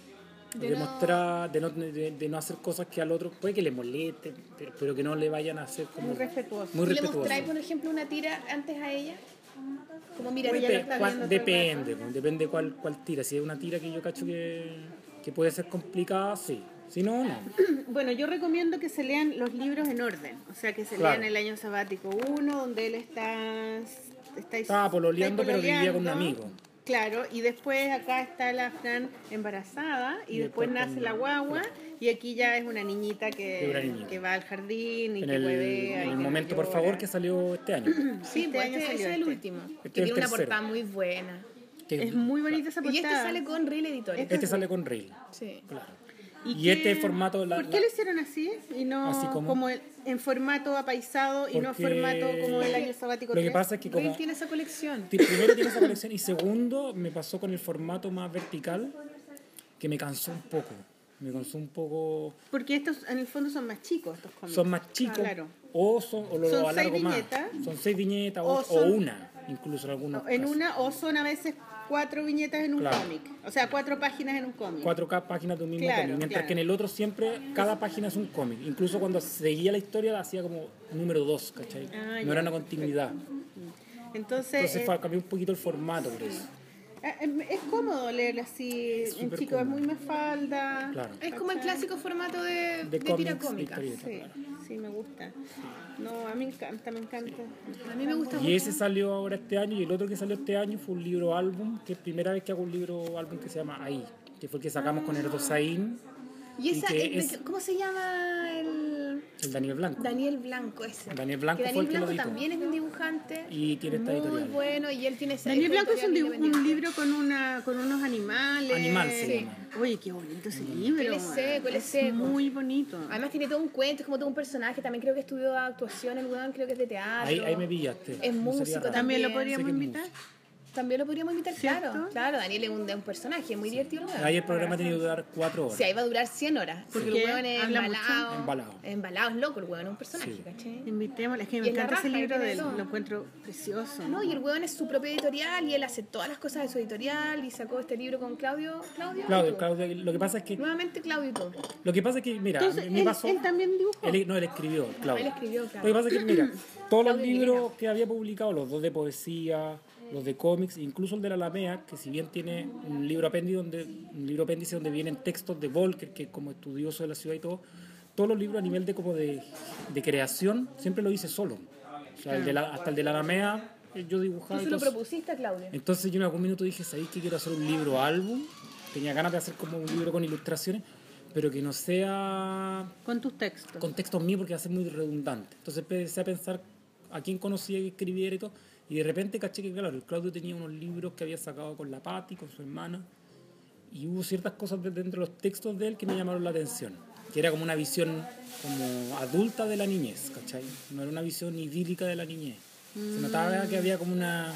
de, De no- mostrar, de no, de, de no hacer cosas que al otro puede que le moleste, pero, pero que no le vayan a hacer como... Muy respetuoso. Muy ¿Tú le respetuoso. mostráis, por ejemplo, una tira antes a ella? Como mira, Pues ella ella lo lo está está Cuál- viendo todo el depende, pues, depende cuál, cuál tira. Si es una tira que yo cacho que, que puede ser complicada, sí. Si no, no. Bueno, yo recomiendo que se lean los libros en orden. O sea, que se Claro. lean el año sabático uno, donde él está... está Estaba pololeando, está pero vivía con un pololeando. amigo. Claro, y después acá está la Fran embarazada y, Y después después nace con- la guagua y aquí ya es una niñita que, Es una niñita. que va al jardín y En que el, huevea. en y el que momento, por llora. favor, que salió este año. Sí, Este pues año este, salió ese es el este. último. Este que es tiene el una tercero. portada muy buena. Que- Es muy bonita esa Y portada. este sale con Real Editores. Este Este sale con reel, Sí. claro. ¿Y, Y qué- este formato... la- ¿Por la- qué lo hicieron así y no Así como- como el- en formato apaisado y no Porque- formato como el año sabático Lo que tres? pasa es que como... Real tiene esa colección. ti- Primero tiene esa colección y segundo me pasó con el formato más vertical que me cansó un poco. Me cansó un poco... Porque estos en el fondo son más chicos estos cómics. Son más chicos Claro. o, son, o lo Son seis alargo más. viñetas. Son seis viñetas o, O o son- una. incluso en algunos En casos. una, o son a veces cuatro viñetas en un Claro. cómic. O sea, cuatro páginas en un cómic. Cuatro ca- páginas de un mismo Claro, cómic, mientras claro. que en el otro siempre cada página es un cómic. Incluso cuando seguía la historia hacía como número dos, ¿cachai? Ah, no ya, era una continuidad. Entonces, Entonces eh, fue- cambió un poquito el formato por eso. eh, es cómodo leerlo así. Es En súper chico es cómodo. muy mafalda. Claro. Es como el clásico formato de, De de tira cómics, de cómica. historieta, Sí, claro. sí, me gusta. No, a mí me encanta, me encanta. A mí me gusta Y mucho. ese salió ahora este año y el otro que salió este año fue un libro álbum, que es primera vez que hago un libro álbum que se llama Ahí, que fue el que sacamos con Erdosaín, ¿Y esa, y que el de- es- ¿cómo se llama el...? el Daniel Blanco. Daniel Blanco ese. Daniel Blanco que fue Daniel el que lo Blanco editó. también es un dibujante. Y tiene esta muy editorial. bueno, y él tiene esa Daniel Blanco es un, editorial dibu- un independiente. libro con una con unos animales. Animal se Sí. llama. Oye, qué bonito ese libro. Él es seco, él es seco. muy bonito. Además tiene todo un cuento, es como todo un personaje. También creo que estudió actuación, el weón creo que es de teatro. Ahí, ahí me pillaste. Es no sería músico raro. También lo también. podríamos Sé que es invitar. También lo podríamos invitar, ¿Cierto? claro. Claro, Daniel es un, es un personaje, muy divertido el weón. Ahí el programa tenía que durar cuatro horas. Sí, ahí va a durar cien horas. Porque Sí. el weón es Habla embalado. mucho. Embalado. Embalado, es loco el weón, es un personaje, Sí. ¿cachai? Invitémosle, es que me Y es la encanta ese raja, libro tiene de él, todo. lo encuentro precioso. No, y el weón es su propia editorial y él hace todas las cosas de su editorial y sacó este libro con Claudio. Claudio. Claudio, ¿no? Claudio, lo que pasa es que Nuevamente Claudio y todo. lo que pasa es que mira, Entonces, me él, pasó él también dibujó. él, no, él escribió, Claudio. Él escribió, claro. Lo que pasa es que mira, todos los Claudio libros Aguilera. que había publicado, los dos de poesía, los de cómics, incluso el de la Alameda, que si bien tiene un libro apéndice donde un libro apéndice donde vienen textos de Volcker, que es como estudioso de la ciudad y todo, todos los libros a nivel de como de, de creación siempre lo hice solo. O sea, el de la- hasta el de la Alameda eh, yo Tú dibujaba y se lo todo. propusiste a Claudio. Entonces yo en algún minuto dije, ¿sabéis que quiero hacer un libro álbum? Tenía ganas de hacer como un libro con ilustraciones, pero que no sea Con tus textos. con textos míos porque va a ser muy redundante. Entonces empecé a pensar a quién conocía que escribiera y todo, y de repente caché que, claro, el Claudio tenía unos libros que había sacado con la Patti, con su hermana, y hubo ciertas cosas de- dentro de los textos de él que me llamaron la atención, que era como una visión como adulta de la niñez, ¿cachai? No era una visión idílica de la niñez. Se notaba que había como una...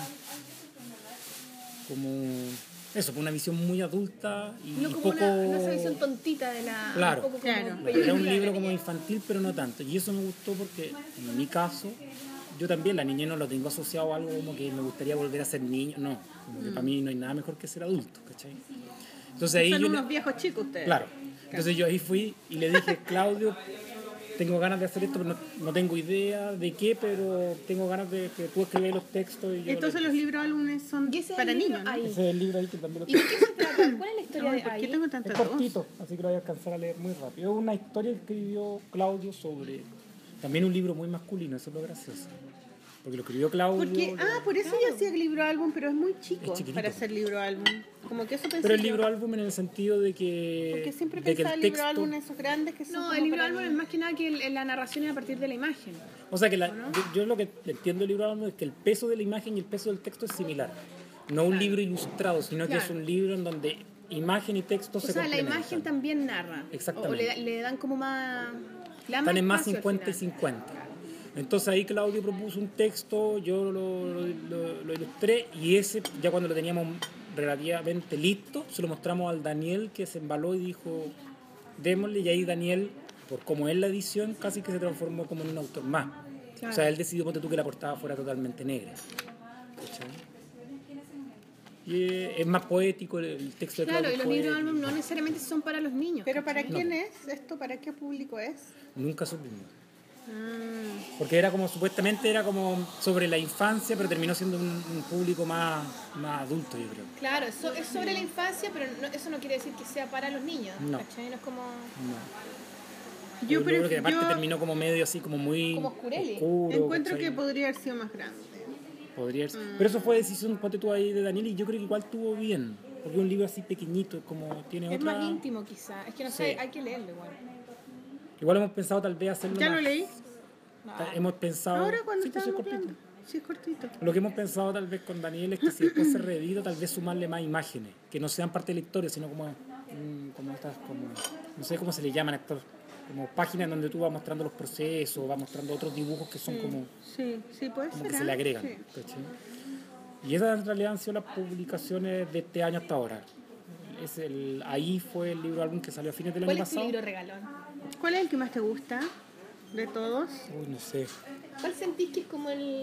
como... eso, una visión muy adulta y No como poco... una, no esa visión tontita de la. Claro. un poco como Claro. Era un peyorativa de libro la como niñez. infantil, pero no tanto. Y eso me gustó porque, en mi caso, yo también la niñez no lo tengo asociado a algo como que me gustaría volver a ser niño. No, como que para mí no hay nada mejor que ser adulto, ¿cachai? Entonces ahí Son yo... le- unos viejos chicos ustedes. Claro. Entonces yo ahí fui y le dije, Claudio, tengo ganas de hacer esto, pero no, no tengo idea de qué, pero tengo ganas de que tú escribas los textos. Y yo Entonces le- los libros álbumes son Y ese es para el libro niños, ¿no? ahí. Ese es el libro ahí que también lo ¿Y de qué se trata? ¿Cuál es la historia Ay, de ¿por qué ahí? tengo tanta Es tos? cortito, así que lo voy a alcanzar a leer muy rápido. Es una historia que escribió Claudio sobre... También un libro muy masculino, eso es lo gracioso. Porque lo escribió Claudio... Porque, lo- ah, por eso yo hacía libro álbum, pero es muy chico Es chiquitito. para hacer libro álbum. Como que eso pensé Pero el yo. libro álbum en el sentido de que... Porque siempre de que pensaba el el libro texto... álbum esos grandes que son No, como el libro para álbum es niños. más que nada que el- la narración es a partir de la imagen. O sea que la- yo, yo lo que entiendo del libro álbum es que el peso de la imagen y el peso del texto es similar. No un libro ilustrado, sino que Claro. es un libro en donde imagen y texto O se sea, la complementan. imagen también narra. Exactamente. O le, da- le dan como más. le dan Están en más espacio al cincuenta y final. cincuenta. Entonces ahí Claudio propuso un texto, yo lo, lo- lo- lo ilustré y ese, ya cuando lo teníamos relativamente listo, se lo mostramos al Daniel que se embaló y dijo, démosle, y ahí Daniel, por como es la edición, casi que se transformó como en un autor más. O sea, él decidió, ponte tú, que la portada fuera totalmente negra. ¿Cachai? Y eh, es más poético el, el texto de Claro, Claudio. y los es libros poético. álbum no necesariamente son para los niños. Pero ¿para quién es esto? ¿Para qué público es? Nunca supimos. Ah, Porque era como, supuestamente era como sobre la infancia, pero terminó siendo un, un público más, más adulto, yo creo. Claro, eso es sobre la infancia, pero no- eso no quiere decir que sea para los niños. No. ¿Cachai? No es como. No. yo Yo creo pref- que aparte yo terminó como medio así, como muy Como oscureli. oscuro. encuentro ¿cachai? que podría haber sido más grande. Podría ser. Pero eso fue decisión, ponte tú ahí, de Daniel, y yo creo que igual tuvo bien. Porque es un libro así pequeñito, como tiene Es otra... más íntimo, quizá. Es que no Sí. sé, hay que leerlo igual. Igual hemos pensado tal vez hacerlo ¿Ya más. lo leí? Ta- Hemos pensado... Ahora cuando Sí, pues, estábamos es cortito. hablando. Sí, es cortito. Lo que hemos pensado tal vez con Daniel es que si después se reedita, tal vez sumarle más imágenes, que no sean parte de la historia, sino como, mm, como estas, como, no sé cómo se le llaman, estos, como páginas donde tú vas mostrando los procesos, vas mostrando otros dibujos que son como, Sí, sí, puede como ser. que se ¿ah? le agregan. Sí. ¿Cachai? Y esas en realidad han sido las publicaciones de este año hasta ahora. Es el, ahí fue el libro álbum que salió a fines del ¿Cuál año es tu pasado. libro regalón? ¿Cuál es el que más te gusta de todos? Uy, no sé. ¿Cuál sentís que es como el,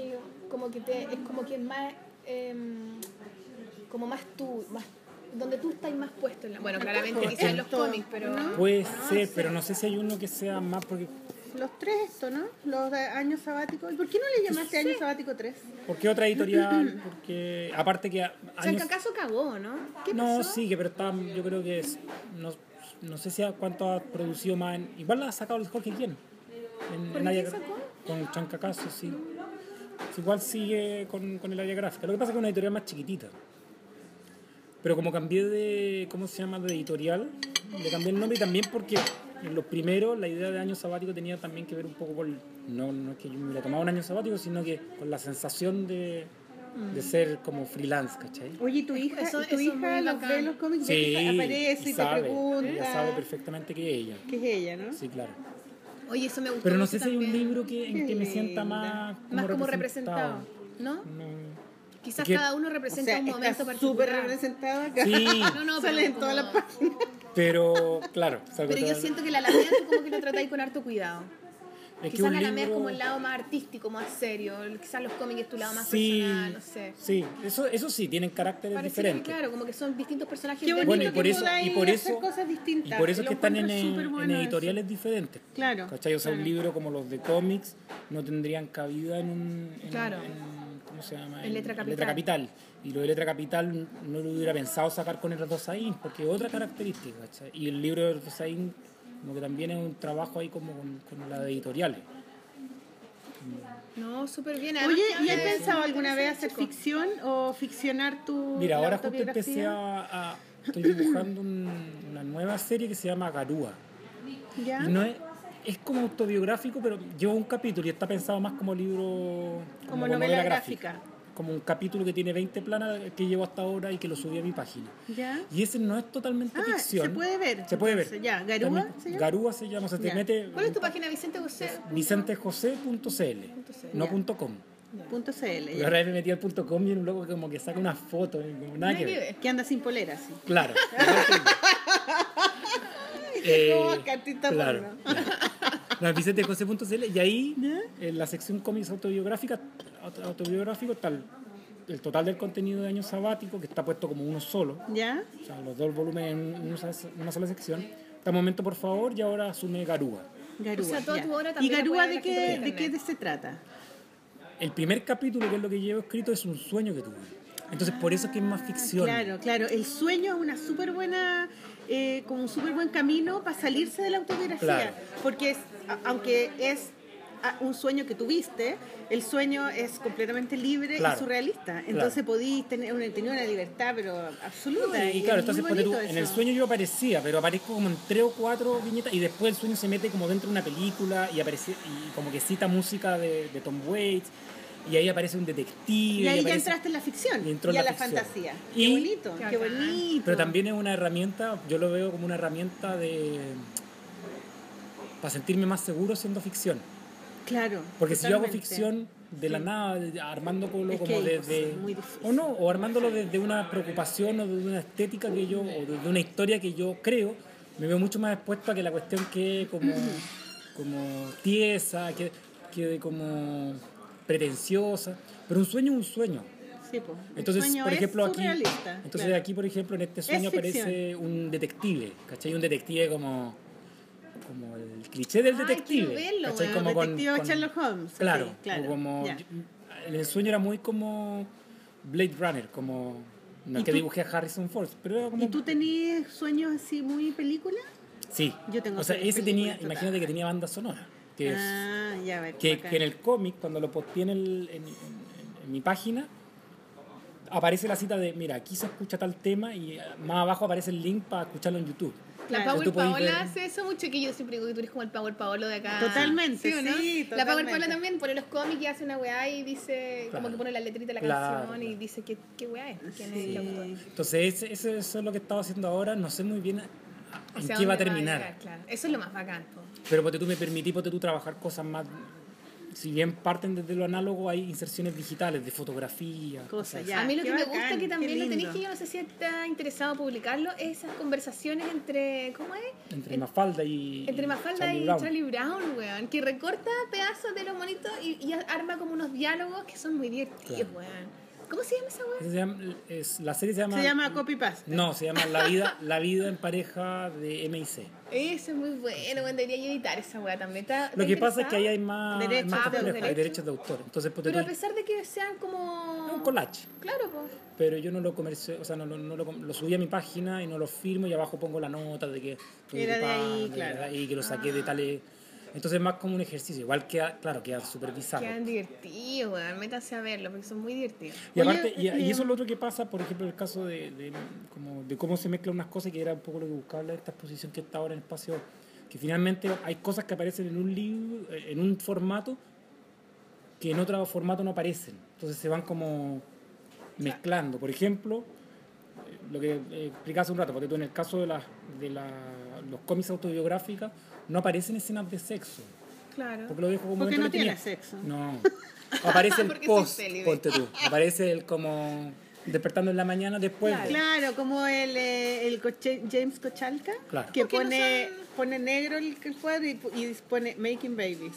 como que te, es como que es más, em, como más tú, más, donde tú estás más puesto en la... Bueno, claramente Es quizás en los esto, cómics, pero... ¿no? Puede ser, pero no sé si hay uno que sea más porque Los tres esto, ¿no? Los de años sabáticos. ¿Y por qué no le llamaste año sabático tres? porque otra editorial, porque aparte que a- años Chancacazo cagó, ¿no? ¿Qué no pasó? sigue, pero está yo creo que es no, no sé si a cuánto ha producido más, en- igual la ha sacado el Jorge quién en, ¿Por en qué área- sacó? con Chancacazo, sí. Igual sigue con, con el área gráfica. Lo que pasa es que es una editorial más chiquitita. Pero como cambié de, ¿cómo se llama?, de editorial, le cambié el nombre y también porque en los primeros la idea de año sabático tenía también que ver un poco con, no, no es que yo me hubiera tomado un año sabático, sino que con la sensación de, de ser como freelance, ¿cachai? Oye, ¿y tu hija, Eso- ¿y tu eso es hija muy los bacán. ve los cómics? Ve Sí, que aparece y, y te sabe, pregunta. ella sabe perfectamente que es ella. Que es ella, ¿no? Sí, claro. Oye, eso me gustó Pero no mucho sé si hay un también. libro que, en Qué que me sienta linda. más como, Más como representado, ¿no? No. Quizás Que- cada uno O representa sea, un momento está particular. súper representada acá. Sí. No, no, Sale pero en todas como- las páginas. Pero, claro. salgo Pero yo todo- siento que la Alameda tú como que lo tratáis con harto cuidado. es que Quizás un la Alameda es libro- como el lado más artístico, más serio. Quizás los cómics es tu lado más Sí, personal, no sé. sí, eso, eso sí, tienen caracteres Parece que, diferentes. claro, como que son distintos personajes. Qué dentro bonito Bueno, y del por que eso, mismo- y podáis por hacer eso, cosas distintas. y por eso es Lo que están en, encuentro en súper bueno eso. editoriales diferentes. Claro, ¿Cachai? O sea, un claro. libro como los de cómics no tendrían cabida en un... en- Claro. en- ¿cómo se llama? En Letra Capital. Capital. Y lo de Letra Capital no lo hubiera pensado sacar con el Erdosaín, porque es otra característica, ¿cachai? Y el libro de Erdosaín como que también es un trabajo ahí como con, con la de editoriales. No, súper bien. Además Oye, que ¿y has habla de- pensado alguna vez hacer chico. ficción o ficcionar tu Mira, la ahora justo autobiografía? empecé a... a- estoy dibujando un- una nueva serie que se llama Garúa. ¿Ya? Y no es, es como autobiográfico, pero lleva un capítulo y está pensado más como libro... Como novela gráfica. Como un capítulo que tiene veinte planas que llevo hasta ahora y que lo subí a mi página. ¿Ya? Y ese no es totalmente Ah, ficción. se puede ver. Se puede ver. Entonces, ya, ¿Garúa También- se llama? Garúa se llama, se te Ya. mete... ¿Cuál es tu página, Vicente José? vicentejose punto c l, no Ya. punto .com. Punto .cl. Porque ya. ahora me metí al punto .com y en un logo como que saca una foto, y como nada Nada que que ver. ver. Que anda sin polera, sí. Claro. Eh, Como cartita claro. porno. No, vicentejose punto c l y ahí ¿Ya? en la sección cómics autobiográficas auto- autobiográficos está el, el total del contenido de año sabático que está puesto como uno solo, ¿Ya? o sea, los dos volúmenes en una sola, una sola sección. Hasta el momento, por favor, y ahora asume Garúa. Garúa. O sea, toda ya. tu obra ¿Y también la Garúa puede de ver la gente qué, por de qué internet. se trata? El primer capítulo, que es lo que llevo escrito, es un sueño que tuve. Entonces, por eso es que es más ficción. Claro, claro. El sueño es una súper buena, eh, como un súper buen camino para salirse de la autobiografía. Claro. Porque es, a- aunque es a- un sueño que tuviste, el sueño es completamente libre Claro. y surrealista. Entonces podís tener una, tener una libertad, pero absoluta. Y es claro, muy entonces ponte tú, bonito en el eso. sueño yo aparecía, pero aparezco como en tres o cuatro viñetas y después el sueño se mete como dentro de una película y aparece y como que cita música de, de Tom Waits y ahí aparece un detective. Y ahí ya aparece- entraste en la ficción y y, entró en a la la ficción. fantasía. Y- Qué bonito, Qué qué bacán. bonito. Pero también es una herramienta, yo lo veo como una herramienta de para sentirme más seguro siendo ficción. Claro. Porque si yo hago totalmente. ficción de la nada, de- armándolo Es que como hay desde... cosas muy difíciles. O no, o armándolo desde una preocupación o desde una estética que yo, o desde una historia que yo creo, me veo mucho más expuesto a que la cuestión quede como, como tiesa, que quede como pretenciosa. Pero un sueño es un sueño. Sí, po. El Entonces, sueño por es ejemplo, aquí, surrealista, entonces claro. aquí, por ejemplo, en este sueño ficción. aparece un detective, ¿cachai? Un detective como, como el cliché del Ay, detective, quiero verlo, ¿cachai? weón. Como con, Detective con- Sherlock Holmes. claro, sí, claro. o como ya. en el sueño era muy como Blade Runner, como no ¿Y es que tú- dibujé a Harrison Ford, pero era como ¿Y tú tenías sueños así muy película? sí, Yo tengo o sea, sueños ese tenía, películas imagínate total. que tenía banda sonora, que es Ah, ya, a ver. que, bacán. que en el cómic, cuando lo posteé en, el- en- en- en mi página, aparece la cita de, mira, aquí se escucha tal tema y eh, más abajo aparece el link para escucharlo en YouTube. La Claro. Power Tú podés Paola ver- hace eso mucho, que yo siempre digo que tú eres como el Power Paolo de acá. Totalmente, ¿o no? sí, La Power totalmente. Paola también pone los cómics y hace una weá y dice, Claro. como que pone la letrita de la Claro, canción y claro. dice qué, qué weá es, quién es Sí. el autor. Entonces, ese, ese- eso es lo que estaba haciendo ahora, no sé muy bien O en sea, qué va a ¿dónde terminar. llegar? Claro. Eso es lo más bacán. po. Pero porque tú me permití, porque tú trabajar cosas más si bien parten desde lo análogo, hay inserciones digitales de fotografía. Cosa, cosas ya. A mí lo qué que me bacán, gusta, que qué también lo tenéis, lindo. que yo no sé si está interesado en publicarlo, es esas conversaciones entre, ¿cómo es? Entre En- Mafalda y Entre Mafalda Charlie y Brown. Charlie Brown, weón, que recorta pedazos de los monitos y, y arma como unos diálogos que son muy divertidos, Claro. weón. ¿Cómo se llama esa weón? Ese se llama- es- la serie se llama... Se llama Copy Paste. No, se llama La vida, la vida en pareja de M I C. Eso es muy bueno, weón, debería yo editar esa weá también. ¿Está- Lo está que pasa es que ahí interesado? hay más, Derechos más de complejo, autor. hay derechos de autor. Entonces, ponte Pero a tú- pesar de que sean como... es un collage. Claro, pues. Pero yo no lo comercio, o sea, no, lo- no lo, com- lo subí a mi página y no lo firmo y abajo pongo la nota de que estoy Era de ahí, ocupando, claro. de ahí, que lo saqué de tales. Entonces es más como un ejercicio. Igual queda, claro, queda supervisado. Quedan divertidos, weón. Métanse a verlo porque son muy divertidos. Y Oye, aparte, y, eh, y eso es lo otro que pasa, por ejemplo, en el caso de, de, como de cómo se mezclan unas cosas, que era un poco lo que buscaba en esta exposición que está ahora en espacio, que finalmente hay cosas que aparecen en un libro, en un formato, que en otro formato no aparecen. Entonces se van como mezclando. Por ejemplo, eh, lo que eh, explicaba hace un rato, porque tú en el caso de, las de la, los cómics autobiográficos no aparecen escenas de sexo. Claro. Porque lo dejo como Porque no entretenido. tiene sexo. No. Aparece el Porque soy post, célibe. ponte tú. Aparece el como despertando en la mañana después. de- Claro, como el, eh, el Coche- James Cochalca, Claro. que ¿Por qué no pone, son- pone negro el, el cuadro y, y pone Making Babies.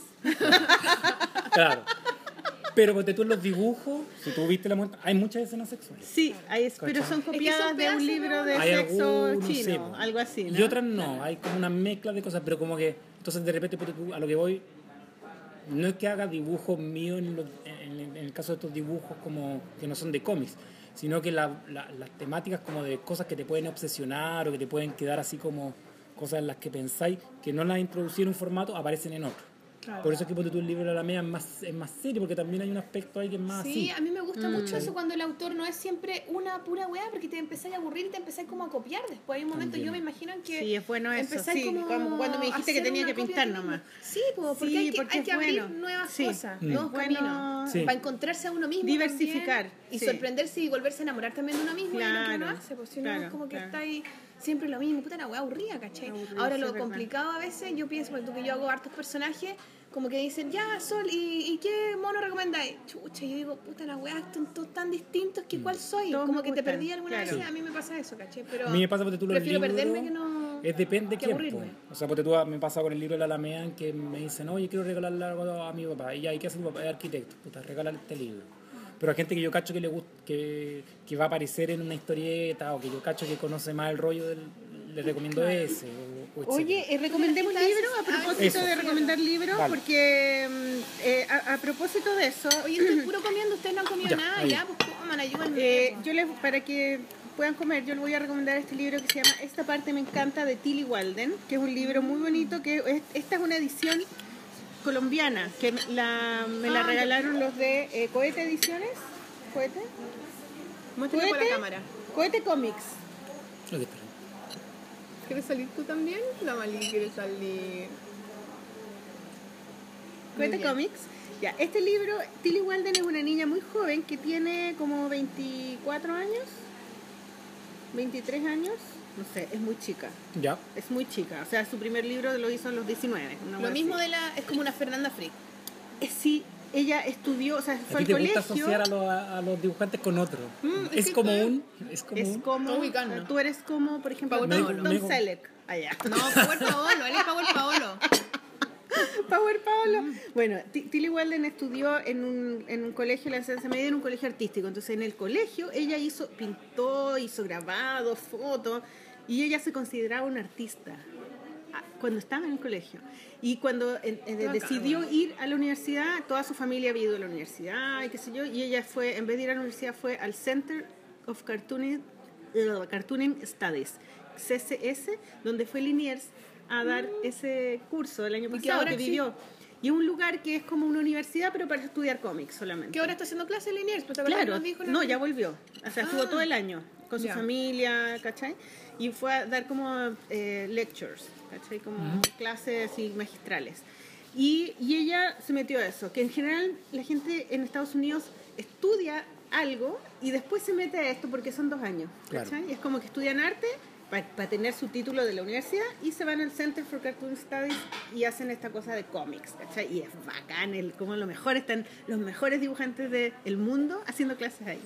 Claro. Pero ponte tú en los dibujos, si tú viste la muestra, hay muchas escenas sexuales. Sí, hay, es- pero son que copiadas son de un pedazos, libro ¿no? de Hay sexo algunos, sí, chino, po. algo así, ¿no? Y otras no, hay como una mezcla de cosas, pero como que, entonces de repente ponte tú, a lo que voy, no es que haga dibujos míos en, los- en- en el caso de estos dibujos como que no son de cómics, sino que la- la- las temáticas como de cosas que te pueden obsesionar o que te pueden quedar así como cosas en las que pensáis que no las introducí en un formato, aparecen en otro. Por eso es que ponte tú el libro de la Alameda es más, es más serio, porque también hay un aspecto ahí que es más Sí, así. a mí me gusta mucho eso cuando el autor no es siempre una pura weá, porque te empezáis a aburrir y te empezáis como a copiar. Después hay un momento, También. yo me imagino en que Sí, es bueno eso, empezáis sí, como cuando me dijiste que a hacer tenía una que copia pintar de ti mismo. nomás. Sí, po, porque Sí, hay que, porque hay es que abrir bueno. nuevas Sí. cosas, Mm. nuevos Bueno, caminos, Sí. para encontrarse a uno mismo Diversificar, también, y sí. sorprenderse y volverse a enamorar también de uno mismo y de lo que uno Claro, hace, pues si no claro, es como que claro. está ahí siempre lo mismo, puta la weá aburrida, ¿cachai? Aburrido, Ahora sí, lo es verdad. complicado a veces, yo pienso, porque tú que yo hago hartos personajes, como que dicen, ya, Sol, ¿y, y qué mono recomendáis? Chucha, yo digo, puta la weá, son todos tan distintos que cuál soy, Todos como me que te gustan, perdí alguna claro. vez, a mí me pasa eso, ¿cachai? Pero A mí me pasa porque tú los prefiero libros, perderme que no... es depende de que quién. aburrirme. po. O sea, porque tú me pasa con el libro de la Alameda en que me dicen, oye, quiero regalarle algo a mi papá. Y ya, ¿y qué hace tu papá? Es arquitecto. Puta, regálale este libro. Pero hay gente que yo cacho que le gusta, que, que va a aparecer en una historieta, o que yo cacho que conoce más el rollo del, le recomiendo ese. O, o Oye, etcétera. eh, recomendemos Mira, libros a ah, propósito eso. de recomendar libros, Vale. porque mm, eh, a, a propósito de eso, Oye, estoy puro comiendo, ustedes no han comido Ya, nada, ahí. ya, pues coman, ayúdenme. eh, pues. yo les, para que puedan comer, yo les voy a recomendar este libro que se llama Esta parte me encanta, de Tilly Walden, que es un libro muy bonito, que es- esta es una edición colombiana, que me la, me la Ah, regalaron los de eh, Cohete Ediciones. ¿Cohete? Muéstrame por la Cohete, cámara. Cohete Comics. Lo que espero. ¿Quieres salir tú también? La Malí quiere salir. Cohete bien. Comics. Ya, este libro, Tilly Walden es una niña muy joven que tiene como veinticuatro años, veintitrés años, no sé, es muy chica, Ya. es muy chica. O sea, su primer libro lo hizo a los diecinueve. una Lo wea mismo así. de la. Es como una Fernanda Frick. Eh, sí, ella estudió, o sea, A fue ti al te gusta colegio. asociar a, los- a- a los dibujantes con otro. Mm, es sí, como pues. un. Es como Es un. como, Está ubicando. tú eres como, por ejemplo, Power Tom, Paolo. Tom Mego. Selleck, allá. No, Power Paolo, él es Power Paolo. Power Paolo. Mm. Bueno, Ti- Tilly Walden estudió en un, en un colegio, la enseñanza media, en un colegio artístico. Entonces, en el colegio, ella hizo, pintó, hizo grabados, fotos, y ella se consideraba una artista ah, cuando estaba en el colegio. Y cuando eh, eh, Qué bacán, decidió bueno. ir a la universidad, toda su familia había ido a la universidad, y qué sé yo, y ella fue, en vez de ir a la universidad, fue al Center of Cartooning, eh, Cartooning Studies, C C S, donde fue Liniers a dar ese curso el año que pasado, ahora que existe. vivió. Y es un lugar que es como una universidad, pero para estudiar cómics solamente. Que ahora está haciendo clases lineales, pues, ¿te acuerdas Claro, que nos dijo en el- no, ya volvió. O sea, estuvo Ah. todo el año con su Ya. familia, ¿cachai? Y fue a dar como eh, lectures, ¿cachai? Como clases y magistrales. Y, y ella se metió a eso, que en general la gente en Estados Unidos estudia algo y después se mete a esto porque son dos años, Claro. ¿cachai? Y es como que estudian arte para tener su título de la universidad y se van al Center for Cartoon Studies y hacen esta cosa de cómics, ¿cachai? Y es bacán, el, como lo mejor están los mejores dibujantes del mundo haciendo clases ahí.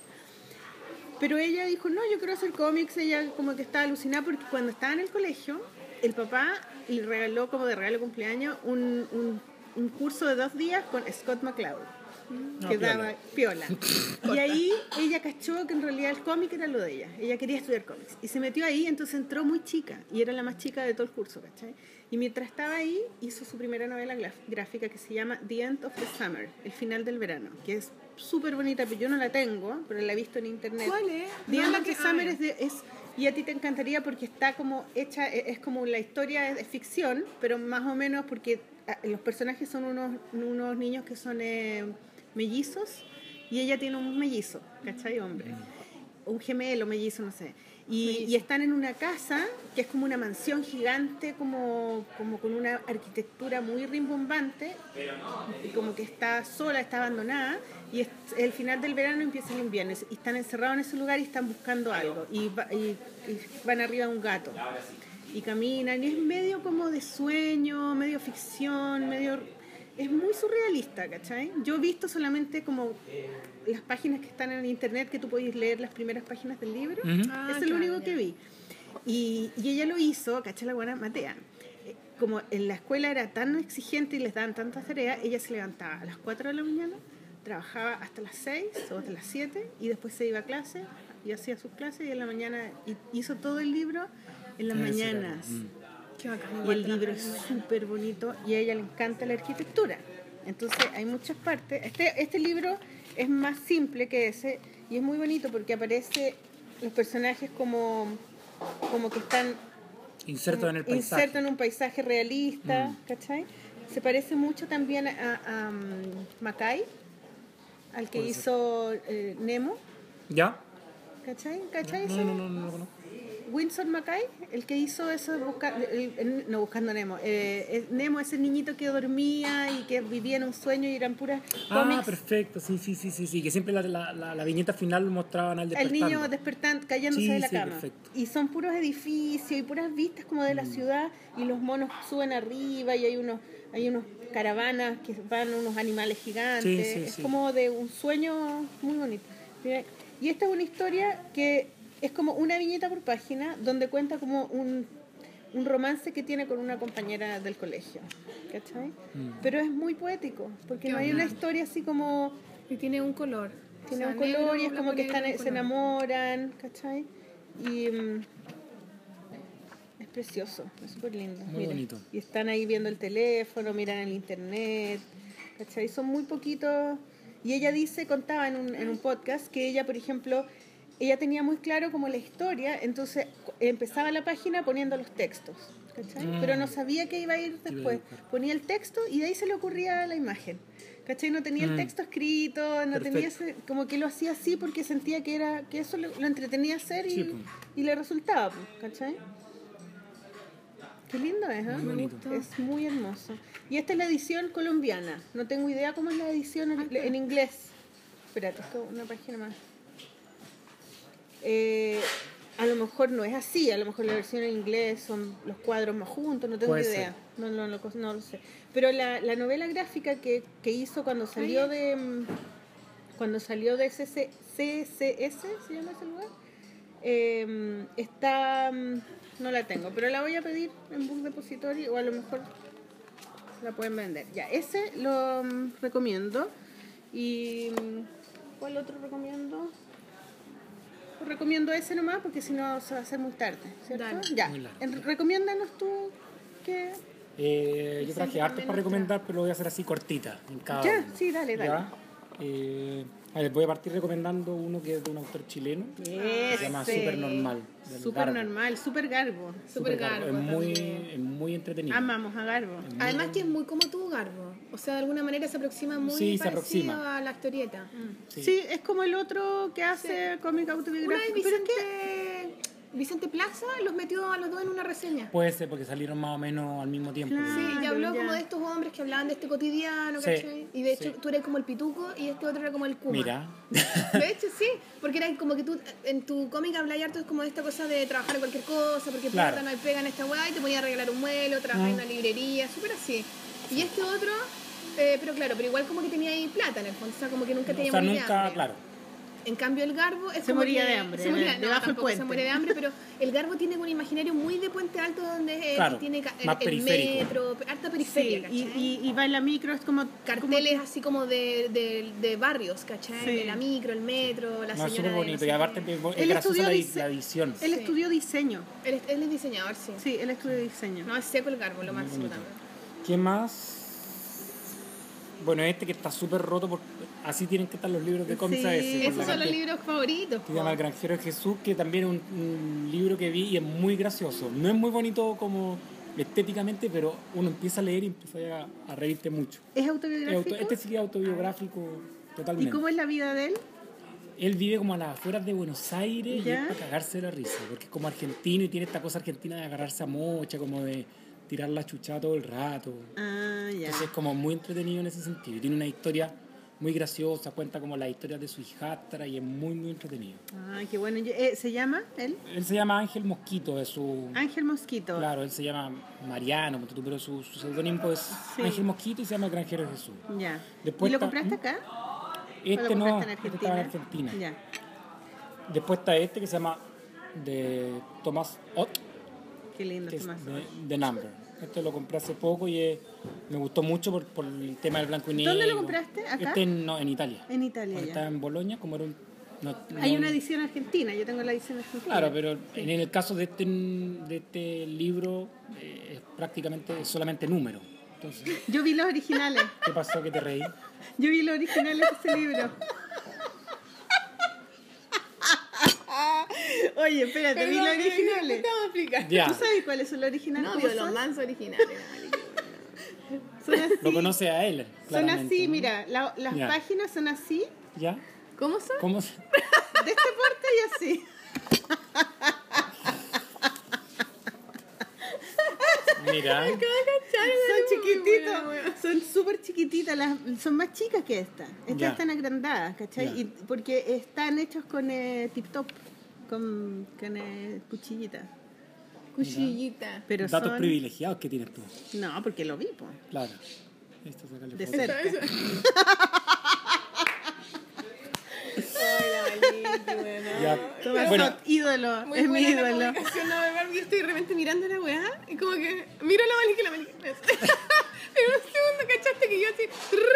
Pero ella dijo, no, yo quiero hacer cómics. Ella como que estaba alucinada porque cuando estaba en el colegio, el papá le regaló como de regalo de cumpleaños un, un, un curso de dos días con Scott McCloud. No, Que piola. daba piola. Y ahí ella cachó que en realidad el cómic era lo de ella. Ella quería estudiar cómics. Y se metió ahí, entonces entró muy chica. Y era la más chica de todo el curso, ¿cachai? Y mientras estaba ahí, hizo su primera novela graf- gráfica que se llama The End of the Summer, El final del verano, que es súper bonita, pero yo no la tengo, pero la he visto en internet. ¿Cuál es? The No, End la of que- the Summer ah, es, de, es... Y a ti te encantaría porque está como hecha, es es como la historia es, es ficción, pero más o menos porque ah, los personajes son unos, unos niños que son eh, mellizos y ella tiene un mellizo, ¿cachai? Hombre. Un gemelo, mellizo, no sé. Y, y están en una casa que es como una mansión gigante, como, como con una arquitectura muy rimbombante, y como que está sola, está abandonada, y es, el final del verano empieza el invierno, y están encerrados en ese lugar y están buscando algo, y, va- y- y van arriba de un gato, y caminan, y es medio como de sueño, medio ficción, medio... Es muy surrealista, ¿cachai? Yo he visto solamente como las páginas que están en internet, que tú podés leer las primeras páginas del libro. Ujú. Ah, Eso es lo claro, único ya. que vi. Y, y ella lo hizo, ¿cachai? La buena Matea. Eh, Como en la escuela era tan exigente y les daban tantas tareas, ella se levantaba a las cuatro de la mañana, trabajaba hasta las seis o hasta las siete y después se iba a clase y hacía sus clases y en la mañana y hizo todo el libro en las En ese mañanas. horario. Qué bacán. Y igual el libro es trabajar. súper bonito y a ella le encanta la arquitectura. Entonces hay muchas partes. Este, este libro es más simple que ese y es muy bonito porque aparece los personajes como, como que están Inserto en el paisaje. insertos en un paisaje realista, Mm. ¿cachai? Se parece mucho también a, a, um, Mackay, al que Puede ser. hizo eh, Nemo, ¿Ya? ¿cachai? ¿Cachai? No, ese? no, no, no lo conozco. Winsor Mackay, el que hizo eso, de busca- el- el- no buscando a Nemo, eh, eh, Nemo, ese niñito que dormía y que vivía en un sueño y eran puras Ah, cómics. perfecto, sí, sí, sí, sí, sí, que siempre la, la, la, la viñeta final mostraban al El despertando. niño despertando, cayéndose Sí, de la sí, cama. perfecto. Y son puros edificios y puras vistas como de la Mm. ciudad y los monos suben arriba y hay unos hay unos caravanas que van unos animales gigantes. Sí, sí, es sí. como de un sueño muy bonito. Mira, y esta es una historia que es como una viñeta por página donde cuenta como un, un romance que tiene con una compañera del colegio. ¿Cachai? Mm. Pero es muy poético porque Qué no hay una bacán. historia así como... Y tiene un color. Tiene O sea, un color negro, y es como blanco, que negro, están, un se color. enamoran, ¿cachai? Y mm, es precioso, es súper lindo. Muy mira. bonito. Y están ahí viendo el teléfono, miran el internet, ¿cachai? Son muy poquitos. Y ella dice, contaba en un, en un podcast que ella, por ejemplo, ella tenía muy claro como la historia, entonces cu- empezaba la página poniendo los textos, ¿cachai? Mm. Pero no sabía qué iba a ir a después. dibujar. Ponía el texto y de ahí se le ocurría la imagen. ¿Cachai? No tenía el Mm. texto escrito, no tenía Perfecto. ese, como que lo hacía así porque sentía que era que eso lo, lo entretenía hacer y, Sí, pues. y le resultaba, pues, ¿cachai? Qué lindo es, ¿eh? Muy bonito. Es muy hermoso. Y esta es la edición colombiana. No tengo idea cómo es la edición en, en inglés. Espérate, esto es una página más. Eh, a lo mejor no es así, a lo mejor la versión en inglés son los cuadros más juntos, no tengo Puede idea, ser. no, no, no, no lo sé. Pero la, la novela gráfica que, que hizo cuando salió de mm, cuando salió de C C C S, ¿se llama ese lugar? Eh, está, mm, no la tengo, pero la voy a pedir en Book Depository o a lo mejor la pueden vender. Ya, ese lo mm, recomiendo. Y mm, ¿cuál otro recomiendo? Pues recomiendo ese nomás porque si no se va a hacer muy tarde, ¿cierto? Dale. Ya. Muy largo. En- recomiéndanos tú que... Eh, yo traje Vicente hartos también para nos recomendar, pero lo voy a hacer así cortita. En cada Ya, uno. sí, dale, dale. ¿Ya? Eh, a ver, voy a partir recomendando uno que es de un autor chileno. Que se llama Ese. Super Normal. del Súper Garbo. normal, súper Garbo. Súper Garbo Es muy, también. es muy entretenido. Amamos a Garbo. Es muy Además bueno. que es muy como tú, Garbo. O sea, de alguna manera se aproxima muy Sí, se parecido aproxima. a la historieta. Sí. Sí. es como el otro que hace cómic Una de autobiográfico. Pero es que Vicente... Vicente Plaza los metió a los dos en una reseña. Puede ser porque salieron más o menos al mismo tiempo. Claro. Sí, y Ah, habló ya. como de estos hombres que hablaban de este cotidiano, Sí, ¿cachai? Y de hecho sí. tú eres como el pituco y este otro era como el kuma. Mira, De hecho, sí, porque era como que tú en tu cómic hablas harto como de esta cosa de trabajar en cualquier cosa, porque Claro. plata no hay pega en esta weá y te podías regalar un mueble o trabajar en Mm. una librería, súper así. Y este otro, eh, pero claro, pero igual como que tenía ahí plata en el fondo, o sea, como que nunca o tenía sea, morir de nunca, hambre. claro. En cambio el Garbo es Se como moría que- de hambre, se moría, en- no, debajo del tampoco se puente. muere de hambre, pero el Garbo tiene un imaginario muy de Puente Alto donde eh, Claro, tiene ca- el, más el periférico. metro, harta Sí, periferia, y, ¿cachai? y, y va en la micro, es como... Carteles así como de, de, de barrios, ¿cachai? Sí. De la micro, el metro, la No, es señora súper de bonito no sé y aparte qué. es es Él graciosa estudió la, dise- la visión. Él Sí. estudió diseño. Él, es- él es diseñador, sí. Sí, él estudió diseño. No, es seco el Garbo, lo máximo bonito. también. ¿Qué más? Bueno, este que está súper roto, por... así tienen que estar los libros de cómics Sí, a veces. por Esos la son los cantidad- libros favoritos. que se llama El po. Granjero de Jesús, que también es un, un libro que vi y es muy gracioso. No es muy bonito como estéticamente, pero uno empieza a leer y empieza a, a reírte mucho. ¿Es Es autobiográfico? auto- este sí que es autobiográfico ¿Y totalmente. cómo es la vida de él? Él vive como a las afueras de Buenos Aires y ¿Ya? es para cagarse de la risa, porque es como argentino y tiene esta cosa argentina de agarrarse a mocha, como de tirar la chuchada todo el rato. Ah, ya. Entonces es como muy entretenido en ese sentido. Y tiene una historia muy graciosa, cuenta como las historias de su hijastra y es muy, muy entretenido. Ah, qué bueno. Yo- eh, ¿Se llama él? Él se llama Ángel Mosquito, es su... Ángel Mosquito. Claro, él se llama Mariano, ponte tú, pero su, su seudónimo es Sí. Ángel Mosquito y se llama El Granjero de Jesús. Ya. Después ¿Y lo está- compraste acá? ¿O Este lo no, compraste en este Argentina? estaba en Argentina. Ya. Después está este que se llama de Tomás Ott, Qué lindo, que es Tomás. de, The Number. Este lo compré hace poco y es- me gustó mucho por, por el tema del blanco y negro. ¿Dónde lo compraste? ¿Acá? Este en, no, en Italia. En Italia, Cuando ya. estaba en Bolonia, como era un... no- Hay no- una edición argentina, yo tengo la edición argentina. Claro, pero en el caso de este, de este libro eh, es prácticamente solamente número. Entonces, Yo vi los originales. ¿qué pasó que te reí? Yo vi los originales de ese libro. Oye, espérate, vi los originales. Te voy a explicar. Ya, ¿Tú sabes cuáles son los originales? No, ¿Cómo vio los son? mansos originales. Son así. lo conoce a él. Son claramente, así, ¿no? mira, la- las Ya. páginas son así, ¿Ya? ¿Cómo son? ¿Cómo se...? de este porte y así. Mira, Son chiquititos, son súper chiquititas, las, son más chicas que estas. Estas Ya. están agrandadas, ¿cachai? Ya. Y porque están hechos con eh, tip top, con, con eh, cuchillitas. Cuchillita. Pero datos son... privilegiados que tienes tú. No, porque lo vi, po, Claro. Esto, sacarle de foto. cerca. Ay, la Maliki, bueno. Ya. Tomás Bueno, Ott, ídolo, Muy es mi buena la ídolo. comunicación no verbal, yo estoy de repente mirando la weá y como que miro a la Maliki y la Maliki. En un segundo cachaste que yo así.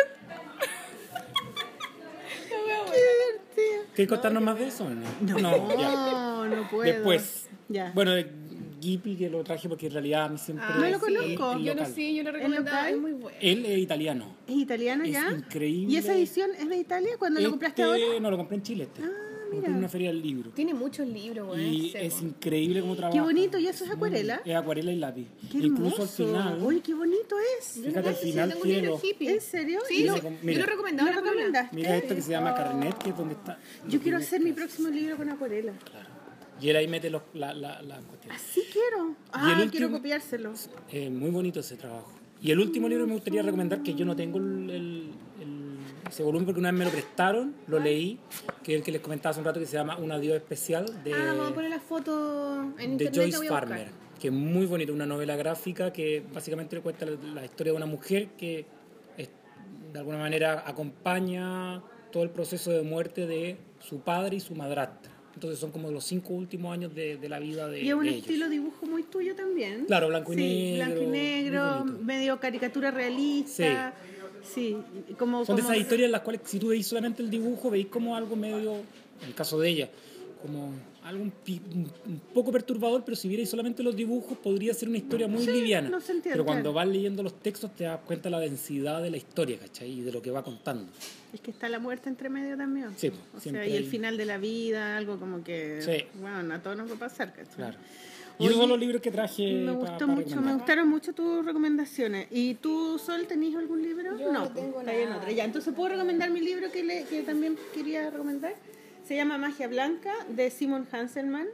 La weá buena. Qué divertido. ¿quieres contarnos más de eso? o No, No, ya. no, puedo. Después, Ya. bueno, Gippy que lo traje porque en realidad a mí siempre... Ah, no lo es conozco. el- el Yo no local. sé, yo lo ¿El recomendaba, local? es muy bueno. Él es italiano. ¿Es italiano Es ya? increíble. ¿Y esa edición es de Italia? ¿Cuándo lo compraste ahora? Este no lo compré en Chile. Este. Ah, Lo mira. compré en una feria del libro. Tiene muchos libros, weón. Y seco. es increíble cómo trabaja. Qué bonito, ¿y eso es acuarela? Es acuarela y lápiz. Qué Incluso hermoso. al final, Oye, qué bonito es. Yo fíjate, no al sé si final tengo un tiene libro los- hippie. ¿En serio? Sí, ¿Y lo, lo- Mira. yo lo recomendaba. ¿Lo en la Paula. recomendaste? mira esto que se llama Carnet, que es donde está. Yo quiero hacer mi próximo libro con acuarela. Claro. Y él ahí mete los, la, la, la cuestión. Sí quiero. Y Ah, el quiero último- copiárselo. Eh, muy bonito ese trabajo. Y el último libro que me gustaría recomendar, que yo no tengo el, el- el- ese volumen porque una vez me lo prestaron, lo leí, que es el que les comentaba hace un rato, que se llama Un adiós especial de, Ah, vamos a poner la foto en de internet. la Joyce voy a buscar. Farmer, que es muy bonito, una novela gráfica que básicamente le cuenta la, la historia de una mujer que es- de alguna manera acompaña todo el proceso de muerte de su padre y su madrastra. Entonces son como los cinco últimos años de, de la vida de, Y es un de ellos. estilo dibujo muy tuyo también. Claro, blanco y Sí, negro, blanco y negro, muy bonito. medio caricatura realista. Sí, como... Son de como- esas historias en las cuales si tú veis solamente el dibujo, veis como algo medio, en el caso de ella, como algo un, pi- un- un poco perturbador, pero si vierais solamente los dibujos podría ser una historia muy Sí, liviana. no se entiende, pero cuando claro. vas leyendo los textos te das cuenta de la densidad de la historia, ¿cachai? Y de lo que va contando. Es que está la muerte entre medio también. Sí, o sea, siempre y el hay- final de la vida, algo como que... Sí. Bueno, a todos nos va a pasar, ¿cachai? Claro. Y esos Oye, son los libros que traje. Me pa- gustó pa mucho, me recomendar. gustaron mucho tus recomendaciones. ¿Y tú, Sol, tenés algún libro? Yo no pues, tengo está ahí en nada. otra. Ya, entonces puedo recomendar mi libro que, le, que también quería recomendar. Se llama Magia Blanca, de Simon Hanselman.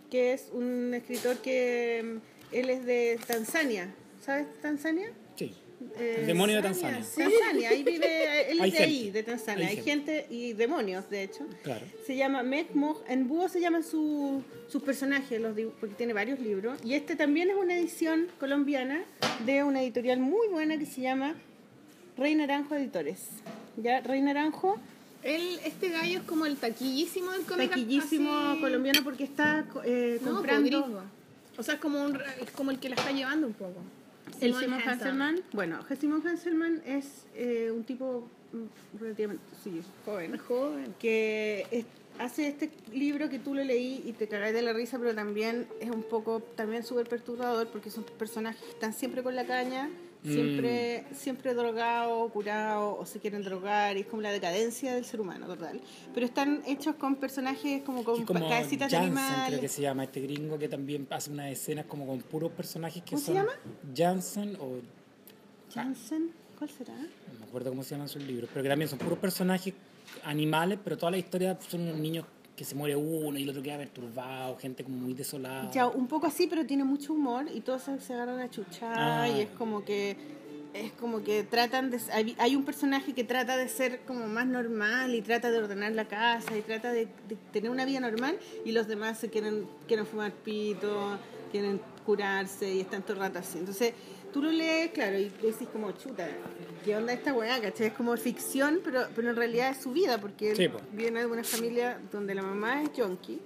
que es un escritor que mm, él es de Tanzania. ¿Sabes Tanzania? Sí. Eh, El demonio de Tanzania. Tanzania, ahí vive, él Hay es de gente. ahí, de Tanzania. Hay Hay gente y demonios, de hecho. Claro. Se llama Mekmog, en búho se llaman su- sus personajes, los dibu- porque tiene varios libros. Y este también es una edición colombiana de una editorial muy buena que se llama Rey Naranjo Editores. ¿Ya? Rey Naranjo, Él, este gallo es como el taquillísimo del cómic. taquillísimo así- colombiano porque está eh, No, comprando... po, gringo. O sea, es como, un, es como el que la está llevando un poco. El Simon Simon Hanselman. Hanselman, bueno, Simon Hanselman es eh, un tipo mm, relativamente sí, joven, Joven. que es- hace este libro que tú lo leí y te cagás de la risa, pero también es un poco también súper perturbador porque son personajes que están siempre con la caña, siempre siempre drogados, curados o se quieren drogar, y es como la decadencia del ser humano, total. Pero están hechos con personajes como con Y como cabecitas de Jansen, animales. creo que se llama, este gringo que también hace unas escenas como con puros personajes que ¿Cómo se son llama? Jansen o Jansen, ¿cuál será? no me acuerdo cómo se llaman sus libros, pero que también son puros personajes animales, pero toda la historia son unos niños que se muere uno y el otro queda perturbado, gente como muy desolada. Ya, un poco así, pero tiene mucho humor y todos se, se agarran a chuchar Ah. y es como que es como que tratan de hay, hay un personaje que trata de ser como más normal y trata de ordenar la casa y trata de, de tener una vida normal y los demás se quieren quieren fumar pito, quieren curarse y están todo el rato así. Entonces, tú lo lees, claro, y decís como, chuta, ¿qué onda esta weá? ¿Cachai? Es como ficción, pero, pero en realidad es su vida, porque él Sí, po. viene de una familia donde la mamá es yonki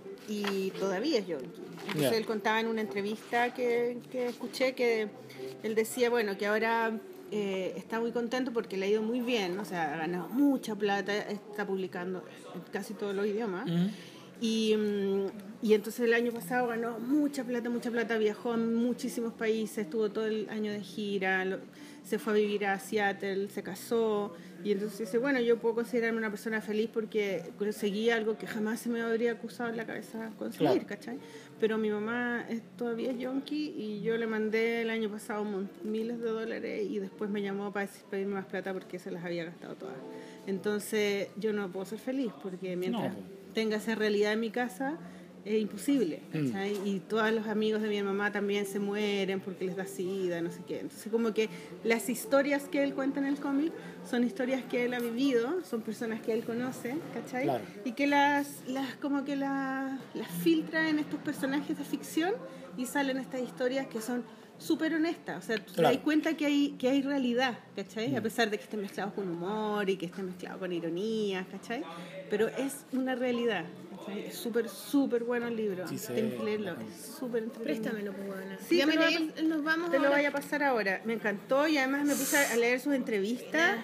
y todavía es yonki. Entonces Ya. él contaba en una entrevista que, que escuché que él decía, bueno, que ahora eh, está muy contento porque le ha ido muy bien, o sea, ha ganado mucha plata, está publicando en casi todos los idiomas. Ujú. Y, mm, y entonces el año pasado ganó mucha plata, mucha plata, viajó a muchísimos países, estuvo todo el año de gira, lo- se fue a vivir a Seattle, se casó, y entonces dice, bueno, yo puedo considerarme una persona feliz porque conseguí algo que jamás se me habría acusado en la cabeza conseguir, Claro. ¿cachai? Pero mi mamá es, todavía es yonki y yo le mandé el año pasado mon- miles de dólares y después me llamó para decir- pedirme más plata porque se las había gastado todas. Entonces yo no puedo ser feliz porque mientras No, po. tenga esa realidad en mi casa es imposible, ¿cachai? Y todos los amigos de mi mamá también se mueren porque les da sida, no sé qué. Entonces como que las historias que él cuenta en el cómic son historias que él ha vivido, son personas que él conoce, ¿cachai? Claro. Y que las, las como que las, las filtra en estos personajes de ficción y salen estas historias que son súper honestas, o sea, tú te Claro. das cuenta que hay, que hay realidad, ¿cachai? A pesar de que estén mezclados con humor y que estén mezclados con ironías, ¿cachai? Pero es una realidad, ¿cachai? Es súper, súper bueno el libro, Sí, sé. tienes que leerlo, es súper entretenido. Préstamelo, pues, buena. Sí, ya me te lo leí, voy a el- nos vamos Te lo ahora. voy a pasar ahora, me encantó y además me puse a leer sus entrevistas.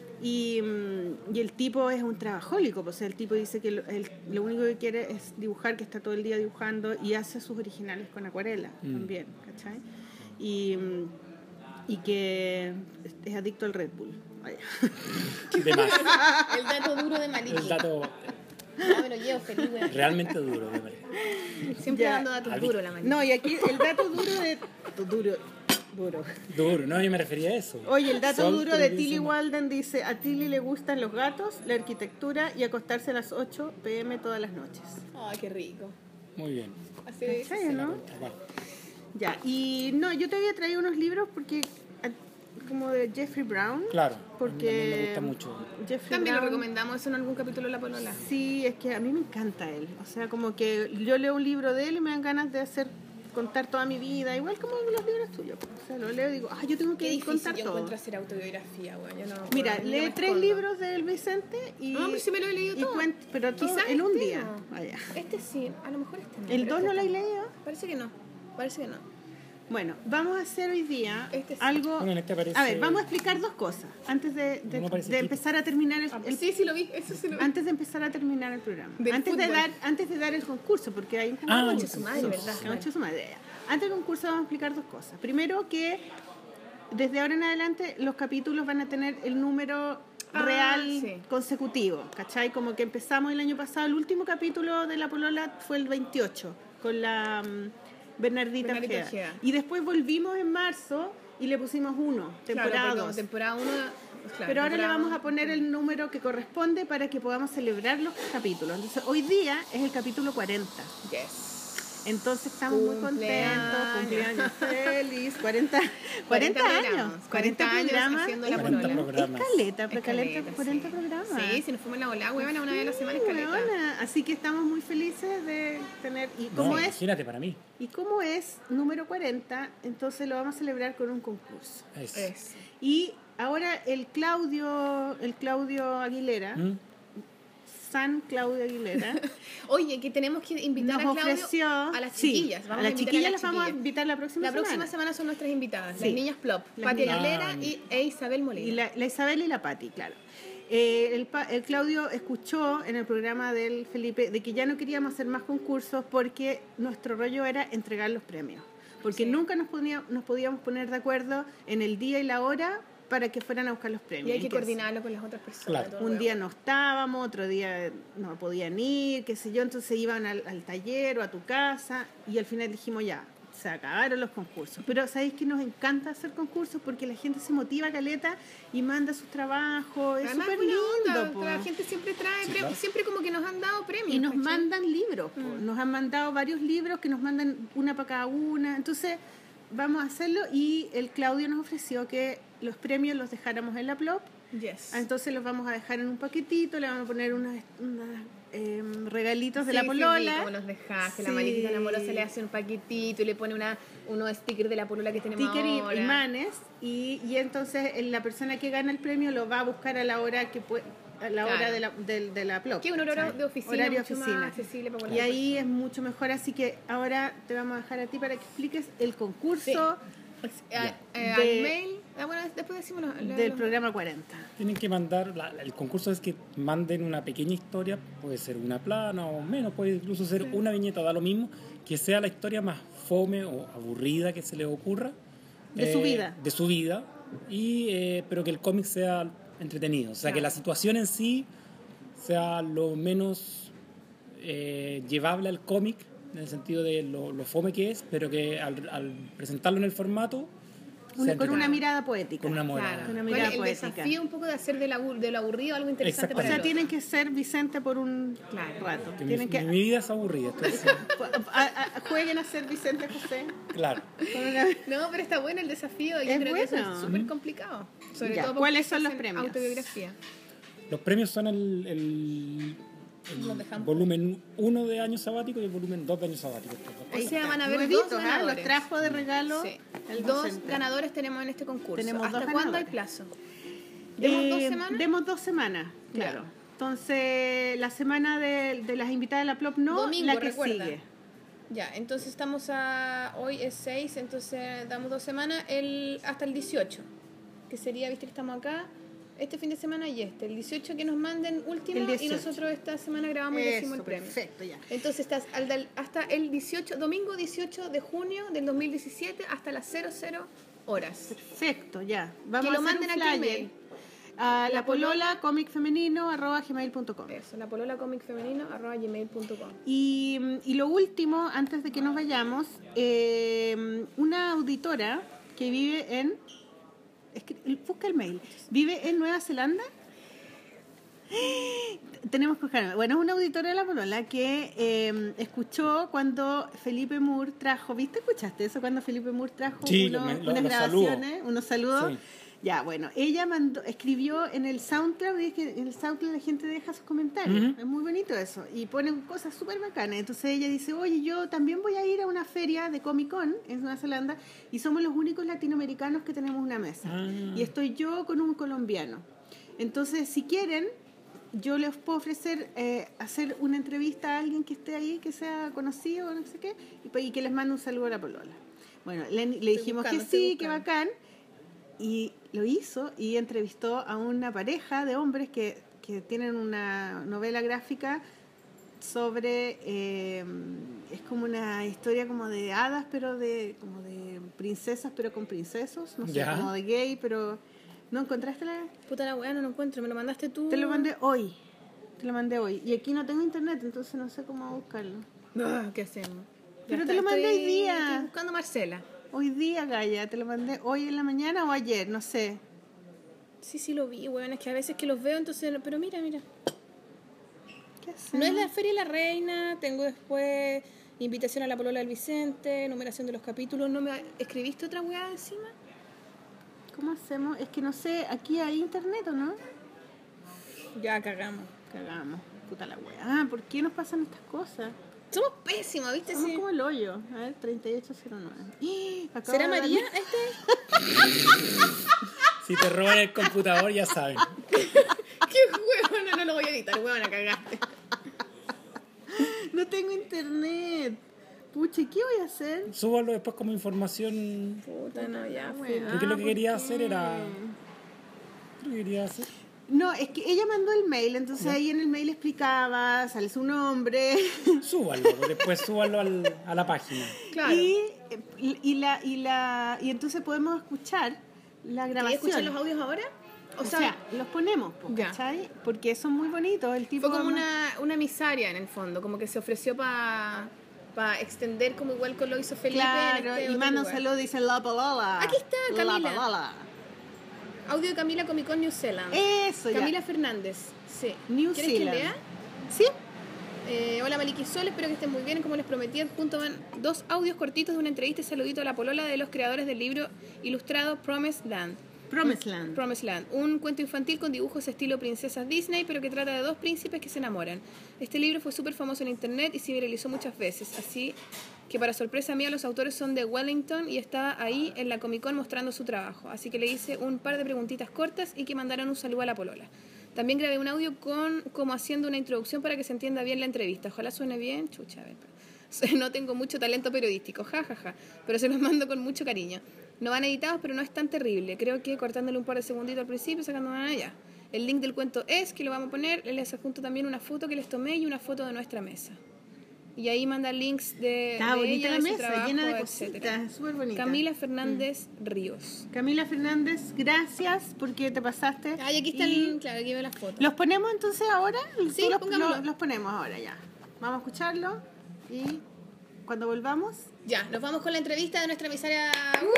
Y, mm, y el tipo es un trabajólico, pues, o sea, el tipo dice que lo, el- lo único que quiere es dibujar, que está todo el día dibujando y hace sus originales con acuarela Mm. también, ¿cachai? Y, mm, y que es- es adicto al Red Bull. Vaya. De más. El dato duro de Maliki. El dato No, me lo llevo feliz, güey. realmente duro, me parece. Siempre Ya. dando datos duros la Maliki. No, y aquí el dato duro de... Duro, duro. Duro, no, yo me refería a eso. Oye, el dato Sol, duro de Tilly televisión. Walden dice, a Tilly le gustan los gatos, la arquitectura y acostarse a las ocho pe eme todas las noches. Ay, qué rico. Muy bien. Así de ¿Cachai, Se la no? contraparte. Ya, y no, yo te había traído unos libros porque a- como de Jeffrey Brown. Claro, Porque a mí me gusta mucho. Jeffrey También lo Brown- recomendamos eso en algún capítulo de La Polola. Sí, es que a mí me encanta él. O sea, como que yo leo un libro de él y me dan ganas de hacer contar toda mi vida, igual como los libros tuyos. O sea, lo leo y digo, ah, yo tengo Qué que difícil contar yo todo. encuentro hacer autobiografía, güey. Yo no puedo, Mira, yo lee me tres escondo. libros de Vicente y, No, pero sí me lo he leído y todo. cuent- pero todo Quizás en un este día. no. Vaya. Este sí, a lo mejor este no. ¿El pero dos no este lo has está. leído? Parece que no, parece que no. Bueno, vamos a hacer hoy día Este sí. algo... Bueno, en este aparece- A ver, vamos a explicar dos cosas antes de, de- Uno aparece de aquí. empezar a terminar el, Ah, el- sí, sí lo vi, eso sí lo vi. antes de empezar a terminar el programa. Del Antes de fútbol. dar antes de dar el concurso, porque hay un concurso. Ah, Concha su madre, ¿verdad? Concha su madre. Antes del concurso vamos a explicar dos cosas. Primero que desde ahora en adelante los capítulos van a tener el número Ah, real sí. consecutivo, ¿cachai? Como que empezamos el año pasado, el último capítulo de La Polola fue el veintiocho, con la mm, Bernardita, Bernardita Ojeda. Ojeda. Y después volvimos en marzo y le pusimos uno, temporada Claro, porque dos. temporada uno. pues claro, Pero ahora le temporada vamos a uno. poner el número que corresponde para que podamos celebrar los capítulos. Entonces, hoy día es el capítulo cuarenta. Yes. Entonces estamos muy contentos, cumpleaños feliz, cuarenta, cuarenta años, cuarenta programas, haciendo la cuarenta polola. programas. es caleta, pero Es caleta, caleta, cuarenta sí. programas. Sí, si nos fuimos en la bola, huevona, una vez a la semana es caleta. Huevona. Así que estamos muy felices de tener, y No, como es, imagínate para mí. y como es número cuarenta, entonces lo vamos a celebrar con un concurso. Es. Es. Y ahora el Claudio, el Claudio Aguilera, ¿Mm? San Claudio Aguilera, Oye, que tenemos que invitar nos a Claudio ofreció a las sí, chiquillas. Vamos a las invitar chiquillas a las las vamos a chiquillas. invitar la próxima La próxima semana. semana son nuestras invitadas, Sí. las niñas Plop, Las Patia niñas. Aguilera Ah, y, e Isabel Molina. Y la, la Isabel y la Pati, claro. Eh, el, pa- el Claudio escuchó en el programa del Felipe de que ya no queríamos hacer más concursos porque nuestro rollo era entregar los premios. Porque Sí. nunca nos, ponía- nos podíamos poner de acuerdo en el día y la hora para que fueran a buscar los premios. Y hay que Entonces, coordinarlo con las otras personas. Claro. todo el un huevo. día no estábamos, otro día no podían ir, qué sé yo, entonces iban al, al taller o a tu casa y al final dijimos ya, se acabaron los concursos. Pero sabéis que nos encanta hacer concursos porque la gente se motiva caleta y manda sus trabajos, es Además, súper buena lindo. onda, Po. la gente siempre trae, Sí, premios, claro. siempre como que nos han dado premios. Y nos ¿cachai? mandan libros, po. Mm. Nos han mandado varios libros que nos mandan una para cada una. Entonces, vamos a hacerlo y el Claudio nos ofreció que los premios los dejáramos en la Plop. Yes. Entonces los vamos a dejar en un paquetito, le vamos a poner unos, unos em, regalitos de Sí, la sí, polola. vi cómo nos dejaste, la Sí. mariquita amorosa le hace un paquetito y le pone una, unos stickers de la polola que tenemos Sticker y ahora. imanes y, y entonces el- la persona que gana el premio lo va a buscar a la hora que pue- a la Claro. hora de la, del- de la Plop. Que es un horario ¿cachai? de oficina Horario mucho oficina. más accesible para Y cualquier ahí es mucho mejor, así que ahora te vamos a dejar a ti para que expliques el concurso Eh, eh, De- al mail, ah, bueno, después decimos los- los- del los- programa cuarenta. Tienen que mandar, la- el concurso es que manden una pequeña historia, puede ser una plana o menos, puede incluso ser una viñeta, da lo mismo, que sea la historia más fome o aburrida que se les ocurra. De su vida. De su vida, y, eh, pero que el cómic sea entretenido, o sea, que la situación en sí sea lo menos eh, llevable al cómic, en el sentido de lo, lo fome que es, pero que al, al presentarlo en el formato... sea Una- con una entretenido. mirada poética. Con una morada. Claro. Con una Bueno, mirada el poética. desafío un poco de hacer de, la, de lo aburrido algo interesante O para sea, el tienen otro. que ser Vicente por un Claro. rato. Que mi, Tienen que mi vida es aburrida, entonces, a- a- jueguen a ser Vicente José. claro. Con una- No, pero está bueno el desafío. Yo Es creo que eso bueno. es súper complicado. Sobre Ya, todo porque ¿cuáles son los hacen premios? Autobiografía. Los premios son el, el, el Los dejamos. volumen uno de año sabático y el volumen dos de año sabático. O sea, está. van a haber Nuevitos, dos ¿ah? ganadores. Los trajo de regalo. Sí. el Dos docente. ganadores tenemos en este concurso. Tenemos ¿Hasta dos cuándo hay ganadores. plazo? ¿Demos dos Eh, semanas? Demos dos semanas, claro. Entonces, la semana de, de las invitadas de la Plop no, Domingo, la que recuerda. sigue. Ya, entonces estamos a... Hoy es seis, entonces damos dos semanas el, hasta el dieciocho. Que sería, viste que estamos acá, este fin de semana y este. El dieciocho que nos manden último El y dieciocho. nosotros esta semana grabamos y decimos el Eso, premio. perfecto, ya. Entonces estás al del- hasta el dieciocho, domingo dieciocho de junio del dos mil diecisiete hasta las cero cero horas. Perfecto, ya. Vamos Que lo a hacer manden un aquí al flyer. mail. A La la polola comic femenino arroba gmail punto com. Eso, la polola comic femenino arroba gmail punto com. Y, y lo último, antes de que nos vayamos, eh, una auditora que vive en... escri- Busca el mail. ¿Vive en Nueva Zelanda? Tenemos que buscar. Bueno, es una auditora de la Polola que eh, escuchó cuando Felipe Moore trajo... ¿Viste? ¿Escuchaste eso? Cuando Felipe Moore trajo Sí, uno- lo- lo- unas los grabaciones, unos saludos. Sí. Ya, bueno, ella mandó, escribió en el SoundCloud, y es que en el SoundCloud la gente deja sus comentarios, Ujú. es muy bonito eso, y ponen cosas súper bacanas. Entonces ella dice, oye, yo también voy a ir a una feria de Comic Con en Nueva Zelanda, y somos los únicos latinoamericanos que tenemos una mesa. Ah. Y estoy yo con un colombiano. Entonces, si quieren, yo les puedo ofrecer eh, hacer una entrevista a alguien que esté ahí, que sea conocido o no sé qué, y, pa- y que les mande un saludo a la polola. Bueno, le, le dijimos buscando, que estoy sí, que buscando. bacán, y lo hizo y entrevistó a una pareja de hombres que, que tienen una novela gráfica sobre eh, es como una historia como de hadas pero de como de princesas pero con princesos, no sé, Ya. como de gay, pero ¿no encontraste la? Puta la weá, no lo encuentro, me lo mandaste tú. Te lo mandé hoy, te lo mandé hoy y aquí no tengo internet, entonces no sé cómo buscarlo. Ah, ¿qué hacemos? Pero Ya te lo está, mandé estoy- hoy día. Estoy buscando a Marcela. Hoy día, Gaya, te lo mandé hoy en la mañana o ayer, no sé. Sí, sí lo vi, weón, es que a veces que los veo, entonces... Pero mira, mira. ¿Qué hacemos? No es la Feria de la Reina, tengo después invitación a la polola del Vicente, numeración de los capítulos. ¿No me escribiste otra weá encima? ¿Cómo hacemos? Es que no sé, aquí hay internet o no. Ya cagamos. Cagamos. Puta la wea. Ah, ¿por qué nos pasan estas cosas? Somos pésimos, ¿viste? Somos Sí. como el hoyo. A ver, treinta y ocho cero nueve. ¡Ih! Acabo ¿Será de dar- María este? Si te roban el computador, ya saben. ¡Qué huevo! No, no lo voy a editar, huevo, la cagaste. No tengo internet. Pucha, ¿y qué voy a hacer? Súbalo después como información. Puta, no, ya. Wea, Porque lo que ¿por quería qué? hacer era. ¿Qué quería hacer? No, es que ella mandó el mail, entonces ahí en el mail explicaba, sale su nombre. Súbalo, después súbalo al, a la página. Claro. Y, y, la, y, la, y entonces podemos escuchar la ¿Querías grabación. escuchar los audios ahora? O, sea, los ponemos, po, Ya. ¿cachai? Porque son muy bonitos. El tipo Fue como una, una emisaria en el fondo, como que se ofreció para pa extender como igual con lo hizo Felipe. en Claro, este y otro manda un lugar. saludo, dice la palala. Aquí está, Camila. La palala. Audio de Camila Comic Con New Zealand. Eso, ya. Camila Fernández, sí. New ¿Quieres que Zealand. lea? ¿Sí? Eh, hola Maliki Sol, espero que estén muy bien. Como les prometí, junto van dos audios cortitos de una entrevista y saludito a la polola de los creadores del libro ilustrado Promised Land. Promised Land. Promised Land, un cuento infantil con dibujos estilo princesas Disney, pero que trata de dos príncipes que se enamoran. Este libro fue súper famoso en internet y se viralizó muchas veces, así que para sorpresa mía los autores son de Wellington y está ahí en la Comic Con mostrando su trabajo. Así que le hice un par de preguntitas cortas y que mandaron un saludo a la polola. También grabé un audio con como haciendo una introducción para que se entienda bien la entrevista. Ojalá suene bien. Chucha, a ver. No tengo mucho talento periodístico, jajaja, ja, ja, pero se los mando con mucho cariño. No van editados, pero no es tan terrible. Creo que cortándole un par de segunditos al principio, sacando una allá. El link del cuento es, que lo vamos a poner, les adjunto también una foto que les tomé y una foto de nuestra mesa. Y ahí manda links de, Está de bonita ella, la de su mesa, trabajo, llena de etcétera. cositas, súper bonita. Camila Fernández Ríos. Camila Fernández, gracias porque te pasaste. Ay, aquí están, Y claro, aquí veo las fotos. ¿Los ponemos entonces ahora? Sí, Tú los, pongámoslo. los- los ponemos ahora ya. Vamos a escucharlo y cuando volvamos... Ya, nos vamos con la entrevista de nuestra emisaria.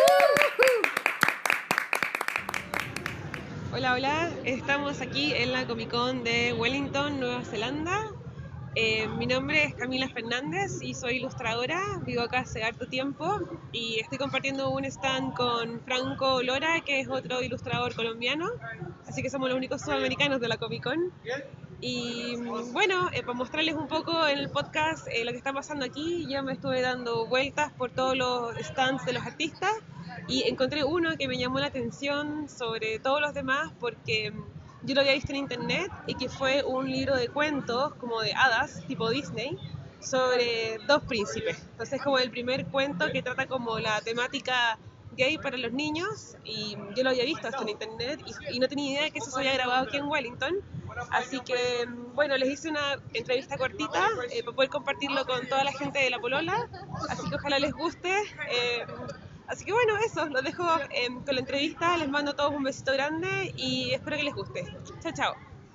Hola, hola, estamos aquí en la Comic Con de Wellington, Nueva Zelanda. Eh, mi nombre es Camila Fernández y soy ilustradora, vivo acá hace harto tiempo y estoy compartiendo un stand con Franco Lora, que es otro ilustrador colombiano, así que somos los únicos sudamericanos de la Comic Con. Y bueno, eh, para mostrarles un poco en el podcast eh, lo que está pasando aquí, yo me estuve dando vueltas por todos los stands de los artistas y encontré uno que me llamó la atención sobre todos los demás porque yo lo había visto en internet y que fue un libro de cuentos como de hadas, tipo Disney, sobre dos príncipes. Entonces es como el primer cuento que trata como la temática gay para los niños y yo lo había visto esto en internet y, y no tenía idea de que eso se había grabado aquí en Wellington. Así que, bueno, les hice una entrevista cortita eh, para poder compartirlo con toda la gente de La Polola, así que ojalá les guste. Eh, así que bueno, eso, los dejo eh, con la entrevista, les mando a todos un besito grande y espero que les guste. Chao, chao.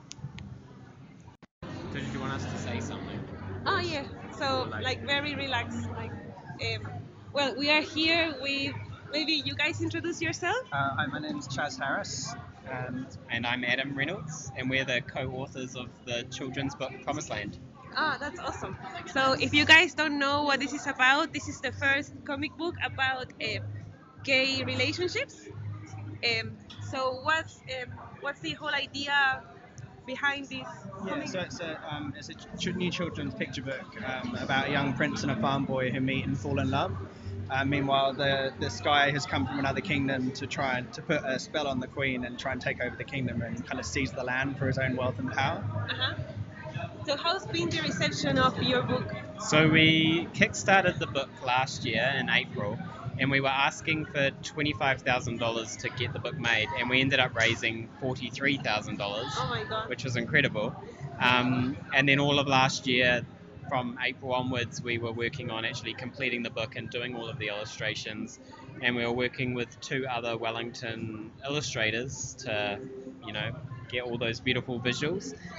Did you want us to say something? Oh yeah, so like very relaxed. Like, um, well, we are here with, maybe you guys introduce yourself? Uh, hi, my name's Chaz Harris, and And I'm Adam Reynolds, and we're the co-authors of the children's book Promised Land. Ah, that's awesome. So if you guys don't know what this is about, this is the first comic book about uh, gay relationships. Um, so what's um, what's the whole idea behind this yeah, comic? so it's a um, it's a ch- new children's picture book um, about a young prince and a farm boy who meet and fall in love. Uh, meanwhile, the this guy has come from another kingdom to try and to put a spell on the queen and try and take over the kingdom and kind of seize the land for his own wealth and power. Uh-huh. So how's been the reception of your book? So we kickstarted the book last year in April, and we were asking for twenty-five thousand dollars to get the book made, and we ended up raising forty-three thousand dollars, Oh my god. which was incredible. Um, and then all of last year, from April onwards, we were working on actually completing the book and doing all of the illustrations, and we were working with two other Wellington illustrators to, you know, get all those beautiful visuals.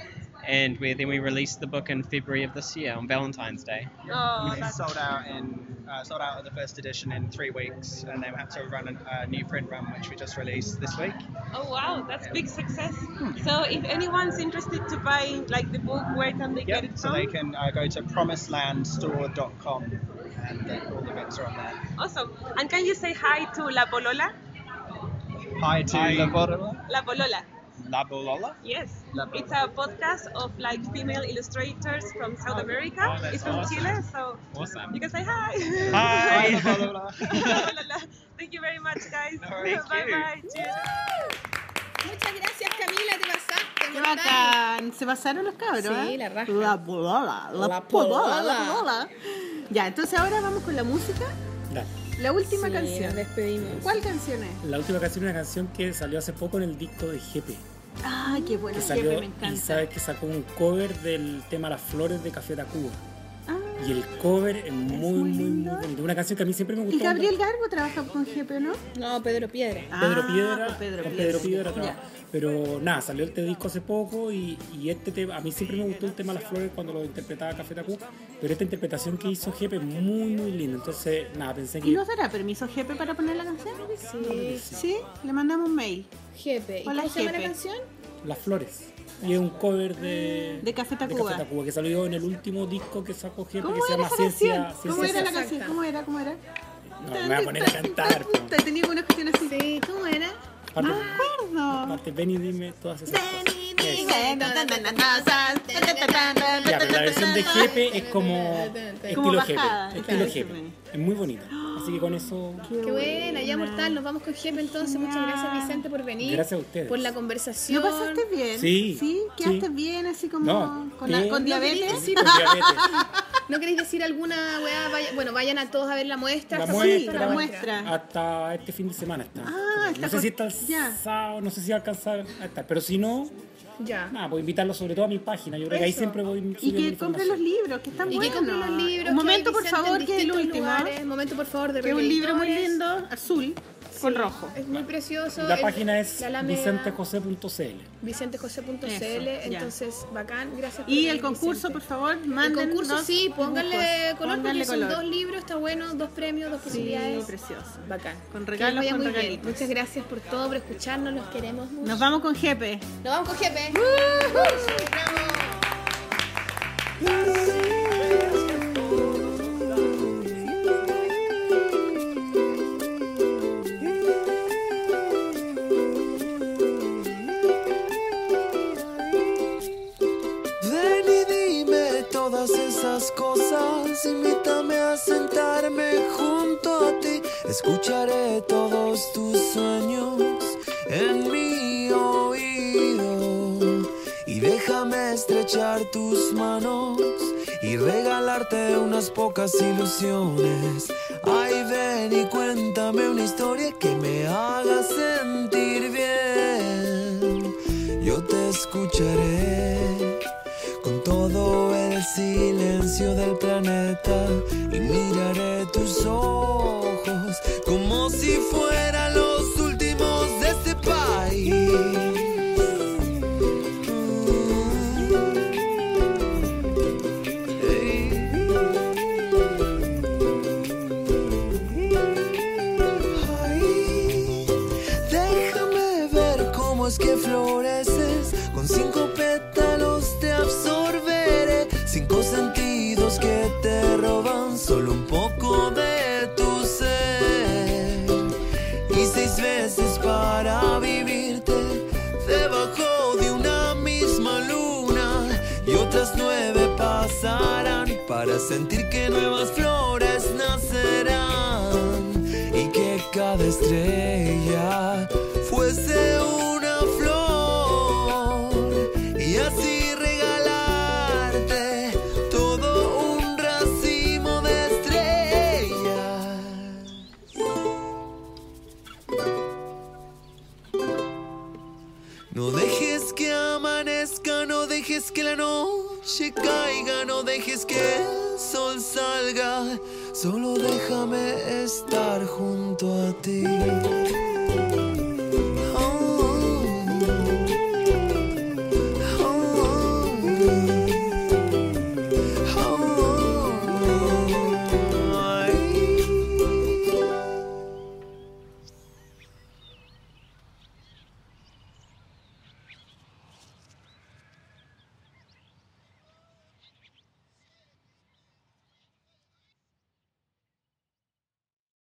and we then we released the book in February of this year on Valentine's Day. Oh, It that's sold out in uh, sold out of the first edition in three weeks, and then we had to run a, a new print run, which we just released this week. Oh wow, that's big success. So if anyone's interested to buy like the book, where can they get it so from? they can uh, go to promised land store dot com, and uh, all the books are on there. Awesome. And can you say hi to La Polola? Hi to Hi. La Borola. La Polola. La Bolola? Yes. La Polola. It's a podcast of like female illustrators from South America. Oh, that's it's from awesome. Chile, so Awesome. you can say hi. Hi. La Borola. La Polola. Thank you very much, guys. No, thank bye you. bye. Cheers. Muchas gracias, Camila, te pasaste. Qué brutal. bacán. Se pasaron los cabros, Sí, ¿eh? la raja. La polola, la, La polola, la polola. polola. Ya, entonces ahora vamos con la música. Dale. La última Sí, canción. nos despedimos. ¿Cuál canción es? La última canción es una canción que salió hace poco en el disco de Jepe. Ay, qué bueno, Que Jefe, salió me y encanta. sabes que sacó un cover del tema Las Flores de Café Tacuba. Ah, Y el cover es muy, muy muy, muy lindo. bonito. Una canción que a mí siempre me gustó. y Gabriel Garbo trabaja con Jefe, ¿no? No, Pedro Piedra. Pedro Ah, Piedra, con Pedro con Piedra. Pedro Piedra Ya. trabaja. Pero nada, salió este disco hace poco y, y este tema, a mí siempre me gustó el tema Las Flores cuando lo interpretaba Café Tacuba, pero esta interpretación que hizo Jepe es muy, muy linda. Entonces, nada, pensé que... ¿Y nos dará permiso Jefe para poner la canción? Sí. Sí, le mandamos un mail. Jepe. ¿Y Hola, cómo se llama la Jepe. canción? Las Flores. Y es un cover de, De Café Tacuba. Café Tacuba, que salió en el último disco que sacó Jepe, ¿Cómo que se era llama esa Ciencia... canción? ¿Cómo Ciencia era la Exacta. canción? ¿Cómo era? ¿Cómo era? No, me voy a poner a cantar. po. Te tenía una cuestión así. Sí, ¿cómo era? Parte, No me acuerdo. parte, ven y dime todas esas cosas. Eso. Ya, Ya, pero la versión de Jepe es como Como estilo Jepe. bajada, Estilo claro. Jepe. Es muy bonita. Así que con eso, Qué buena, ya mortal. Nos vamos con Jepe entonces. Muchas Genial. gracias, Vicente, por venir. gracias a ustedes. Por la conversación. ¿Lo pasaste bien? Sí, ¿Sí? ¿Quedaste sí. bien así como No, con, la- bien. con diabetes? Sí, Con diabetes. ¿No queréis decir alguna weá? Vaya- bueno, vayan a todos a ver la muestra. La Hasta muestra. cuándo la está muestra. Hasta este fin de semana está. Ah, está no sé con- si está el ya. sábado, no sé si va a alcanzar a estar. Pero si no, Ya. nada, puedo invitarlo sobre todo a mi página. Yo creo que ahí Eso. siempre voy Y subiendo que compren los información. libros, que están Y que buenos. compren los libros. Un que momento, hay por Vicente favor, en que es el distintos último. lugares. Momento, por favor, de Que es un libro muy Revelator. lindo, azul, con rojo. Es muy precioso. Y la el- página es la Alameda, vicentejose punto c l. vicentejose punto c l. Eso, ya. Entonces, bacán. Gracias por Y venir, el concurso, Vicente. por favor, El manden concurso, sí, pónganle color Pónganle porque color. son dos libros, está bueno, dos premios, dos Sí, posibilidades. precioso. Bacán. Con Que regalos, les vaya con muy bien. regalitos. Muchas gracias por todo, por escucharnos, los queremos mucho. Nos vamos con Jepe. Nos vamos con Jepe. Ven y dime todas esas cosas, invítame a sentarme junto a ti, escucharé todos tus sueños en mi oído y déjame estrechar tus manos y regalarte unas pocas ilusiones. Ay, ven y cuéntame una historia que me haga sentir bien. Yo te escucharé con todo el silencio del planeta y miraré tus ojos como si fueran los últimos de este país. Ay, déjame ver cómo es que floreces. Con cinco pétalos te absorberé. Cinco sentidos que te roban solo un poco de tu ser. Y seis veces para vivirte debajo de una misma luna. Y otras nueve pasarán para sentir que nuevas flores nacerán. Y que cada estrella fuese una flor. Y así regalarte todo un racimo de estrellas. No dejes que amanezca, no dejes que la noche caiga, no dejes que el sol salga, solo déjame estar junto a ti.